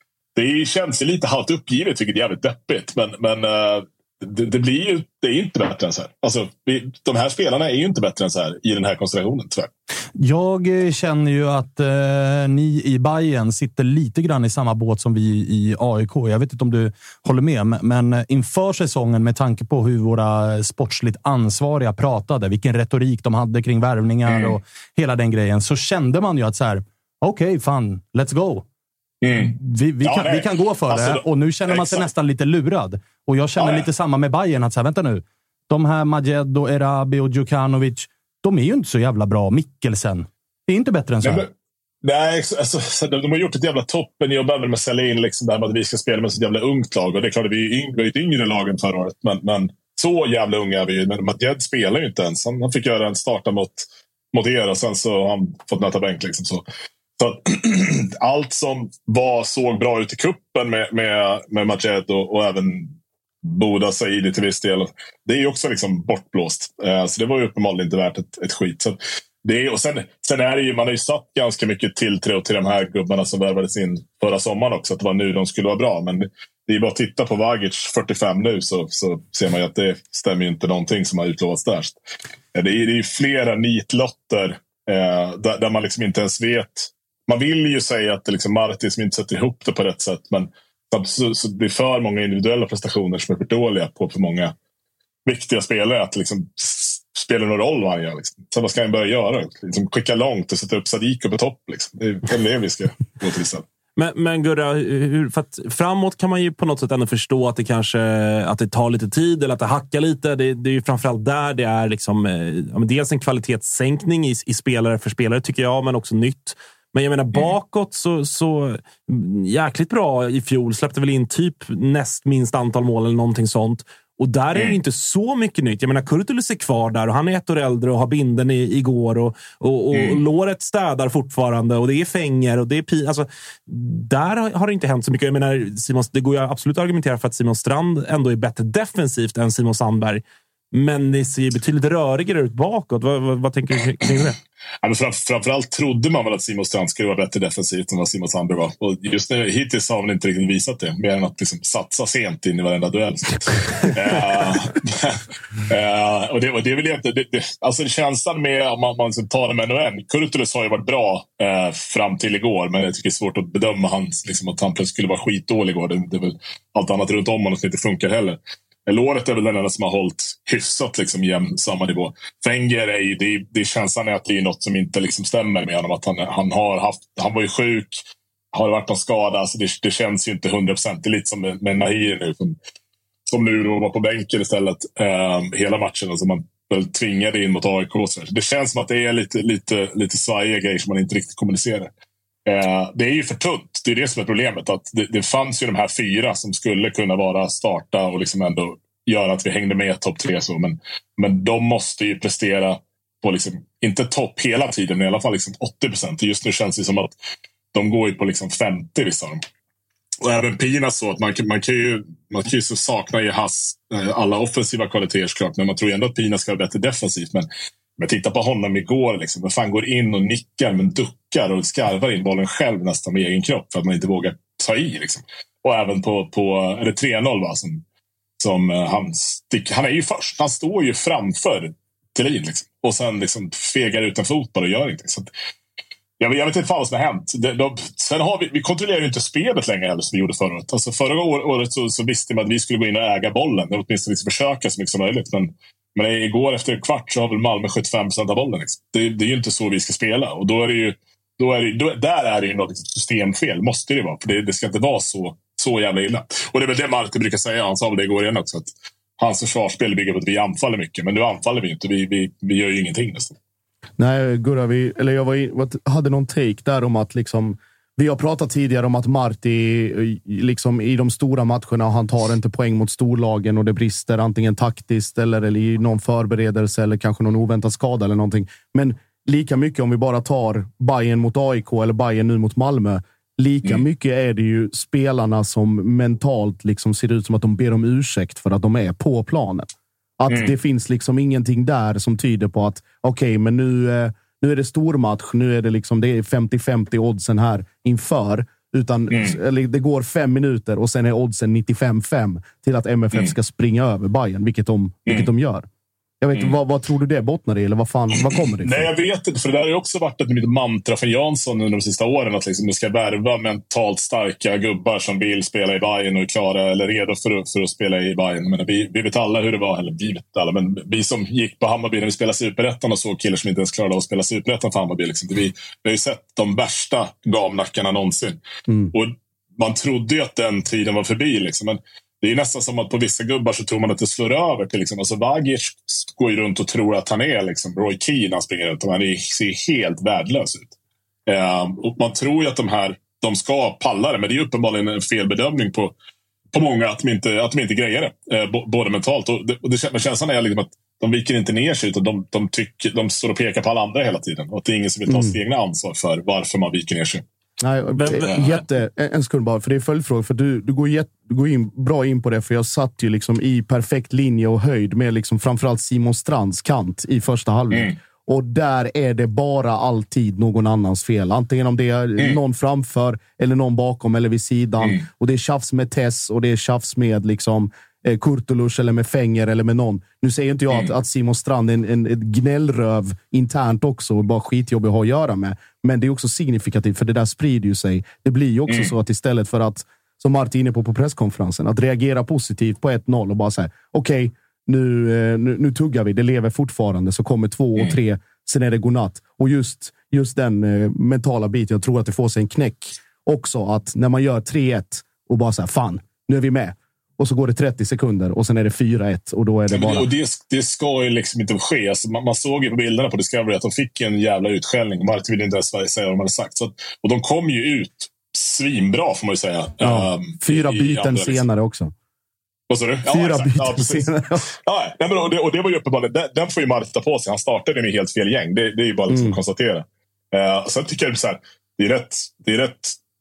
det känns ju lite halvt uppgivet, vilket är jävligt deppigt. Men, men det, det blir ju det är inte bättre än så här. Alltså, vi, de här spelarna är ju inte bättre än så här i den här konstellationen, tyvärr. Jag känner ju att eh, ni i Bayern sitter lite grann i samma båt som vi i A I K. Jag vet inte om du håller med, men inför säsongen med tanke på hur våra sportsligt ansvariga pratade, vilken retorik de hade kring värvningar mm. och hela den grejen, så kände man ju att så här, okej, okay, fan, let's go. Mm. Vi, vi, ja, kan, vi kan gå för alltså, det och nu känner man sig exakt. nästan lite lurad. Och jag känner ja, lite samma med Bayern att så här, vänta nu, de här Majed och Erabi och Djukanovic, de är ju inte så jävla bra. Mikkelsen, det är inte bättre än så här. Nej, men, nej alltså, de har gjort ett jävla toppen jobb även med Selin, liksom, där med att vi ska spela med ett jävla ungt lag. Och det är klart att vi är yngre, ett yngre lag än förra året, men, men så jävla unga är vi. Men Majed spelar ju inte ens. Han, han fick göra en starta mot, mot er och sen så har han fått nöta bänk liksom så. Så allt som var såg bra ut i kuppen med, med, med Majed och, och även Boda Saidi till viss del, det är ju också liksom bortblåst. Eh, så det var ju uppenbarligen inte värt ett, ett skit. Så det är, och sen, sen är det ju, man har ju satt ganska mycket tilltro till de här gubbarna som värvades in förra sommaren också, att det var nu de skulle vara bra. Men det är bara att titta på Vagic fyrtiofem nu så, så ser man ju att det stämmer ju inte någonting som har utlovats där. Det är, det är ju flera nitlotter eh, där, där man liksom inte ens vet. Man vill ju säga att det är liksom Marti som inte sätter ihop det på rätt sätt, men så, så det är för många individuella prestationer som är för dåliga på för många viktiga spelare att liksom spela någon roll vad han gör. Liksom. Så vad ska han börja göra? Liksom skicka långt och sätta upp Sadiko på topp. Liksom. Det är väl det vi ska gå till istället. Men, men Gurra, hur, för att framåt kan man ju på något sätt ändå förstå att det kanske att det tar lite tid eller att det hackar lite. Det, det är ju framförallt där det är liksom, ja, dels en kvalitetssänkning i, i spelare för spelare tycker jag, men också nytt. Men jag menar bakåt så, så jäkligt bra i fjol. Släppte väl in typ näst minst antal mål eller någonting sånt. Och där är det inte så mycket nytt. Jag menar Kurtulus är kvar där och han är ett år äldre och har binden i, igår och, och, och mm. låret städar fortfarande och det är fänger och det är pi- alltså, där har det inte hänt så mycket. Jag menar Simon, det går ju absolut att argumentera för att Simon Strand ändå är bättre defensivt än Simon Sandberg. Men det ser ju betydligt rörigare ut bakåt. Vad, vad, vad tänker du kring det? Ja, men fram, framförallt trodde man väl att Simon Strand skulle vara bättre defensivt än vad Simon Sandberg var. Och just nu, hittills har man inte riktigt visat det. Mer än att liksom satsa sent in i varenda duell. uh, uh, och, det, och det vill jag inte... Det, det, alltså känslan med, om man, man tar det med en och en. Kurtulus har ju varit bra uh, fram till igår. Men jag tycker det är svårt att bedöma hans, liksom, att han plötsligt skulle vara skitdålig igår. Det, det är väl allt annat runt om honom som inte funkar heller. Låret är väl den enda som har hållit hyfsat liksom, jämn samma nivå. Wenger är ju, det, det känslan är att det är något som inte liksom stämmer med honom. Att han, han, har haft, han var ju sjuk, har varit någon skada. Alltså det, det känns ju inte hundra procent. Det är lite som med, med Nahir nu. Som, som nu då var på bänken istället eh, hela matchen. Alltså man väl tvingade in mot A I K. Så det känns som att det är lite, lite, lite svajiga grejer som man inte riktigt kommunicerar. Eh, det är ju för tunt. Det är det som är problemet. Att det, det fanns ju de här fyra som skulle kunna vara starta och liksom ändå göra att vi hängde med topp tre. Så. Men, men de måste ju prestera på liksom, inte topp hela tiden, men i alla fall liksom åttio procent. Just nu känns det som att de går ju på liksom femtio vissa. Och även Pina så att man, man kan ju, man kan ju så sakna i Hass alla offensiva kvaliteter såklart, men man tror ändå att Pina ska vara bättre defensivt. Men Men titta på honom igår. Liksom. Men fan går in och nickar men duckar och skarvar in bollen själv nästan med egen kropp för att man inte vågar ta i. Liksom. Och även på, på är det tre noll va? Som, som han, stick, han är ju först. Han står ju framför Thelin. Liksom. Och sen liksom fegar ut en fotboll och gör ingenting. Så att, jag, jag vet inte vad som har hänt. De, de, sen har vi, vi kontrollerar ju inte spelet längre heller som vi gjorde förra året. Alltså förra året så, så visste man att vi skulle gå in och äga bollen. Det åtminstone liksom försöka så mycket som möjligt. Men Men igår efter en kvart så har väl Malmö sjuttiofem procent av bollen. Liksom. Det, det är ju inte så vi ska spela. Och då är det ju, då är det, då, där är det ju något systemfel. Måste det vara. För det, det ska inte vara så, så jävla illa. Och det är väl det Martin brukar säga. Han sa väl det igår igen också. Att hans försvarsspel bygger på att vi anfaller mycket. Men nu anfaller vi inte. Vi, vi, vi gör ju ingenting nästan. Nej, Gurra, vi, eller jag var i, hade någon take där om att liksom... Vi har pratat tidigare om att Marti liksom, i de stora matcherna han tar inte poäng mot storlagen och det brister antingen taktiskt eller, eller i någon förberedelse eller kanske någon oväntad skada eller någonting. Men lika mycket om vi bara tar Bayern mot A I K eller Bayern nu mot Malmö, lika mm. mycket är det ju spelarna som mentalt liksom ser ut som att de ber om ursäkt för att de är på planen. Att mm. det finns liksom ingenting där som tyder på att okej, okay, men nu... Eh, Nu är det stormatch, nu är det liksom det är femtio femtio oddsen här inför. Utan mm. eller det går fem minuter och sen är oddsen nittiofem fem till att M F F mm. ska springa över Bayern, vilket de, mm. vilket de gör. Jag vet, mm. vad, vad tror du det bottnar i? Eller vad, fan, vad kommer det ifrån? Nej, jag vet inte. För det där har ju också varit ett litet mantra för Jansson under de sista åren. Att liksom, du ska värva mentalt starka gubbar som vill spela i Bayern och är klara eller redo för, för att spela i Bayern. Men vi, vi vet alla hur det var. Eller vi vet alla. Men vi som gick på Hammarby när vi spelade Superettan och så killar som inte ens klarade av att spela Superettan för Hammarby. Liksom. Vi, vi har ju sett de värsta gamnackarna någonsin. Mm. Och man trodde ju att den tiden var förbi. Liksom. Men det är nästan som att på vissa gubbar så tror man att det slår över till liksom. Alltså Vagic går ju runt och tror att han är liksom Roy Keane, han springer runt och han är, ser helt värdelös ut. Um, och man tror ju att de här de ska palla det, men det är uppenbarligen en felbedömning på, på många att de inte, att de inte grejer det, uh, b- både mentalt och det, och det men känslan är liksom att de viker inte ner sig utan de, de, tycker, de står och pekar på alla andra hela tiden och att det är ingen som vill ta sitt mm. egna ansvar för varför man viker ner sig. Nej, jätte, en sekund bara, för det är följdfråga. För du, du går, jätte, du går in, bra in på det, för jag satt ju liksom i perfekt linje och höjd med liksom framförallt Simon Strands kant i första halvlek. Mm. Och där är det bara alltid någon annans fel. Antingen om det är mm. någon framför eller någon bakom eller vid sidan. Mm. Och det är tjafs med Tess och det är tjafs med liksom eh, Kurtulus eller med Fenger eller med någon. Nu säger inte jag mm. att, att Simon Strand är en, en, ett gnällröv internt också och bara skitjobbig att ha att göra med. Men det är också signifikativt för det där sprider ju sig. Det blir ju också mm. så att istället för att, som Martin är inne på på presskonferensen, att reagera positivt på ett noll och bara säga okej, okay, nu, nu, nu tuggar vi, det lever fortfarande, så kommer två och tre, sen är det godnatt. Och just, just den eh, mentala biten, jag tror att det får sig en knäck också, att när man gör tre ett och bara så här, fan, nu är vi med. Och så går det trettio sekunder och sen är det fyra ett och då är det bara... Ja, och det, det ska ju liksom inte ske. Alltså, man, man såg ju på bilderna på Discovery att de fick en jävla utskällning. Martin ville inte ens säga vad de hade sagt. Så att, och de kom ju ut svinbra, får man ju säga. Ja, um, fyra i, byten i andra, senare liksom. också. Vad sa du? Ja, fyra byten ja, senare. Ja, nej, men, och, det, och det var ju uppenbarligen... Den, den får ju Martin ta på sig. Han startade med helt fel gäng. Det, det är ju bara liksom mm. att konstatera. Uh, sen tycker jag så här, det är rätt... Det är rätt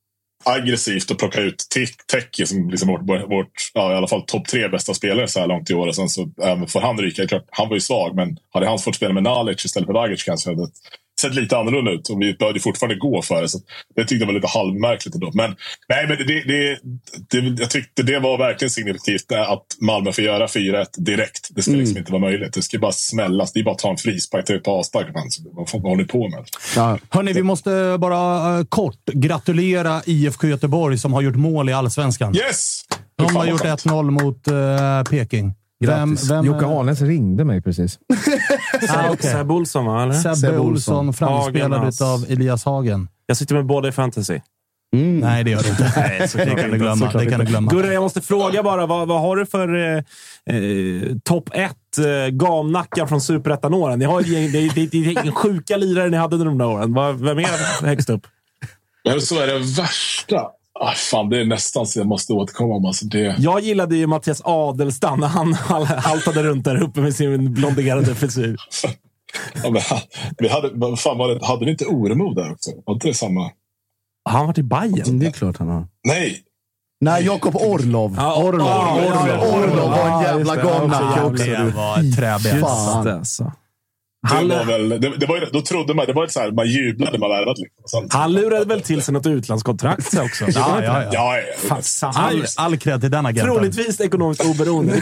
aggressivt att plocka ut Teki som liksom vårt, vårt ja, i alla fall topp tre bästa spelare så här långt i år. Och sen så även för han ryka, klart, han var ju svag, men hade han fått spela med Nalic istället för Vagic kanske hade det sett lite annorlunda ut och vi började fortfarande gå för det. Så det tyckte jag var lite halvmärkligt ändå. Men, nej, men det, det, det, jag tyckte det var verkligen signifikativt att Malmö får göra fyra ett direkt. Det ska liksom mm. inte vara möjligt. Det ska bara smällas. Det är bara att ta en frispark till ett par avspark. Vad fan håller ni på med? Ja. Hörrni, vi måste bara uh, kort gratulera I F K Göteborg som har gjort mål i Allsvenskan. Yes! De har gjort ett noll mot uh, Peking. Vem, vem, Jocke Arnes ringde mig precis. ah, okay. Sebbe Olsson, va? Eller? Sebbe, Sebbe Olsson, framspelad av Elias Hagen. Jag sitter med båda i fantasy. Mm. Nej, det gör du inte. Nej, så det kan du glömma. Det kan du glömma. Gurra, jag måste fråga bara, vad, vad har du för eh, eh, topp ett eh, gamnackar från Superettan-åren? Ni har ju det, det, det, det, sjuka lirare ni hade under de där åren. Vad, vem är högst upp? Ja, så är det värsta. Ah, fan, det är nästan så jag måste återkomma om. Alltså det... Jag gillade ju Mattias Adelstam när han haltade runt där uppe med sin blonderade frisyr. Ja, men, vi hade, fan var det, hade ni inte Oremo där också? Var inte det samma? Han var till Bayern. Det är klart han har. Nej. Nej, Jakob Orlov. Ja, Orlov. Ah, Orlov. Orlov var en jävla gamnacke också. Det var ett träben. Fan. Alltså. Han, det var väl, det, det var, då trodde man, det var ett så här, man jublade man värvat liksom. Han lurade väl till sig något utlandskontrakt också. ja, ja, ja. ja, ja. All, all cred till den agenten. Troligtvis ekonomiskt oberoende.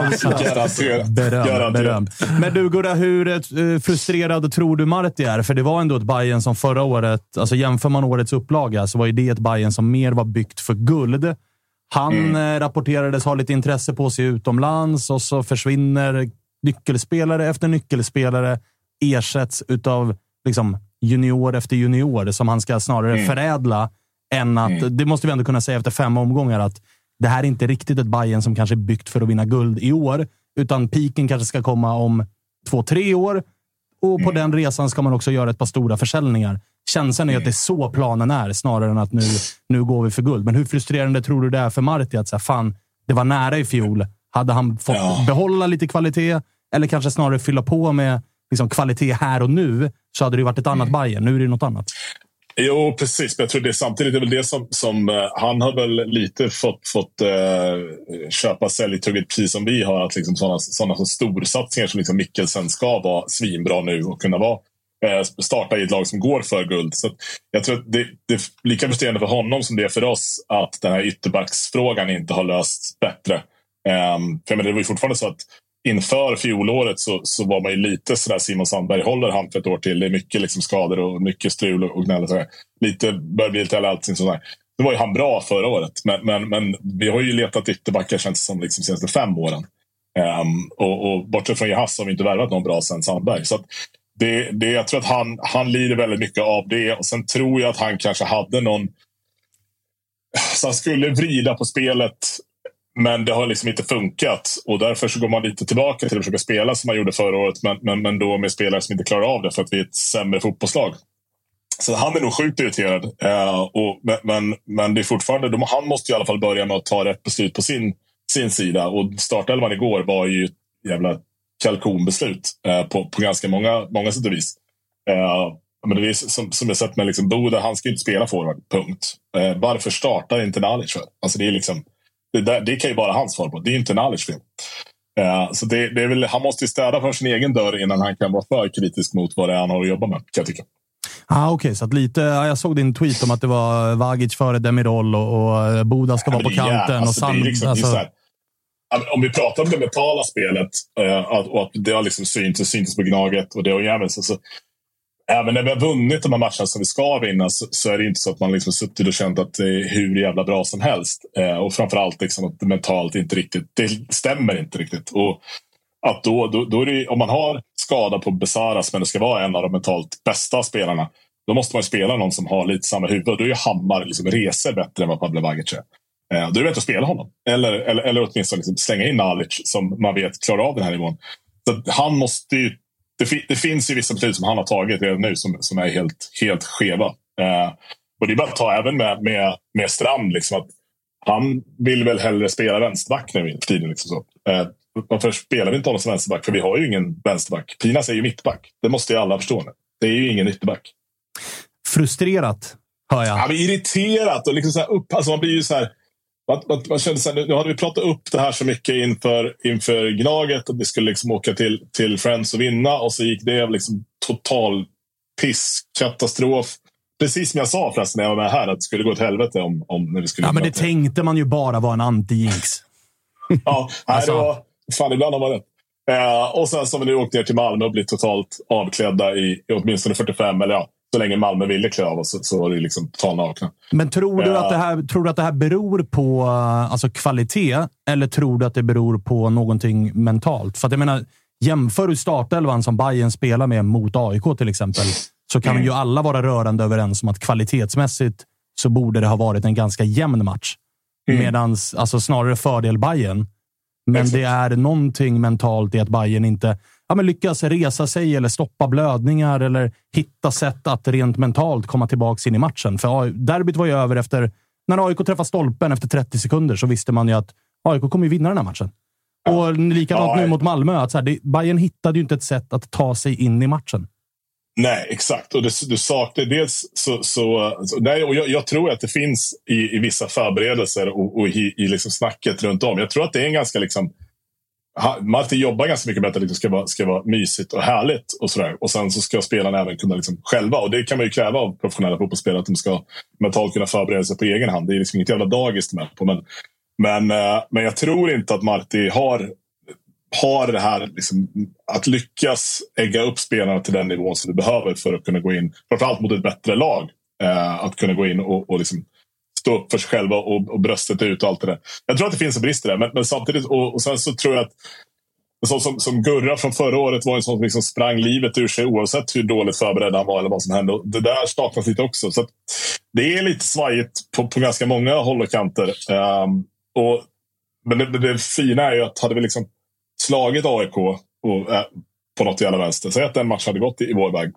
beröm, beröm. Men du Gurra, hur frustrerad tror du Marti är? För det var ändå ett Bayern som förra året, alltså jämför man årets upplaga så var ju det ett Bayern som mer var byggt för guld. Han mm. rapporterades ha lite intresse på sig utomlands och så försvinner nyckelspelare efter nyckelspelare, ersätts utav liksom junior efter junior som han ska snarare mm. förädla än att, mm. det måste vi ändå kunna säga efter fem omgångar att det här är inte riktigt ett Bayern som kanske är byggt för att vinna guld i år, utan piken kanske ska komma om två, tre år och på mm. den resan ska man också göra ett par stora försäljningar. Känslan är mm. att det är så planen är snarare än att nu, nu går vi för guld. Men hur frustrerande tror du det är för Marti att säga, fan, det var nära i fjol. Hade han fått ja. behålla lite kvalitet eller kanske snarare fylla på med liksom, kvalitet här och nu så hade det varit ett annat mm. Bayern. Nu är det något annat. Jo, precis. Men jag tror det samtidigt är väl det som, som uh, han har väl lite fått, fått uh, köpa säljtugget precis som vi har. Att liksom sådana, sådana så storsatsningar som liksom Mikkelsen ska vara svinbra nu och kunna vara uh, starta i ett lag som går för guld. Så jag tror att det, det är lika frustrerande för honom som det är för oss att den här ytterbacksfrågan inte har lösts bättre. Um, för jag menar, det var ju fortfarande så att inför fjolåret så, så var man ju lite sådär Simon Sandberg håller han för ett år till. Det är mycket liksom skador och mycket strul och gnäll och sådär. Lite börjar bli lite allting sådär. Nu var ju han bra förra året. Men, men, men vi har ju letat ytterbackar känns som liksom senaste fem åren. Um, och, och bortsett från Jahas har vi inte värvat någon bra sen Sandberg. Så att det, det, jag tror att han, han lider väldigt mycket av det. Och sen tror jag att han kanske hade någon... Så han skulle vrida på spelet. Men det har liksom inte funkat. Och därför så går man lite tillbaka till att försöka spela som man gjorde förra året. Men, men, men då med spelare som inte klarar av det för att vi är ett sämre fotbollslag. Så han är nog sjukt irriterad. Uh, och, men, men det är fortfarande... De, han måste i alla fall börja med att ta rätt beslut på sin, sin sida. Och startelvan igår var ju ett jävla kalkonbeslut uh, på, på ganska många, många sätt och vis. Uh, men det är som, som jag sett med liksom, Boda, han ska inte spela forward. Punkt. Uh, varför startar inte Nalic för? Alltså det är liksom... Det, där, det kan ju bara hans svar på. Det är inte Nalic fel. Uh, så det, det är väl, han måste ju städa för sin egen dörr innan han kan vara för kritisk mot vad det är han har att jobba med, kan jag tycka. Ah, Okej, okay. Så att lite, jag såg din tweet om att det var Vagic före Demirol och, och Boda ska ja, vara på kanten. Ja, alltså, och Sand, liksom, alltså... här, om vi pratar om det mentala spelet uh, och att det har liksom synts, synts på Gnaget och det har jävligt så, så även när vi har vunnit de här matcherna som vi ska vinna så, så är det inte så att man liksom suttit och känt att det är hur jävla bra som helst. Eh, och framförallt liksom att det mentalt inte riktigt, det stämmer inte riktigt. Och att då, då, då är det, om man har skada på Besaras men det ska vara en av de mentalt bästa spelarna, då måste man spela någon som har lite samma huvud. Och då är ju Hammar liksom reser bättre än vad Pavle Vagic är. Eh, då är det bättre att spela honom. Eller, eller, eller åtminstone liksom slänga in Nalic som man vet klarar av den här nivån. Så han måste ju Det, det finns ju vissa beslut som han har tagit redan nu som, som är helt, helt skeva. Eh, och det är bara att ta även med, med, med Strand. Liksom, att han vill väl hellre spela vänsterback nu i tiden. Liksom så. Eh, varför spelar vi inte honom som vänsterback? För vi har ju ingen vänsterback. Pinas är ju mittback. Det måste ju alla förstå nu. Det är ju ingen ytterback. Frustrerat hör jag. Ja, men irriterat och liksom så här upp, alltså man blir ju så här, man, man, man kände så här, nu hade vi pratat upp det här så mycket inför, inför Gnaget, att vi skulle liksom åka till, till Friends och vinna, och så gick det liksom total piss, katastrof. Precis som jag sa förresten när jag var med här, att det skulle gå åt helvete om, om när vi skulle. Ja, men det till. tänkte man ju bara var en anti-jinx. Ja, nej, alltså. det var, fan ibland har man rätt. Eh, och sen så har vi nu åkt ner till Malmö och blivit totalt avklädda i, i åtminstone fyrtiofem, eller ja, så länge Malmö ville klä av oss så, så var det liksom totalt nakna. Men tror du, eh, att det här, tror du att det här beror på alltså, kvalitet, eller tror du att det beror på någonting mentalt? För att jag menar, jämför du startelvan som Bayern spelar med mot A I K till exempel, så kan mm. ju alla vara rörande överens om att kvalitetsmässigt så borde det ha varit en ganska jämn match. Mm. Medans, alltså snarare fördel Bayern. Men Exakt. Det är någonting mentalt i att Bayern inte ja, men lyckas resa sig eller stoppa blödningar eller hitta sätt att rent mentalt komma tillbaka in i matchen. För derbyt var ju över efter, när A I K träffade stolpen efter trettio sekunder, så visste man ju att A I K kommer ju vinna den här matchen. Ja. Och likadant ja, nu mot Malmö, att så här, det, Bayern hittade ju inte ett sätt att ta sig in i matchen. Nej, exakt. Och det, du saknar dels så... så, så nej, och jag, jag tror att det finns i, i vissa förberedelser och, och i, i liksom snacket runt om. Jag tror att det är en ganska liksom... Martin jobbar ganska mycket med att det liksom ska, vara, ska vara mysigt och härligt och sådär. Och sen så ska spelarna även kunna liksom själva, och det kan man ju kräva av professionella fotbollsspelare, att de ska mentalt kunna förbereda sig på egen hand. Det är liksom inget jävla dagis med på. Men, men, men jag tror inte att Martin har... har det här liksom, att lyckas ägga upp spelarna till den nivån som du behöver för att kunna gå in, framförallt mot ett bättre lag, eh, att kunna gå in och, och liksom stå upp för sig själva och, och bröstet ut och allt det där. Jag tror att det finns en brist i det, men, men samtidigt, och, och sen så tror jag att så, som, som Gurra från förra året var en sån som liksom sprang livet ur sig oavsett hur dåligt förberedd han var eller vad som hände. Och det där saknas lite också, så att det är lite svajigt på, på ganska många håll och kanter. Um, och, men det, det fina är ju att hade vi liksom slagit A I K och, äh, på något jävla vänster, så att den matchen hade gått i, i vår väg,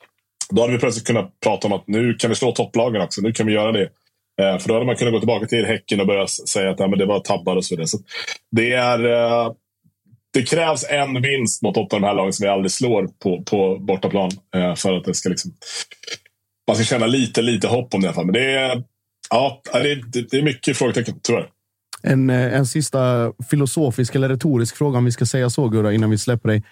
då hade vi plötsligt kunnat prata om att nu kan vi slå topplagen också, nu kan vi göra det. Eh, för då hade man kunnat gå tillbaka till Häcken och börja säga att ja, men det var tabbar och så vidare. Så det är eh, det krävs en vinst mot åtta av de här lagen som vi aldrig slår på, på bortaplan eh, för att det ska liksom, man ska känna lite, lite hopp om det i alla fall. Men det är, ja, det, det, det är mycket frågetecken, tyvärr. En, en sista filosofisk eller retorisk fråga, om vi ska säga så, Gurra, innan vi släpper dig.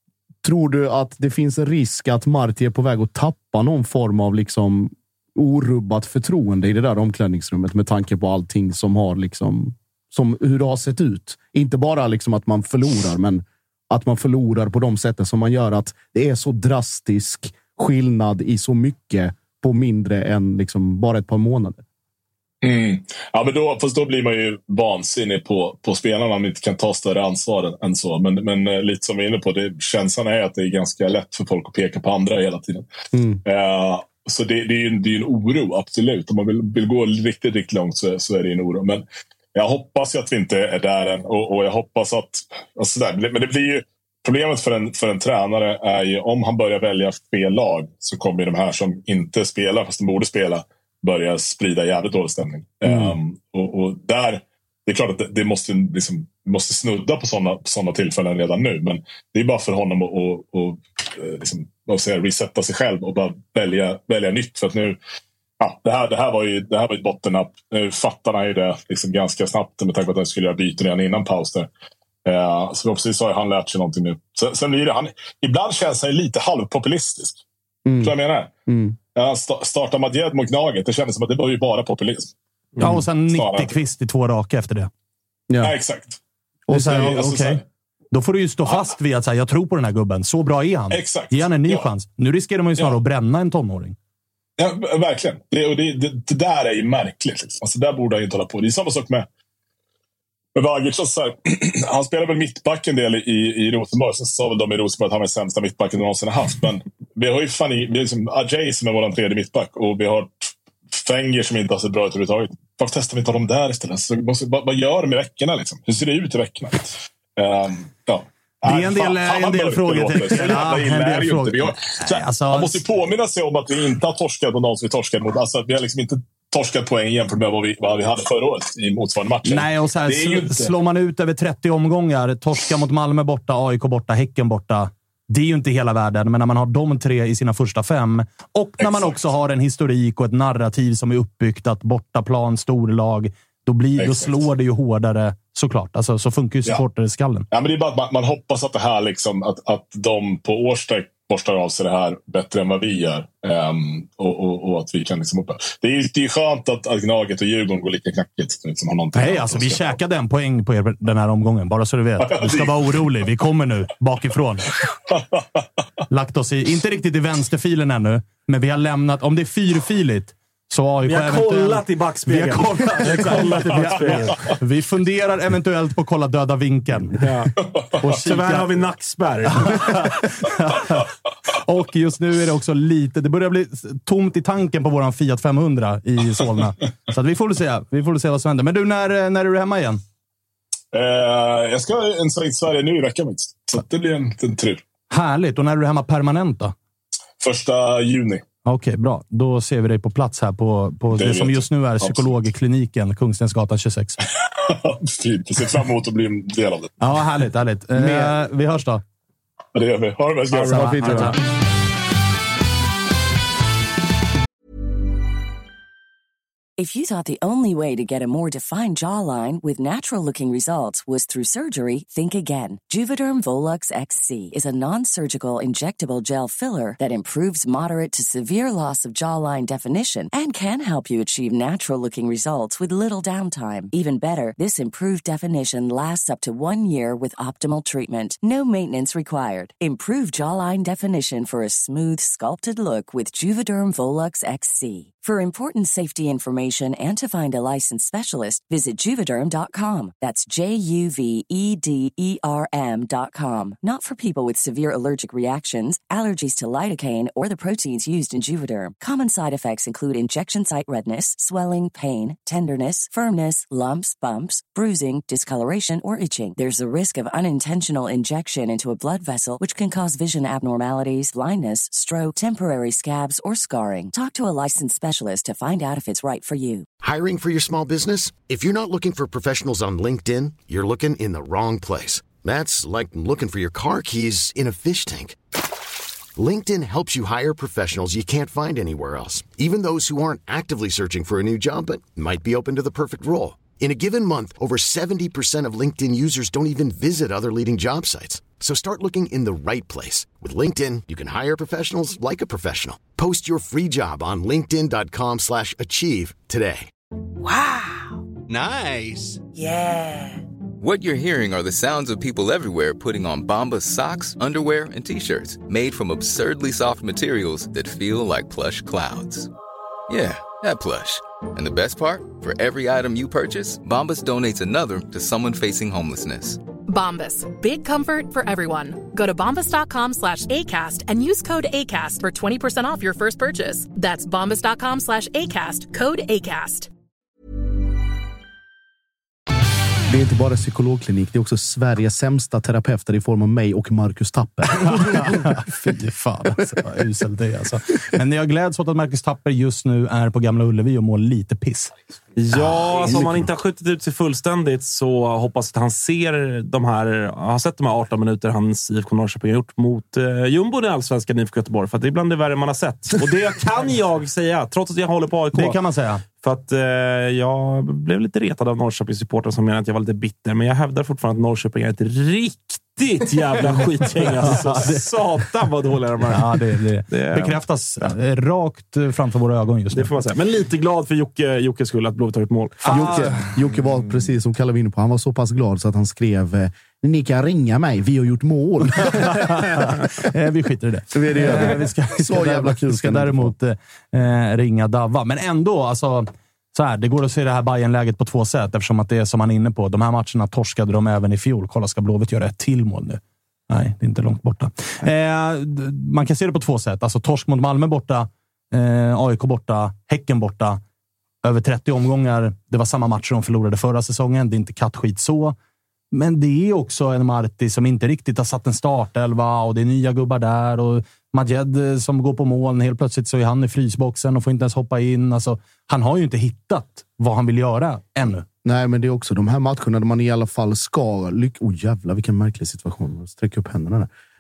Tror du att det finns en risk att Marti är på väg att tappa någon form av liksom orubbat förtroende i det där omklädningsrummet med tanke på allting som har liksom, som hur det har sett ut? Inte bara liksom att man förlorar, men att man förlorar på de sätten som man gör, att det är så drastisk skillnad i så mycket på mindre än liksom bara ett par månader. Mm. Ja, men då, fast då blir man ju vansinnig på, på spelarna om man inte kan ta större ansvar än så. Men, men lite som vi är inne på, det, känslan är att det är ganska lätt för folk att peka på andra hela tiden. Mm. Uh, så det, det är ju det är en oro, absolut. Om man vill, vill gå riktigt, riktigt långt så, så är det en oro. Men jag hoppas ju att vi inte är där än. Och, och jag hoppas att... Alltså där, men det blir ju... Problemet för en, för en tränare är ju, om han börjar välja fel lag, så kommer de här som inte spelar fast de borde spela börjar sprida jävligt dålig stämning. Mm. Um, och, och där, det är klart att det, det måste, liksom, måste snudda på sådana såna tillfällen redan nu. Men det är bara för honom att och, och, liksom, vad säger, resetta sig själv och bara välja, välja nytt. För att nu, ja, det, här, det här var ju det här var ett bottennapp. Nu fattar han ju det liksom ganska snabbt med tanke på att han skulle göra byten redan innan paus där. Uh, så precis har han lärt sig någonting nu. Sen, sen blir det, han, ibland känns han lite halvpopulistisk. Mm. Tror jag menar. Mm. Ja, starta Madjed mot Gnaget. Det kändes som att det var ju bara populism. Mm. Ja, och sen nittio kvist i två raka efter det. Ja, ja exakt. Och sen, okej. Okay. Okay. Då får du ju stå fast vid att säga, jag tror på den här gubben. Så bra är han. Exakt. Ge han en ny ja. chans. Nu riskerar man ju snarare ja. att bränna en tonåring. Ja, verkligen. Det, och det, det, det där är ju märkligt. Liksom. Alltså, där borde han ju inte hålla på. Det är samma sak med Men Vagic, så här, han spelar väl mittback en del i, i Rosenborg. Sen sa väl de i Rosenborg att han är sämsta mittbacken de någonsin har haft. Men vi har ju fan i, vi har liksom Ajay som är vår tredje mittback. Och vi har Fenger som inte har sett bra ut överhuvudtaget. Varför testar vi inte dem där istället? Så, vad, vad gör de i veckorna liksom? Hur ser det ut i veckorna? Um, ja. Det är en del, fan, fan, en del frågetecken. Ja, en del frågor. Alltså, man måste ju påminna sig om att vi inte har torskat på någon som vi torskade mot. Alltså, vi har liksom inte torskat poäng jämfört med vad vi, vad vi hade förra året i motsvarande matcher. Nej, och så här, sl- inte... slår man ut över trettio omgångar, torska mot Malmö borta, A I K borta, Häcken borta. Det är ju inte hela världen, men när man har de tre i sina första fem och när man Exakt. också har en historik och ett narrativ som är uppbyggt att bortaplan, storlag, då, blir, då slår det ju hårdare såklart. Alltså, så funkar ju supporterskallen. Ja, men det är bara att man, man hoppas att det här liksom, att, att de på årssträck borstar av sig det här bättre än vad vi gör. Um, och, och, och att vi kan liksom upp. Det är ju det är skönt att, att Gnaget och Djurgården går lika knackigt. Liksom, har någonting. Nej, alltså vi käkade en poäng på er den här omgången. Bara så du vet. Du ska vara orolig. Vi kommer nu bakifrån. Lagt oss i, inte riktigt i vänsterfilen ännu, men vi har lämnat, om det är fyrfiligt, så A I K vi har kollat i backspegeln. Vi har kollat, vi har kollat i backspegeln. Vi funderar eventuellt på att kolla döda vinkeln. Ja. Och tyvärr har vi nackspärr. Och just nu är det också lite, det börjar bli tomt i tanken på våran Fiat femhundra i Solna. Så att vi får väl se, vi får väl se vad som händer. Men du, när, när är du hemma igen? Uh, jag ska en sväng till Sverige nu i veckan. Så det blir en, en tur. Härligt. Och när är du hemma permanent då? Första juni. Okej, okay, bra. Då ser vi dig på plats här på, på det, det som just nu är psykologkliniken, Kungstensgatan tjugosex. Fint. Jag ser fram emot att bli en del av det. Ja, härligt, härligt. Eh, vi hörs då. Ja, det gör vi. Ha det bäst. Alltså, ha fint, ha If you thought the only way to get a more defined jawline with natural-looking results was through surgery, think again. Juvederm Volux X C is a non-surgical injectable gel filler that improves moderate to severe loss of jawline definition and can help you achieve natural-looking results with little downtime. Even better, this improved definition lasts up to one year with optimal treatment. No maintenance required. Improve jawline definition for a smooth, sculpted look with Juvederm Volux X C. For important safety information and to find a licensed specialist, visit Juvederm dot com. That's J U V E D E R M dot com. Not for people with severe allergic reactions, allergies to lidocaine, or the proteins used in Juvederm. Common side effects include injection site redness, swelling, pain, tenderness, firmness, lumps, bumps, bruising, discoloration, or itching. There's a risk of unintentional injection into a blood vessel, which can cause vision abnormalities, blindness, stroke, temporary scabs, or scarring. Talk to a licensed specialist to find out if it's right for you. Hiring for your small business? If you're not looking for professionals on LinkedIn, you're looking in the wrong place. That's like looking for your car keys in a fish tank. LinkedIn helps you hire professionals you can't find anywhere else, even those who aren't actively searching for a new job but might be open to the perfect role. In a given month, over seventy percent of LinkedIn users don't even visit other leading job sites. So start looking in the right place. With LinkedIn, you can hire professionals like a professional. Post your free job on linkedin dot com slash achieve today. Wow. Nice. Yeah. What you're hearing are the sounds of people everywhere putting on Bombas socks, underwear, and T-shirts made from absurdly soft materials that feel like plush clouds. Yeah, that plush. And the best part? For every item you purchase, Bombas donates another to someone facing homelessness. Bombas. Big comfort for everyone. Go to bombas dot com slash ACAST and use code ACAST for twenty percent off your first purchase. That's bombas dot com slash ACAST. Code ACAST. Det är inte bara psykologklinik, det är också Sveriges sämsta terapeuter i form av mig och Marcus Tapper. Fy fan, alltså, vad uselt det är alltså. Men jag gläds åt att Marcus Tapper just nu är på Gamla Ullevi och mår lite piss. Ja, alltså om han inte har skjutit ut sig fullständigt så hoppas att han ser de här, har sett de här arton minuter hans I F K Norrköping har gjort mot eh, Jumbo i Allsvenskan I F K Göteborg. För att det är bland det värre man har sett. Och det kan jag säga, trots att jag håller på A I K. Det kan man säga. För att eh, jag blev lite retad av Norrköpings supporter som menar att jag var lite bitter. Men jag hävdar fortfarande att Norrköping är ett riktigt jävla skitgäng. Alltså, satan vad dåliga de är. Ja, det, det, det bekräftas ja. rakt framför våra ögon just nu. Det får man säga. Men lite glad för Jocke, Jocke skulle att Blåvitt har ett mål. Ah. Jocke, Jocke var precis som Kalle var inne på. Han var så pass glad så att han skrev: ni kan ringa mig, vi har gjort mål. Vi skiter i det. Så vi, det vi ska, vi ska, så jävla kul. Vi ska däremot eh, ringa Davva. Men ändå, alltså, så här, det går att se det här Bayern-läget på två sätt eftersom att det är som man är inne på. De här matcherna torskade de även i fjol. Kolla, ska Blåvitt göra ett till mål nu? Nej, det är inte långt borta. Eh, man kan se det på två sätt. Alltså torsk mot Malmö borta, eh, A I K borta, Häcken borta. Över trettio omgångar. Det var samma matcher de förlorade förra säsongen. Det är inte kattskit så. Men det är också en Marti som inte riktigt har satt en startelva och det är nya gubbar där och Majed som går på mål. Helt plötsligt så är han i frysboxen och får inte ens hoppa in. Alltså, han har ju inte hittat vad han vill göra ännu. Nej, men det är också de här matcherna där man i alla fall ska... Lyck- oh jävlar, vilken märklig situation. Sträck upp händerna där.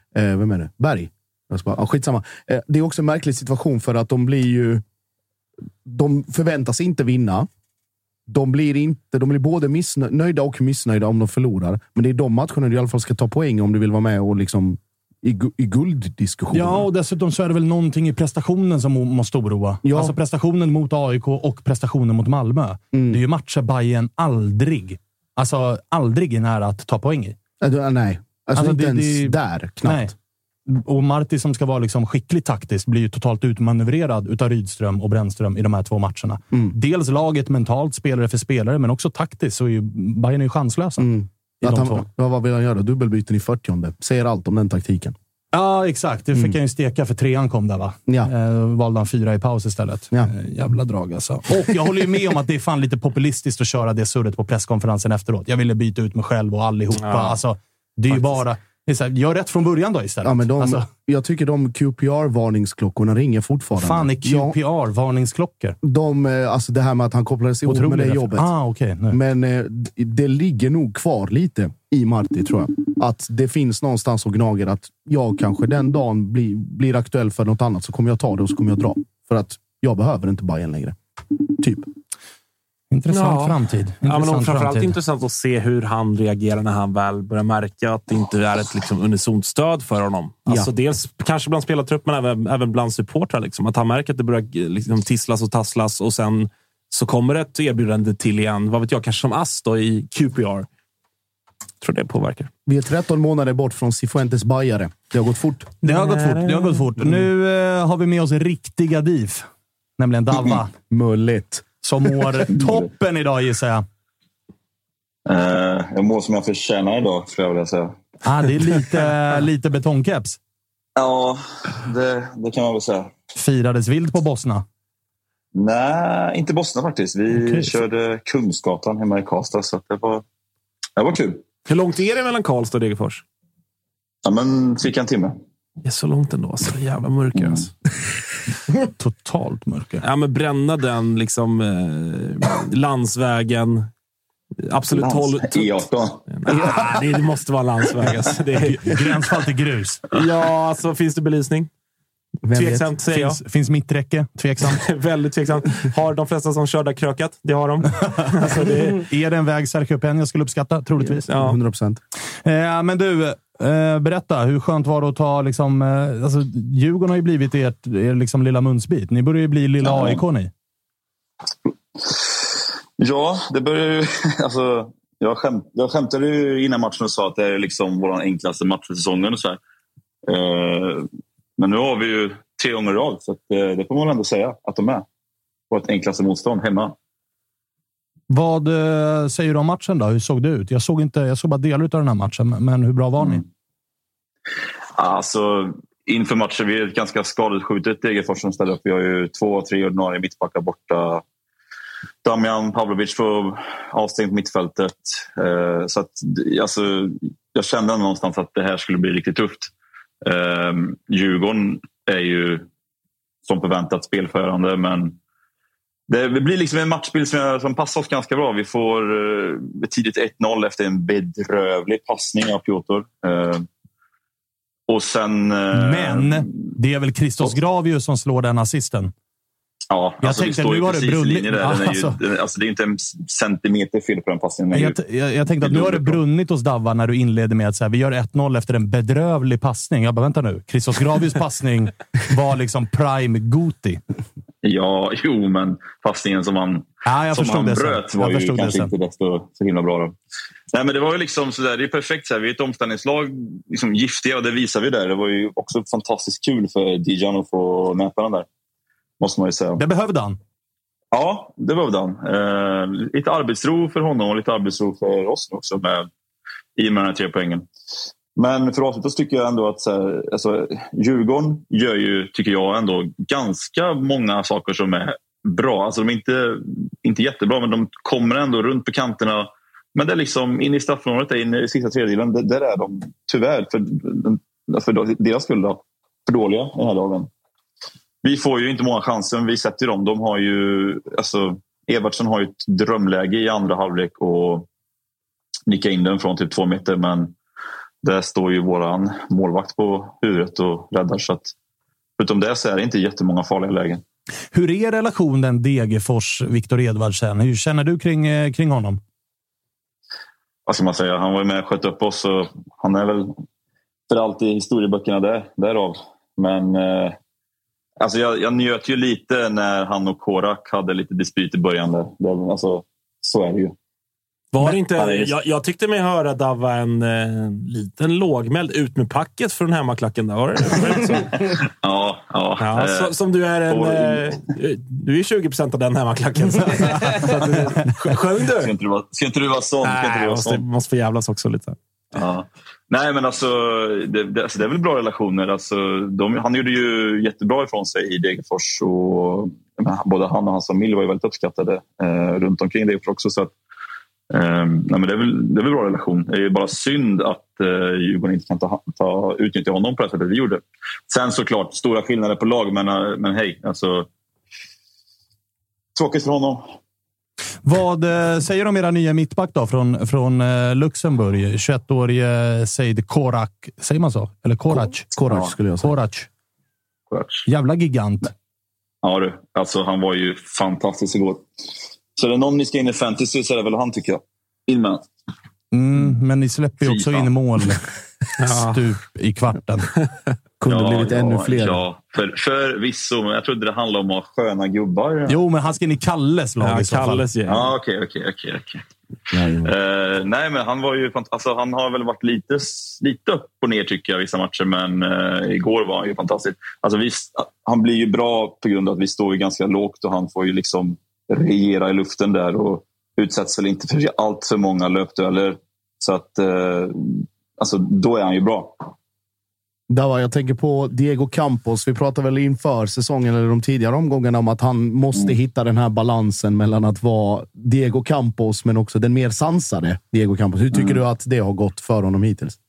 Eh, vem är det? Berg. Jag ska bara, ja, skitsamma. Eh, det är också en märklig situation för att de blir ju... De förväntas inte vinna. De blir, inte, de blir både missnöjda och missnöjda om de förlorar. Men det är de matcherna du i alla fall ska ta poäng om du vill vara med och liksom i, i gulddiskussionen. Ja, och dessutom så är det väl någonting i prestationen som måste oroa. Ja. Alltså prestationen mot A I K och prestationen mot Malmö. Mm. Det är ju matcher Bayern aldrig, alltså aldrig är nära att ta poäng i. Äh, nej, alltså, alltså inte det, ens det, där, knappt. Nej. Och Marti som ska vara liksom skicklig taktiskt blir ju totalt utmanövrerad utav Rydström och Brännström i de här två matcherna. Mm. Dels laget mentalt, spelare för spelare, men också taktiskt så är ju Bayern är ju chanslösa. Mm. I att de han, två. Ja, vad vill han göra? Dubbelbyten i fyrtionde. Säger allt om den taktiken. Ja, exakt. Det fick mm. jag ju steka för trean kom där, va? Ja. Eh, valde han fyra i paus istället. Ja. Eh, jävla drag alltså. Och jag håller ju med om att det är fan lite populistiskt att köra det surret på presskonferensen efteråt. Jag ville byta ut mig själv och allihopa. Ja. Alltså, det är ju bara... Det är så här, gör rätt från början då istället. Ja, men de, alltså, jag tycker de Q P R-varningsklockorna ringer fortfarande. Fan är Q P R-varningsklockor? De, alltså det här med att han kopplades ihop med det därför. jobbet. Ah, okay, men eh, det ligger nog kvar lite i Marti, tror jag. Att det finns någonstans och gnager att jag kanske den dagen blir, blir aktuell för något annat så kommer jag ta det och så kommer jag dra. För att jag behöver inte Bayern längre. Typ. Intressant ja. framtid. Intressant ja, men framförallt framtid. Intressant att se hur han reagerar när han väl börjar märka att det inte är ett liksom, unisont stöd för honom. Alltså ja. dels kanske bland spelartrupp men även, även bland supportrar. Liksom. Att han märker att det börjar liksom, tisslas och tasslas och sen så kommer ett erbjudande till igen. Vad vet jag, kanske som Ass då i Q P R. Jag tror det påverkar. Vi är tretton månader bort från Cifuentes Bajare. Det har gått fort. Det har gått fort. Det har gått fort. Mm. Nu eh, har vi med oss riktiga div. Nämligen Dava. Mulligt. Som mår toppen idag, gissar jag. Uh, jag mår som jag förtjänar idag, skulle jag vilja säga. Ah, det är lite, lite betongkeps. Ja, det, det kan man väl säga. Firades vilt på Bosna? Nej, inte Bosna faktiskt. Vi okay. körde Kungsgatan hemma i Karlstad, så det var, det var kul. Hur långt är det mellan Karlstad och Degerfors? Ja, men cirka en timme. Det är så långt ändå, så det är jävla mörker mm. alltså. Totalt mörker. Ja, men bränna den liksom eh, landsvägen. Absolut Lands, tolv. E arton. Nej, det måste vara landsväg. Alltså. Det är gränsfall till grus. Ja, alltså finns det belysning? Tveksamt säger jag. Finns, finns mitträcke? Tveksamt. Väldigt tveksamt. Har de flesta som kör där krökat? Det har de. Alltså det... Är det en väg Sergio Penn jag skulle uppskatta? Troligtvis. Ja. hundra procent. Eh, men du, eh, berätta. Hur skönt var det att ta liksom... Eh, alltså, Djurgården har ju blivit ert, er liksom lilla munsbit. Ni börjar ju bli lilla ja. A I K ni. Ja, det börjar ju... Alltså, jag, skämt, jag skämtade ju innan matchen och sa att det är liksom vår enklaste match för säsongen och så här. Eh, Men nu har vi ju tre gånger i rad, så att, eh, det får man ändå säga att de är på ett enklaste motstånd hemma. Vad eh, säger du om matchen då? Hur såg det ut? Jag såg, inte, jag såg bara delar av den här matchen, men hur bra var ni? Mm. Alltså, inför matchen, vi är ett ganska skadeskjutet Degerfors som ställer upp. Vi har ju två, tre ordinarie mittbackar borta. Damjan Pavlovic får avstängt mittfältet. Eh, så att, alltså, jag kände någonstans att det här skulle bli riktigt tufft. Uh, Djurgården är ju som förväntat spelförande, men det blir liksom en matchbild som, som passar oss ganska bra. Vi får uh, tidigt ett noll efter en bedrövlig passning av Piotr. Uh, och sen... Uh, men det är väl Christos Gravius som slår den assisten? Ja, jag alltså tänkte nu har det brunnit. Där. Den är alltså. Ju, alltså det är inte en centimeter fel på den passningen. Jag, jag, jag tänkte att nu har det brunnit hos Dava när du inledde med att så här, vi gör ett noll efter en bedrövlig passning. Jag bara, vänta nu. Christos Gravius passning var liksom prime Guti. Ja, jo, men passningen som han, ja, som han bröt var jag ju kanske inte desto så himla bra då. Nej, men det var ju liksom sådär, det är perfekt så här. Vi är ett omställningslag, liksom giftiga, och det visar vi där. Det var ju också fantastiskt kul för Dijan att få mäta den där. Måste man ju säga. Det behövde han. Ja, det behövde han. Eh, lite arbetsro för honom och lite arbetsro för oss också med, i och med den här tre poängen. Men för oss så tycker jag ändå att så här, alltså, Djurgården gör ju, tycker jag ändå, ganska många saker som är bra. Alltså de är inte, inte jättebra, men de kommer ändå runt på kanterna. Men det är liksom in i straffområdet, in i sista tredjedelen, där, där är de tyvärr för, för deras skull då, för dåliga i den här lagen. Vi får ju inte många chanser, vi sätter dem. De har ju, alltså, Evertsson har ju ett drömläge i andra halvlek och nicka in den från typ två meter, men där står ju våran målvakt på huvudet och räddar. Så att, förutom det så är det inte jättemånga farliga lägen. Hur är relationen Degerfors-Viktor Edvardsen? Hur känner du kring, kring honom? Vad ska man säga? Han var ju med och sköt upp oss och han är väl för alltid i historieböckerna där, därav. Men eh, alltså jag, jag njöt ju lite när han och Korak hade lite dispyt i början där. Det, alltså, så är det ju. Var det inte, jag, jag tyckte mig höra Davva en eh, liten lågmäld ut med packet från hemmaklacken där. Var det, var det så? ja, ja. ja eh, så, som du är en... Eh, du är tjugo procent av den hemmaklacken. Så, så att, sjöng du? Ska inte du vara, ska inte du vara sån? Nej, inte du vara måste, sån? måste få jävlas också lite. Ja. Nej, men alltså det, det, alltså det är väl bra relationer. Alltså, de, han gjorde ju jättebra ifrån sig i Degerfors. Och, men, både han och hans familj var ju väldigt uppskattade eh, runt omkring Degerfors också. Så att, Um, nej, men det, är väl, det är väl bra relation. Det är ju bara synd att uh, Djurgården inte kan ta, ta, utnyttja honom på det sättet vi gjorde. Sen såklart, stora skillnader på lag, men, uh, men hej, alltså tråkigt för honom. Vad uh, säger de om era nya mittback då från, från uh, Luxemburg? tjugoett-årige Seid Korak, säger man så? Eller Korac? Korac skulle jag säga. Korac. Korac. Jävla gigant. Ja du, alltså han var ju fantastisk igår. Så är det någon ni ska in i fantasy så är det väl han, tycker jag. In med. Mm, men ni släpper ju också in mål stup i kvarten. Kunde ja, blivit ja, ännu fler. Ja, för, förvisso. Men jag trodde det handlade om att ha sköna gubbar. Jo, men han ska in i Kalles lag ja, i så Kalles, fall. Ja, okej, okej, okej, okej. Uh, nej, men han var ju fant- alltså, han har väl varit lite, lite upp och ner tycker jag vissa matcher, men uh, igår var han ju fantastisk. Alltså, vi, han blir ju bra på grund av att vi står ju ganska lågt och han får ju liksom regera i luften där och utsätts väl inte för allt för många löpdueller. Så att uh, alltså, då är han ju bra. Där jag tänker på Diego Campos. Vi pratade väl inför säsongen eller de tidigare omgångarna om att han måste mm. hitta den här balansen mellan att vara Diego Campos men också den mer sansade Diego Campos. Hur tycker mm. du att det har gått för honom hittills?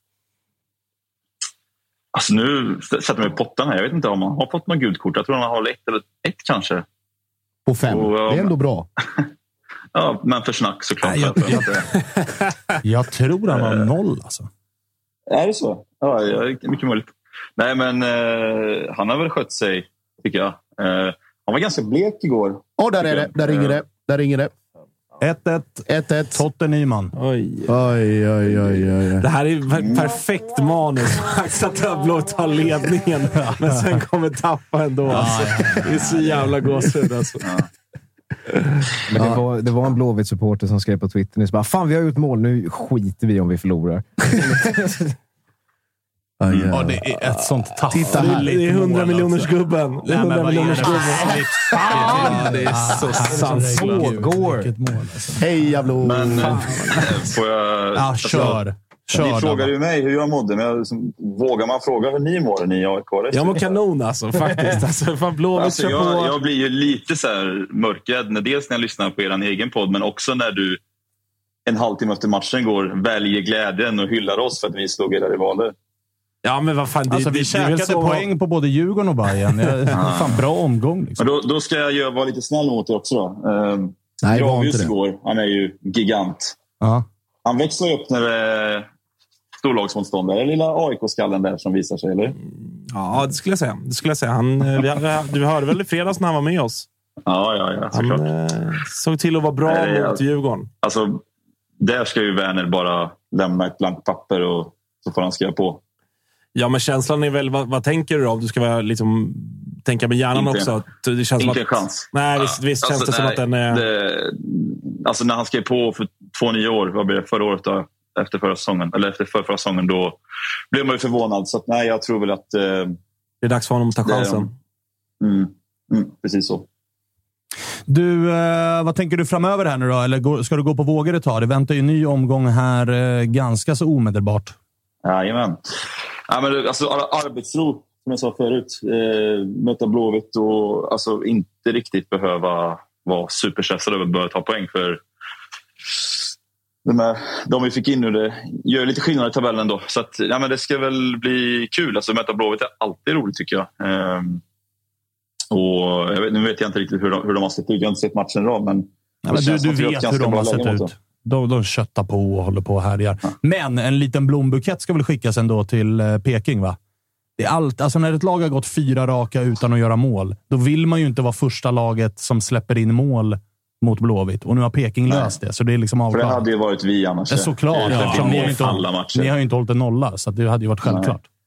Alltså nu sätter man i pottan här. Jag vet inte om han har fått något gult kort. Jag tror han har ett eller ett kanske. På fem? Och, det är ändå bra. Ja, men för snack såklart. Nej, jag, jag, jag tror han har noll alltså. Är det så? Ja, mycket möjligt. Nej, men eh, han har väl skött sig, tycker jag. Eh, han var ganska blek igår. Åh, oh, där är det. Där ringer det. Där ringer det. ett ett. ett ett. Totte Nyman. Oj. Oj, oj, oj, oj. Det här är perfekt manus. Max att Tablo tar ledningen, men sen kommer tappa ändå. Ja, alltså. ja, ja. Det är så jävla gåshud alltså. Ja. Men det var, det var en Blåvitt-supporter som skrev på Twitter. Bara, fan, vi har gjort mål. Nu skiter vi om vi förlorar. Mm. Mm. Ja, det är ett sånt tapp. Titta här. Det är hundra miljoners gubben. Det är hundra miljoners gubben. Det är så sant. Pågår. Hej, jävla. Men får jag... Ja, kör. Kör ni frågade ju mig hur jag mådde, men jag, liksom, vågar man fråga hur ni mår, ni i A I K? Jag mår kanon alltså, faktiskt. Alltså, fan, Blåvitt alltså, jag, på... jag blir ju lite så här mörkrädd, när, dels när jag lyssnar på er egen podd, men också när du en halvtimme efter matchen går, väljer glädjen och hyllar oss för att vi slog era rivaler. Ja, men vad fan, det, alltså, det, vi käkade det så... poäng på både Djurgården och Bayern. Jag, fan, bra omgång. Liksom. Men då, då ska jag göra, vara lite snäll mot er också då. Um, Nej, var inte det. Igår, han är ju gigant. Ja. Han växlar upp när det är storlagsmotståndare. Är det lilla A I K-skallen där som visar sig, eller? Ja, det skulle jag säga. Det skulle jag säga. Han, vi, du hörde väl i fredags när han var med oss? Ja, ja, ja. Såklart. Han eh, såg till att vara bra Nej, mot Djurgården. Alltså, där ska ju Werner bara lämna ett blankt papper och så får han skriva på. Ja, men känslan är väl, vad, vad tänker du då? Du ska väl liksom tänka med hjärnan inte, också. Det känns inte som en att, chans. Nej, visst, visst alltså, känns det nej, som att den är... Det, alltså när han skrev på för två nio år, vad blev det förra året då? Efter förra säsongen, eller efter förra, förra säsongen, då blev man ju förvånad. Så att, nej, jag tror väl att... Eh, det är dags för honom att ta chansen. Det, mm, mm, precis så. Du, eh, vad tänker du framöver här nu då? Eller går, ska du gå på vågor ett tag? Det väntar ju en ny omgång här eh, ganska så omedelbart. Jajamän. Ja, men alltså, arbetsro, som jag sa förut. Eh, möta Blåvitt och alltså, inte riktigt behöva vara superstressade över att börja ta poäng. För de, här, de vi fick in nu, det gör lite skillnad i tabellen då. Så att, ja, men det ska väl bli kul. Alltså, möta Blåvitt är alltid roligt, tycker jag. Eh, och jag vet, nu vet jag inte riktigt hur de, hur de har sett ut. Jag har inte sett matchen idag, men... Ja, men du, du vet hur de har sett ut. De, de köttar på och håller på och härjar. Ja. Men en liten blombukett ska väl skickas ändå till eh, Peking, va? Det är allt. Alltså när ett lag har gått fyra raka utan att göra mål, då vill man ju inte vara första laget som släpper in mål mot Blåvitt. Och nu har Peking Nej. löst det. Så det är liksom avklarat. För det hade ju varit vi annars. Det är såklart. Ja, ja, ni, har inte, ni har ju inte hållit en nolla, så det hade ju varit självklart. Nej.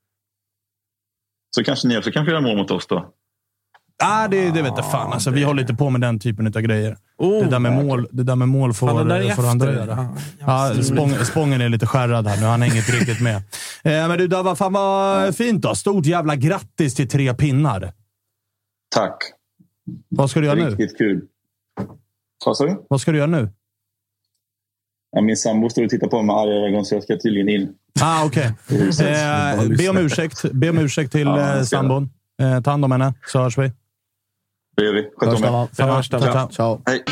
Så kanske ni också kan få göra mål mot oss då? Ah, det, det vet jag fan. Alltså, det... Vi håller inte på med den typen av grejer. Oh, det, där med mål, det där med mål får, ja, får andra göra. Ja, spång, spången är lite skärrad här nu. Han hänger inte riktigt med. Eh, men du, det var fan vad fint då. Stort jävla grattis till tre pinnar. Tack. Vad ska du göra Riktigt nu? Riktigt kul. Vad sa du? Vad ska du göra nu? Ja, min sambo står och tittar på mig med arga ögon, så jag ska tydligen in. Ah, okej. Okay. Eh, be om ursäkt. Be om ursäkt till ja, eh, sambon. Eh, ta hand om henne, så hörs vi. Det gör vi. Sköt om er. Ciao. Ciao. Ciao. Hej.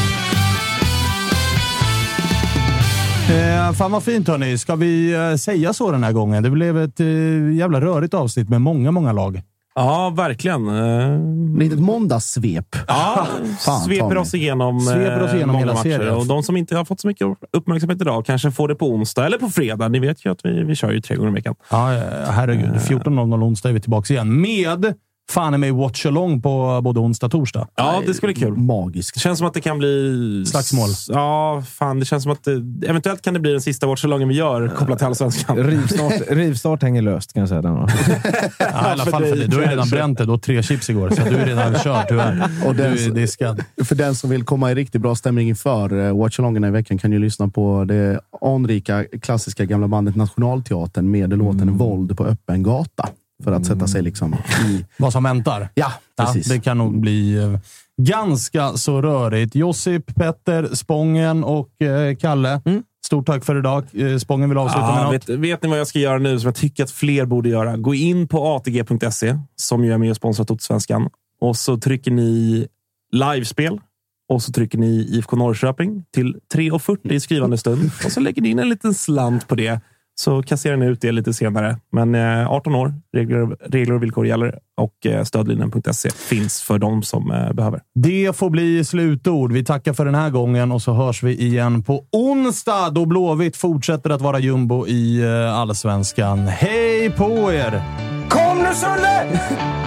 Eh, fan vad fint, hörni. Ska vi eh, säga så den här gången? Det blev ett eh, jävla rörigt avsnitt med många, många lag. Ja, verkligen. Uh... Litet måndagssvep. Ja, Fan, sveper oss igenom, sveper oss igenom hela serien. Och de som inte har fått så mycket uppmärksamhet idag kanske får det på onsdag eller på fredag. Ni vet ju att vi, vi kör ju tre gånger i veckan. Ja, herregud. fjorton noll noll onsdag är vi tillbaka igen. Med fan är mig watch-along på både onsdag och torsdag. Ja, det skulle bli kul. Magiskt. Det känns som att det kan bli... slagsmål. Ja, fan. Det känns som att det... eventuellt kan det bli den sista watch-alongen vi gör kopplat till Allsvenskan. Rivstart, rivstart hänger löst, kan jag säga. Den ja, i alla fall för dig. Du har redan bränt det. Du har tre chips igår, så du är redan kört. Du är, och den, du är diskad. För den som vill komma i riktigt bra stämning inför uh, watch-alongerna i veckan kan ju lyssna på det anrika, klassiska gamla bandet Nationalteatern med låten mm. Våld på öppen gata. För att sätta sig liksom i... vad som väntar. Ja, precis. Ja, det kan nog bli uh, ganska så rörigt. Josip, Petter, Spången och uh, Kalle. Mm. Stort tack för idag. Uh, Spången vill avsluta ah, med något. Vet, vet ni vad jag ska göra nu som jag tycker att fler borde göra? Gå in på A T G punkt se som ju är med och sponsrar Totosvenskan. Och så trycker ni livespel. Och så trycker ni I F K Norrköping till tre fyrtio i skrivande stund. Och så lägger ni in en liten slant på det. Så kasserar ni ut det lite senare. Men eh, arton år, regler, regler och villkor gäller. Och eh, stödlinjen punkt se finns för de som eh, behöver. Det får bli slutord. Vi tackar för den här gången och så hörs vi igen på onsdag då Blåvitt fortsätter att vara jumbo i eh, Allsvenskan. Hej på er! Kom nu, Sulle!